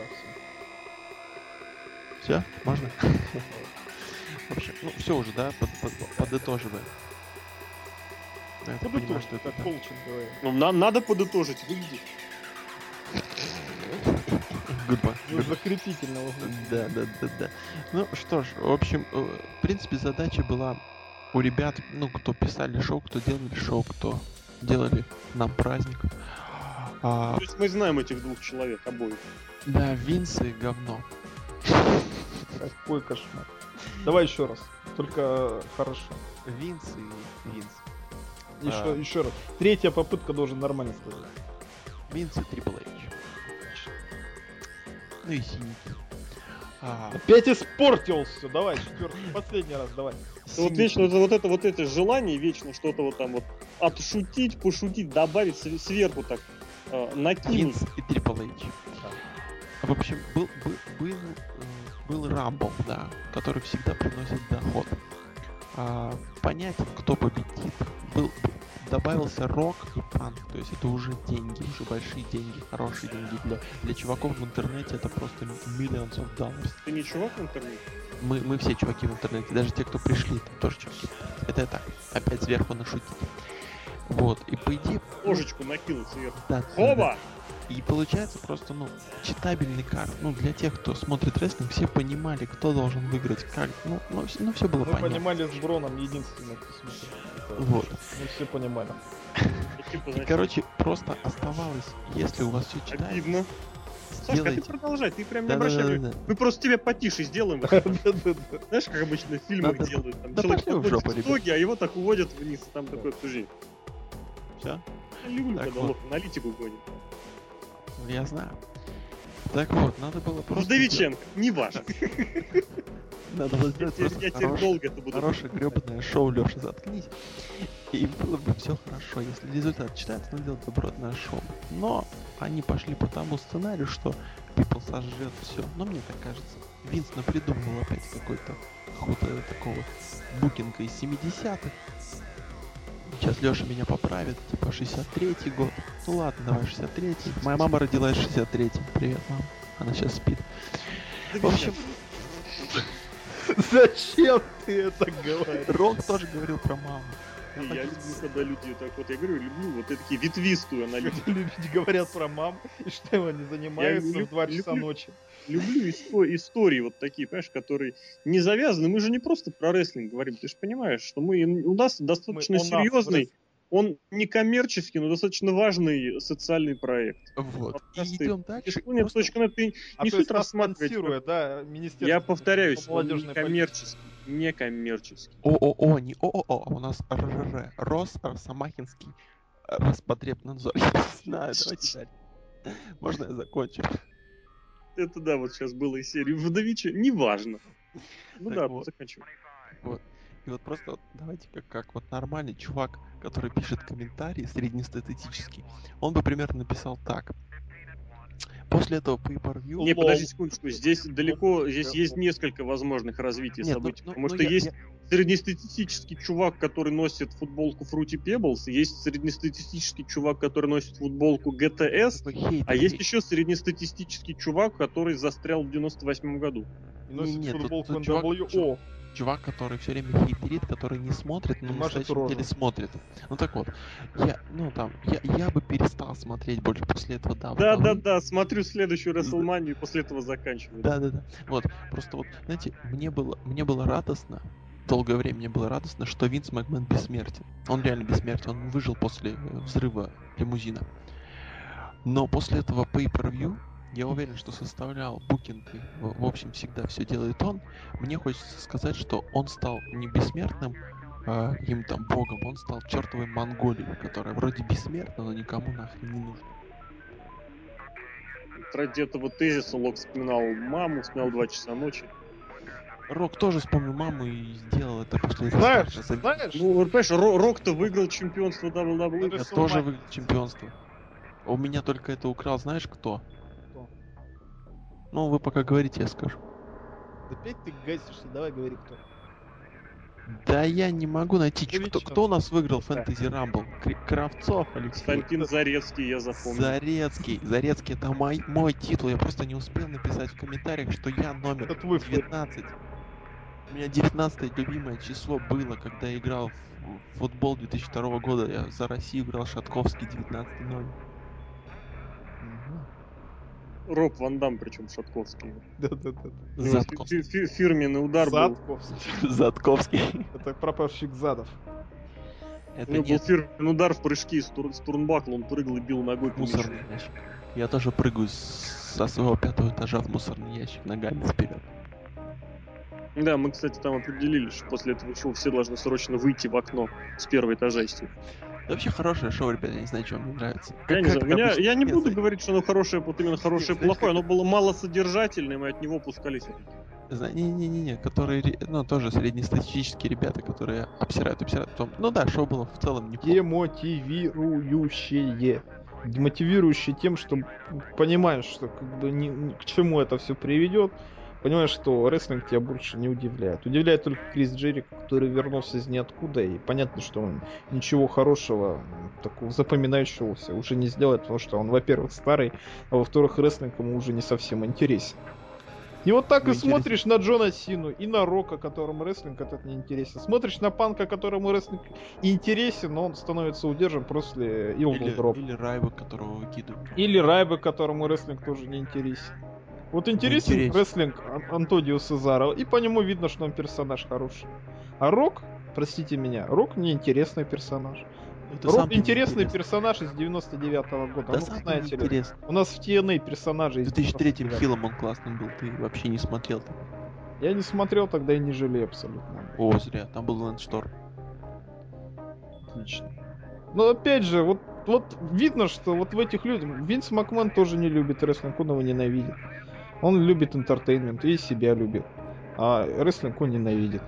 Speaker 2: Все? Можно? В общем, ну все уже, да, подытоживаем. Я так понимаю, что это...
Speaker 1: Как Колчин говорит.
Speaker 3: Ну, надо подытожить, выглядит.
Speaker 1: Закрепительного.
Speaker 2: Да. Ну что ж, в общем, в принципе, задача была у ребят, ну, кто писали шоу, кто делали шоу, кто делали нам праздник.
Speaker 3: То есть мы знаем этих двух человек, обоих.
Speaker 2: Да, Винс и говно.
Speaker 1: Какой кошмар. Давай еще раз. Только хорошо.
Speaker 2: Винс и Винс.
Speaker 1: Еще раз. Третья попытка должен нормально сказать.
Speaker 2: Винс и Трипл Эйч. Ну и синяки.
Speaker 1: Опять испортился. Давай, четвертый, последний раз, давай.
Speaker 3: Вот вечно вот это желание, вечно что-то вот там вот отшутить, пошутить, добавить сверху так, накинуть.
Speaker 2: Винс и Трипл Эйч. В общем, был Рамбл, да, который всегда приносит доход. Понять, кто победит, добавился рок и панк, то есть это уже деньги, уже большие деньги, хорошие деньги для чуваков в интернете, это просто millions of dollars.
Speaker 3: Ты не чувак в интернете?
Speaker 2: Мы все чуваки в интернете, даже те, кто пришли, там тоже чуваки. Это я так, опять сверху нашутить. Вот, и по идее...
Speaker 3: Ложечку накинул сверху.
Speaker 2: Да,
Speaker 3: Оба!
Speaker 2: да. И получается просто, ну, читабельный карт. Ну, для тех, кто смотрит рестлинг, все понимали, кто должен выиграть, как. Ну все было понятно.
Speaker 1: Мы понимали с Броном единственное, кто смотрел.
Speaker 2: Вот.
Speaker 1: Мы все понимали.
Speaker 2: И, короче, просто оставалось, если у вас все читается...
Speaker 3: Обидно. Сашка, ты продолжай, ты прям не обращай внимания.
Speaker 2: Да.
Speaker 3: Мы просто тебя потише сделаем. Знаешь, как обычно в фильмах делают. Человек подходит в итоге, а его так уводят вниз, там такое обсуждение.
Speaker 2: Все?
Speaker 3: Люблю, когда лоб аналитику гонит.
Speaker 2: Я знаю. Так вот, надо было просто...
Speaker 3: Вдовиченко, не важно.
Speaker 2: Надо было сделать
Speaker 3: Я теперь долго это буду...
Speaker 2: Хорошее гребаное шоу, Леша, заткнись. И было бы все хорошо, если результат читается, надо делать добротное шоу. Но они пошли по тому сценарию, что People сожрет все. Но мне так кажется, Винс напридумывал опять какой-то такого букинга из 70-х. Сейчас Леша меня поправит, типа 63-й год. Ну ладно, давай 63-й. Моя мама родилась в 63-м. Привет, мама. Она сейчас спит. В общем...
Speaker 1: Зачем ты это говоришь?
Speaker 2: Рок тоже говорил про маму.
Speaker 3: Я люблю, когда люди так вот, я говорю, люблю вот такие ветвистую аналитику.
Speaker 1: Люди говорят про мам, и что они занимаются в 2 часа ночи.
Speaker 3: Люблю истории вот такие, понимаешь, которые не завязаны. Мы же не просто про рестлинг говорим, ты же понимаешь, что у нас достаточно серьезный, он не коммерческий, но достаточно важный социальный проект.
Speaker 2: Вот. И идем дальше.
Speaker 3: Ты не суть рассматривать.
Speaker 1: Да, министерство.
Speaker 3: Я повторяюсь, он не коммерческий. Не коммерческий.
Speaker 2: Не ООО, у нас РРР. Росамахинский Роспотребнадзор. Я не знаю, давайте дальше. Можно я закончу?
Speaker 3: Это да, вот сейчас было из серии вдовича, неважно. Ну
Speaker 2: Так
Speaker 3: да,
Speaker 2: вот.
Speaker 3: заканчивай.
Speaker 2: Вот. И вот просто вот давайте как вот нормальный чувак, который пишет комментарии среднестатистический, он бы примерно написал так. После этого pay-per-view...
Speaker 3: Не, подожди секундочку, здесь далеко, здесь есть несколько возможных развитий
Speaker 2: Нет,
Speaker 3: событий.
Speaker 2: ну,
Speaker 3: Потому
Speaker 2: ну,
Speaker 3: что
Speaker 2: я-
Speaker 3: есть среднестатистический чувак, который носит футболку Fruity Pebbles, есть среднестатистический чувак, который носит футболку GTS,
Speaker 2: Такой хейт,
Speaker 3: а есть еще среднестатистический чувак, который застрял в 98 году.
Speaker 1: И носит
Speaker 2: Не-не, тут-
Speaker 1: футболку
Speaker 2: тут чувак-
Speaker 1: NWO.
Speaker 2: чувак, который все время хейтерит, который не смотрит, но
Speaker 1: И
Speaker 2: на
Speaker 1: мажет
Speaker 2: настоящем
Speaker 1: рожу.
Speaker 2: деле смотрит. Ну так вот, я бы перестал смотреть больше после этого WWE.
Speaker 3: Да-да-да, смотрю следующую WrestleMania и после этого заканчиваю.
Speaker 2: Да. Вот, просто вот, знаете, мне было радостно, долгое время мне было радостно, что Винс Макмен бессмертен. Он реально бессмертен, он выжил после взрыва лимузина. Но после этого pay-per-view, я уверен, что составлял букинг, и в общем, всегда все делает он. Мне хочется сказать, что он стал не бессмертным, каким-то там богом, он стал чертовой Монголией, которая вроде бессмертна, но никому нахрен не нужна.
Speaker 3: Ради этого тезиса Лок вспоминал маму, снял 2 часа ночи.
Speaker 2: Рок тоже вспомнил маму и сделал это после этого.
Speaker 1: Знаешь,
Speaker 2: старшего
Speaker 1: знаешь,
Speaker 3: Ну, понимаешь, Рок-то выиграл чемпионство WWE.
Speaker 2: Я
Speaker 1: WrestleMania.
Speaker 2: тоже выиграл чемпионство. А у меня только это украл, знаешь кто?
Speaker 1: Кто?
Speaker 2: Ну, вы пока говорите, я скажу.
Speaker 1: Опять ты гасишься, давай говори кто.
Speaker 2: Да я не могу найти.
Speaker 1: Величина.
Speaker 2: Кто у нас выиграл
Speaker 1: Да.
Speaker 2: Фэнтези Рамбл? Кравцов, Алексей?
Speaker 3: Константин Зарецкий, я запомнил.
Speaker 2: Зарецкий, это мой титул. Я просто не успел написать в комментариях, что я номер
Speaker 1: Это твой флаг.
Speaker 2: 19. У меня 19 любимое число было, когда я играл в футбол 2002 года. Я за Россию играл Шатковский 19 номер.
Speaker 3: Роб Ван Дам, причем Шатковский.
Speaker 1: Да-да-да.
Speaker 3: У него
Speaker 2: Затковский.
Speaker 3: Фирменный удар был.
Speaker 1: Задковский.
Speaker 2: Затковский.
Speaker 1: Это пропавщик задов.
Speaker 3: У
Speaker 2: Это
Speaker 3: него был
Speaker 2: нет,
Speaker 3: фирменный удар в прыжке с турнбакла, он прыгал и бил ногой по мячу.
Speaker 2: мусорный ящик. Я тоже прыгаю со своего 5-го этажа в мусорный ящик ногами вперед.
Speaker 3: Да, мы, кстати, там определили, что после этого шоу все должны срочно выйти в окно с первого этажа, естественно.
Speaker 2: Это вообще хорошее шоу, ребята, я не знаю, что вам не нравится.
Speaker 3: Я не знаю,
Speaker 2: обычно
Speaker 3: я не
Speaker 2: все
Speaker 3: буду говорить, что оно хорошее, вот именно хорошее,
Speaker 2: Нет, знаешь,
Speaker 3: плохое, оно было малосодержательным, и от него пускались.
Speaker 2: Не-не-не, которые, ну, тоже среднестатистические ребята, которые обсирают. Потом, ну да, шоу было в целом неплохо.
Speaker 1: Демотивирующее. Демотивирующее тем, что понимаешь, что как бы к чему это все приведет. Понимаешь, что рестлинг тебя больше не удивляет. Удивляет только Крис Джерико, который вернулся из ниоткуда, и понятно, что он ничего хорошего, такого запоминающегося уже не сделает, потому что он, во-первых, старый, а во-вторых, рестлинг ему уже не совсем интересен. И вот так
Speaker 2: Ну,
Speaker 1: и смотришь на Джона Сину и на Рока, которому рестлинг этот не интересен. Смотришь на Панка, которому рестлинг интересен, но он становится удержан после Илдл Дроп.
Speaker 2: Или Райба, которого выкидывают.
Speaker 1: Или Райбе, которому рестлинг тоже не интересен. Вот интересен
Speaker 2: интересен.
Speaker 1: рестлинг Антонио Сезаро, и по нему видно, что он персонаж хороший. А Рок, простите меня, Рок неинтересный персонаж.
Speaker 2: Это
Speaker 1: Рок
Speaker 2: сам
Speaker 1: интересный
Speaker 2: неинтересно.
Speaker 1: персонаж из 99-го года.
Speaker 2: Да
Speaker 1: Ну,
Speaker 2: сам
Speaker 1: знаете ли,
Speaker 2: интересно.
Speaker 1: у нас в TNA персонажи
Speaker 2: В
Speaker 1: из
Speaker 2: 2003-м
Speaker 1: 99-го.
Speaker 2: хилом он классным был, ты вообще не смотрел.
Speaker 1: Я не смотрел тогда и не жалею абсолютно.
Speaker 2: О, зря, там был Лэндшторм.
Speaker 1: Отлично. Но опять же, вот видно, что вот в этих людях Винс Макмен тоже не любит рестлинг, он его ненавидит. Он любит интертеймент и себя любит. А рестлинг он ненавидит.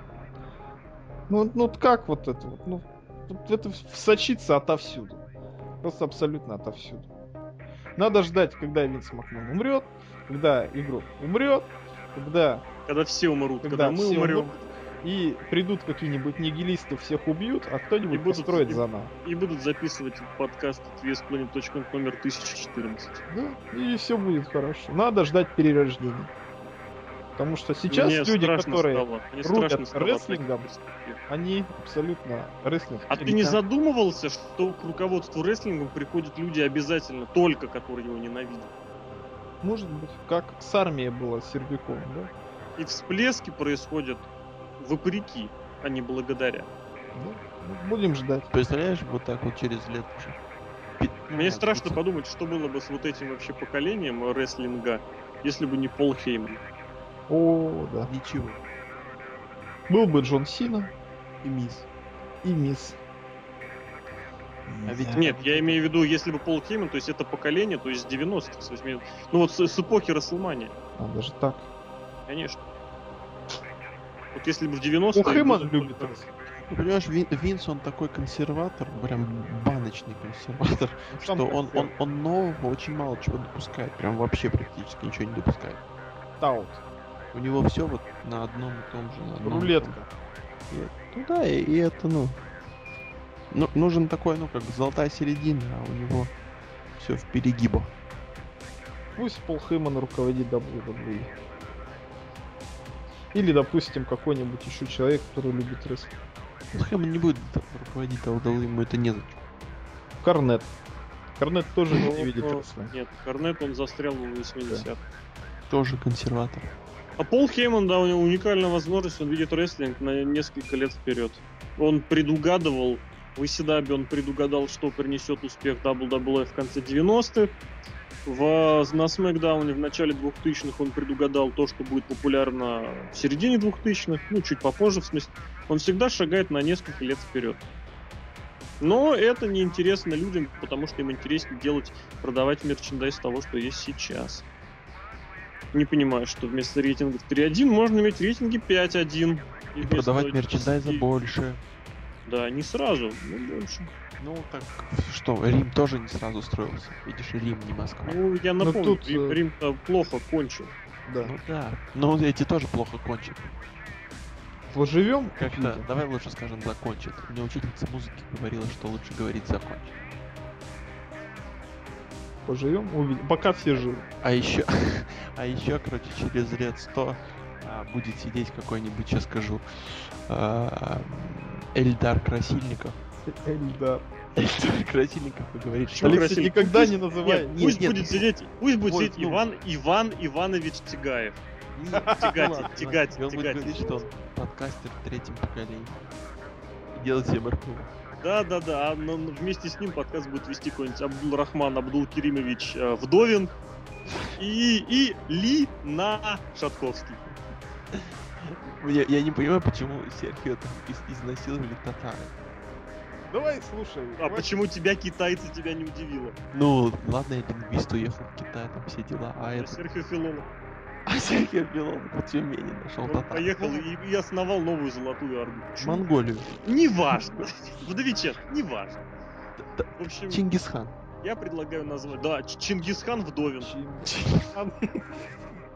Speaker 1: Ну как вот это вот? Ну, вот это сочится отовсюду. Просто абсолютно отовсюду. Надо ждать, когда Винс Макмен умрет, когда игрок умрет, когда
Speaker 3: Все умрут, когда мы
Speaker 1: все
Speaker 3: умрем.
Speaker 1: умрут, и придут какие-нибудь нигилисты, всех убьют, а кто-нибудь
Speaker 3: И будут-
Speaker 1: построит
Speaker 3: и-
Speaker 1: заново.
Speaker 3: И будут записывать подкаст от VSPlanet.com номер 1014.
Speaker 1: Да, и все будет хорошо. Надо ждать перерождения. Потому что сейчас
Speaker 3: Мне
Speaker 1: люди,
Speaker 3: страшно
Speaker 1: которые
Speaker 3: стало. Мне
Speaker 1: рубят
Speaker 3: страшно стало от
Speaker 1: рестлингом,
Speaker 3: таких перспектив.
Speaker 1: они абсолютно рестлинг.
Speaker 3: А ты не задумывался, что к руководству рестлингом приходят люди обязательно только, которые его ненавидят?
Speaker 1: Может быть, как с армией было с Сердюковым, да?
Speaker 3: И всплески происходят вопреки, а не благодаря.
Speaker 1: Ну, будем ждать.
Speaker 2: Представляешь, вот так вот через лет уже.
Speaker 3: Мне страшно подумать, что было бы с вот этим вообще поколением рестлинга, если бы не Пол Хейман.
Speaker 1: О, да.
Speaker 2: Ничего.
Speaker 1: Был бы Джон Сина
Speaker 2: И мисс.
Speaker 1: и Мисс.
Speaker 2: А ведь
Speaker 3: Нет, я имею в виду, если бы Пол Хейман, то есть это поколение, то есть с 90-х, с 80-х. Ну вот с эпохи Расселмании,
Speaker 1: А, даже так.
Speaker 3: конечно. Вот если бы в 90-е...
Speaker 1: Пол Хейман
Speaker 3: было
Speaker 1: любит
Speaker 3: только-
Speaker 1: рестлинг.
Speaker 2: Ну, понимаешь, Винс, он такой консерватор, прям баночный консерватор,
Speaker 1: Сам
Speaker 2: что
Speaker 1: консерватор.
Speaker 2: он нового очень мало чего допускает. Прям вообще практически ничего не допускает.
Speaker 1: Таут.
Speaker 2: У него все вот на одном и том же. На одном и
Speaker 1: Рулетка.
Speaker 2: том же. Ну да, и это, нужен такой, как золотая середина, а у него все в перегибах.
Speaker 1: Пусть Пол Хейман руководит WWE. Или, допустим, какой-нибудь еще человек, который любит рестлинг.
Speaker 2: Ну, Хейман не будет руководить WWE, ему это незачем.
Speaker 1: Корнет. Корнет тоже
Speaker 3: Ну,
Speaker 1: не видит
Speaker 3: ну,
Speaker 1: рестлинг.
Speaker 3: Нет, Корнет, он застрял в 80-х.
Speaker 2: Тоже консерватор.
Speaker 3: А Пол Хейман, да, у него уникальная возможность, он видит рестлинг на несколько лет вперед. Он предугадывал, в Исидабе он предугадал, что принесет успех WWE в конце 90-х. На Смэкдауне в начале 2000-х он предугадал то, что будет популярно в середине 2000-х, ну, чуть попозже, в смысле. Он всегда шагает на несколько лет вперед. Но это неинтересно людям, потому что им интереснее продавать мерчендайз того, что есть сейчас. Не понимаю, что вместо рейтингов 3.1 можно иметь рейтинги 5.1.
Speaker 2: И продавать мерчендайза
Speaker 3: 10.
Speaker 2: больше.
Speaker 3: Да, не сразу, но больше.
Speaker 2: Ну так что, Рим тоже не сразу строился. Видишь, Рим не Москва.
Speaker 3: Ну, я напомню,
Speaker 1: тут,
Speaker 3: Рим-то плохо кончил.
Speaker 1: Да.
Speaker 2: Ну да. Но эти тоже плохо кончат.
Speaker 1: Поживем,
Speaker 2: Как-то, давай лучше скажем, закончат. Мне учительница музыки говорила, что лучше говорить закончит.
Speaker 1: Поживем, увидим. Пока все живы.
Speaker 2: А еще, короче, через лет 100 будет сидеть какой-нибудь, сейчас скажу, Эльдар Красильников.
Speaker 1: Эльдар.
Speaker 2: Эльдар Красильников и говорит, что...
Speaker 3: Почему
Speaker 1: Алексей,
Speaker 3: Красильников?
Speaker 1: никогда
Speaker 3: Пусть-
Speaker 1: не называй.
Speaker 3: Нет,
Speaker 2: Нет,
Speaker 3: пусть
Speaker 2: нет.
Speaker 3: будет сидеть, пусть будет
Speaker 2: Ой,
Speaker 3: сидеть
Speaker 2: ну.
Speaker 3: Иван Иванович Тигаев. Тягать.
Speaker 2: И он будет говорить, что он подкастер в третьем поколении. И делать всем РПО.
Speaker 3: Да, но вместе с ним подкаст будет вести какой-нибудь Абдулрахман Абдулкеримович Вдовин и Ли на Шатковский.
Speaker 2: Я не понимаю, почему Серхио там изнасиловали татары.
Speaker 1: Давай, слушай.
Speaker 3: А почему тебя китайцы тебя не удивило?
Speaker 2: Ну, ладно, я лингвист, уехал в Китай, там все дела. А это...
Speaker 3: Серхио Филонов.
Speaker 2: А Серхио Белов в Тюмени нашел
Speaker 3: Он
Speaker 2: татар.
Speaker 3: поехал и основал новую Золотую Орду. Чё?
Speaker 2: Монголию.
Speaker 3: Неважно. Вдовичен, неважно. В общем,
Speaker 2: Чингисхан.
Speaker 3: я предлагаю назвать... Да, Чингисхан Вдовин.